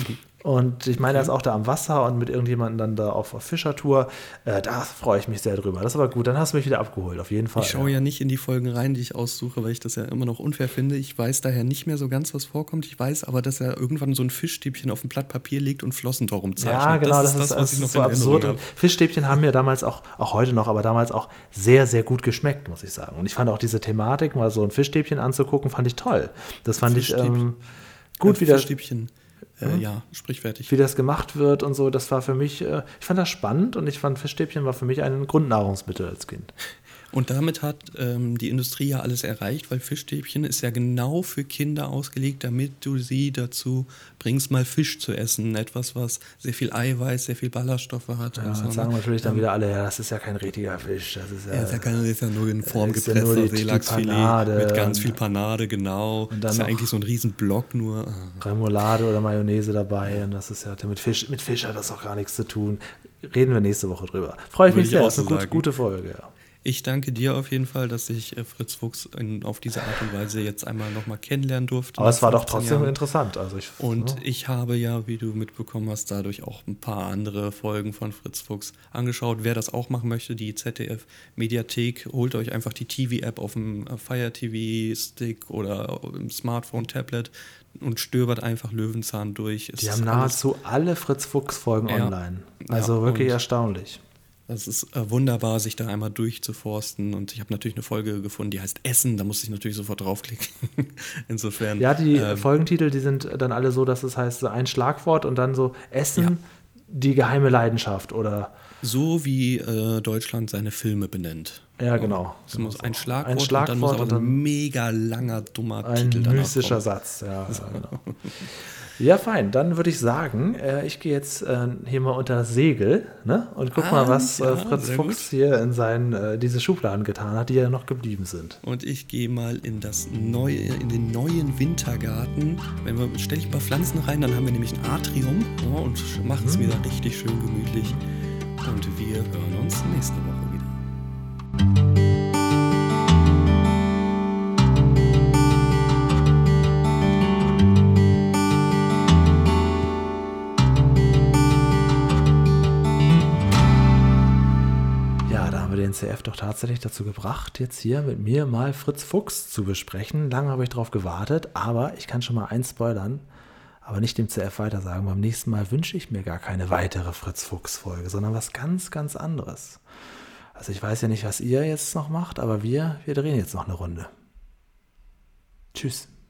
[SPEAKER 2] Und ich meine, er ist auch da am Wasser und mit irgendjemandem dann da auf, auf Fischertour. Äh, da freue ich mich sehr drüber. Das ist aber gut, dann hast du mich wieder abgeholt, auf jeden Fall.
[SPEAKER 3] Ich schaue ja. ja nicht in die Folgen rein, die ich aussuche, weil ich das ja immer noch unfair finde. Ich weiß daher nicht mehr so ganz, was vorkommt. Ich weiß aber, dass er irgendwann so ein Fischstäbchen auf ein Blatt Papier legt und Flossen darum zeichnet.
[SPEAKER 2] Ja, genau, das,
[SPEAKER 3] das ist das, was
[SPEAKER 2] ist,
[SPEAKER 3] ich noch
[SPEAKER 2] so
[SPEAKER 3] in
[SPEAKER 2] absurd.
[SPEAKER 3] habe.
[SPEAKER 2] Fischstäbchen haben mir damals auch, auch heute noch, aber damals auch sehr, sehr gut geschmeckt, muss ich sagen. Und ich fand auch diese Thematik, mal so ein Fischstäbchen anzugucken, fand ich toll. Das fand ich ähm, gut,
[SPEAKER 3] äh,
[SPEAKER 2] wie das...
[SPEAKER 3] Fischstäbchen. Äh, ja, sprich fertig.
[SPEAKER 2] Wie das gemacht wird und so, das war für mich, äh, ich fand das spannend und ich fand Fischstäbchen war für mich ein Grundnahrungsmittel als Kind.
[SPEAKER 3] Und damit hat ähm, die Industrie ja alles erreicht, weil Fischstäbchen ist ja genau für Kinder ausgelegt, damit du sie dazu bringst, mal Fisch zu essen. Etwas, was sehr viel Eiweiß, sehr viel Ballaststoffe hat.
[SPEAKER 2] Ja,
[SPEAKER 3] und so,
[SPEAKER 2] dann sagen natürlich dann wieder alle, ja, das ist ja kein richtiger Fisch. Das ist ja,
[SPEAKER 3] ja, ist ja, kein, ist ja nur in Form
[SPEAKER 2] ist ja
[SPEAKER 3] gepresster
[SPEAKER 2] nur die- die
[SPEAKER 3] Seelachsfilet
[SPEAKER 2] Panade
[SPEAKER 3] mit ganz
[SPEAKER 2] und-
[SPEAKER 3] viel Panade, genau.
[SPEAKER 2] und dann
[SPEAKER 3] Das ist ja
[SPEAKER 2] noch-
[SPEAKER 3] eigentlich so ein riesen Block nur.
[SPEAKER 2] Remoulade oder Mayonnaise dabei und das ist ja, mit Fisch, mit Fisch hat das auch gar nichts zu tun. Reden wir nächste Woche drüber. Freue ich
[SPEAKER 3] Würde
[SPEAKER 2] mich
[SPEAKER 3] ich
[SPEAKER 2] sehr,
[SPEAKER 3] auch
[SPEAKER 2] das ist eine
[SPEAKER 3] so
[SPEAKER 2] gute,
[SPEAKER 3] sagen.
[SPEAKER 2] gute Folge, ja.
[SPEAKER 3] Ich danke dir auf jeden Fall, dass ich äh, Fritz Fuchs in, auf diese Art und Weise jetzt einmal nochmal kennenlernen durfte.
[SPEAKER 2] Aber es war doch
[SPEAKER 3] fünfzehn
[SPEAKER 2] trotzdem
[SPEAKER 3] Jahren.
[SPEAKER 2] interessant. Also ich,
[SPEAKER 3] Und
[SPEAKER 2] ne?
[SPEAKER 3] ich habe ja, wie du mitbekommen hast, dadurch auch ein paar andere Folgen von Fritz Fuchs angeschaut. Wer das auch machen möchte, die Z D F-Mediathek, holt euch einfach die T V-App auf dem Fire T V-Stick oder im Smartphone, Tablet und stöbert einfach Löwenzahn durch. Es
[SPEAKER 2] Die
[SPEAKER 3] ist
[SPEAKER 2] haben
[SPEAKER 3] alles-
[SPEAKER 2] nahezu alle Fritz-Fuchs-Folgen
[SPEAKER 3] Ja.
[SPEAKER 2] online. Also
[SPEAKER 3] Ja,
[SPEAKER 2] wirklich
[SPEAKER 3] und-
[SPEAKER 2] erstaunlich.
[SPEAKER 3] Das ist äh, wunderbar, sich da einmal durchzuforsten. Und ich habe natürlich eine Folge gefunden, die heißt Essen. Da musste ich natürlich sofort draufklicken. Insofern.
[SPEAKER 2] Ja, die
[SPEAKER 3] ähm,
[SPEAKER 2] Folgentitel, die sind dann alle so, dass es heißt so ein Schlagwort und dann so Essen,
[SPEAKER 3] Ja.
[SPEAKER 2] die geheime Leidenschaft oder
[SPEAKER 3] so wie äh, Deutschland seine Filme benennt.
[SPEAKER 2] ja, genau.
[SPEAKER 3] Es muss ein Schlagwort,
[SPEAKER 2] Ein
[SPEAKER 3] und dann
[SPEAKER 2] Schlagwort
[SPEAKER 3] muss aber
[SPEAKER 2] und
[SPEAKER 3] so
[SPEAKER 2] dann
[SPEAKER 3] ein mega langer, dummer
[SPEAKER 2] ein
[SPEAKER 3] Titel danach
[SPEAKER 2] mystischer
[SPEAKER 3] kommen.
[SPEAKER 2] Satz. Ja, ja, genau. Ja, fein. Dann würde ich sagen, äh, ich gehe jetzt äh, hier mal unter das Segel, ne? Und guck
[SPEAKER 3] Ah,
[SPEAKER 2] mal, was äh,
[SPEAKER 3] ja,
[SPEAKER 2] Fritz
[SPEAKER 3] sehr
[SPEAKER 2] Fuchs hier in seinen äh, diese Schubladen getan hat, die ja noch geblieben sind.
[SPEAKER 3] Und ich gehe mal in das neue, in den neuen Wintergarten. Wenn wir, stelle ich ein paar Pflanzen rein, dann haben wir nämlich ein Atrium, ja, und machen es
[SPEAKER 2] Mhm.
[SPEAKER 3] wieder richtig schön gemütlich. Und wir hören uns nächste Woche wieder.
[SPEAKER 2] Ja, da haben wir den C F doch tatsächlich dazu gebracht, jetzt hier mit mir mal Fritz Fuchs zu besprechen. Lange habe ich drauf gewartet, aber ich kann schon mal eins spoilern, aber nicht dem C F weitersagen. Beim nächsten Mal wünsche ich mir gar keine weitere Fritz Fuchs-Folge, sondern was ganz, ganz anderes. Also ich weiß ja nicht, was ihr jetzt noch macht, aber wir, wir drehen jetzt noch eine Runde. Tschüss.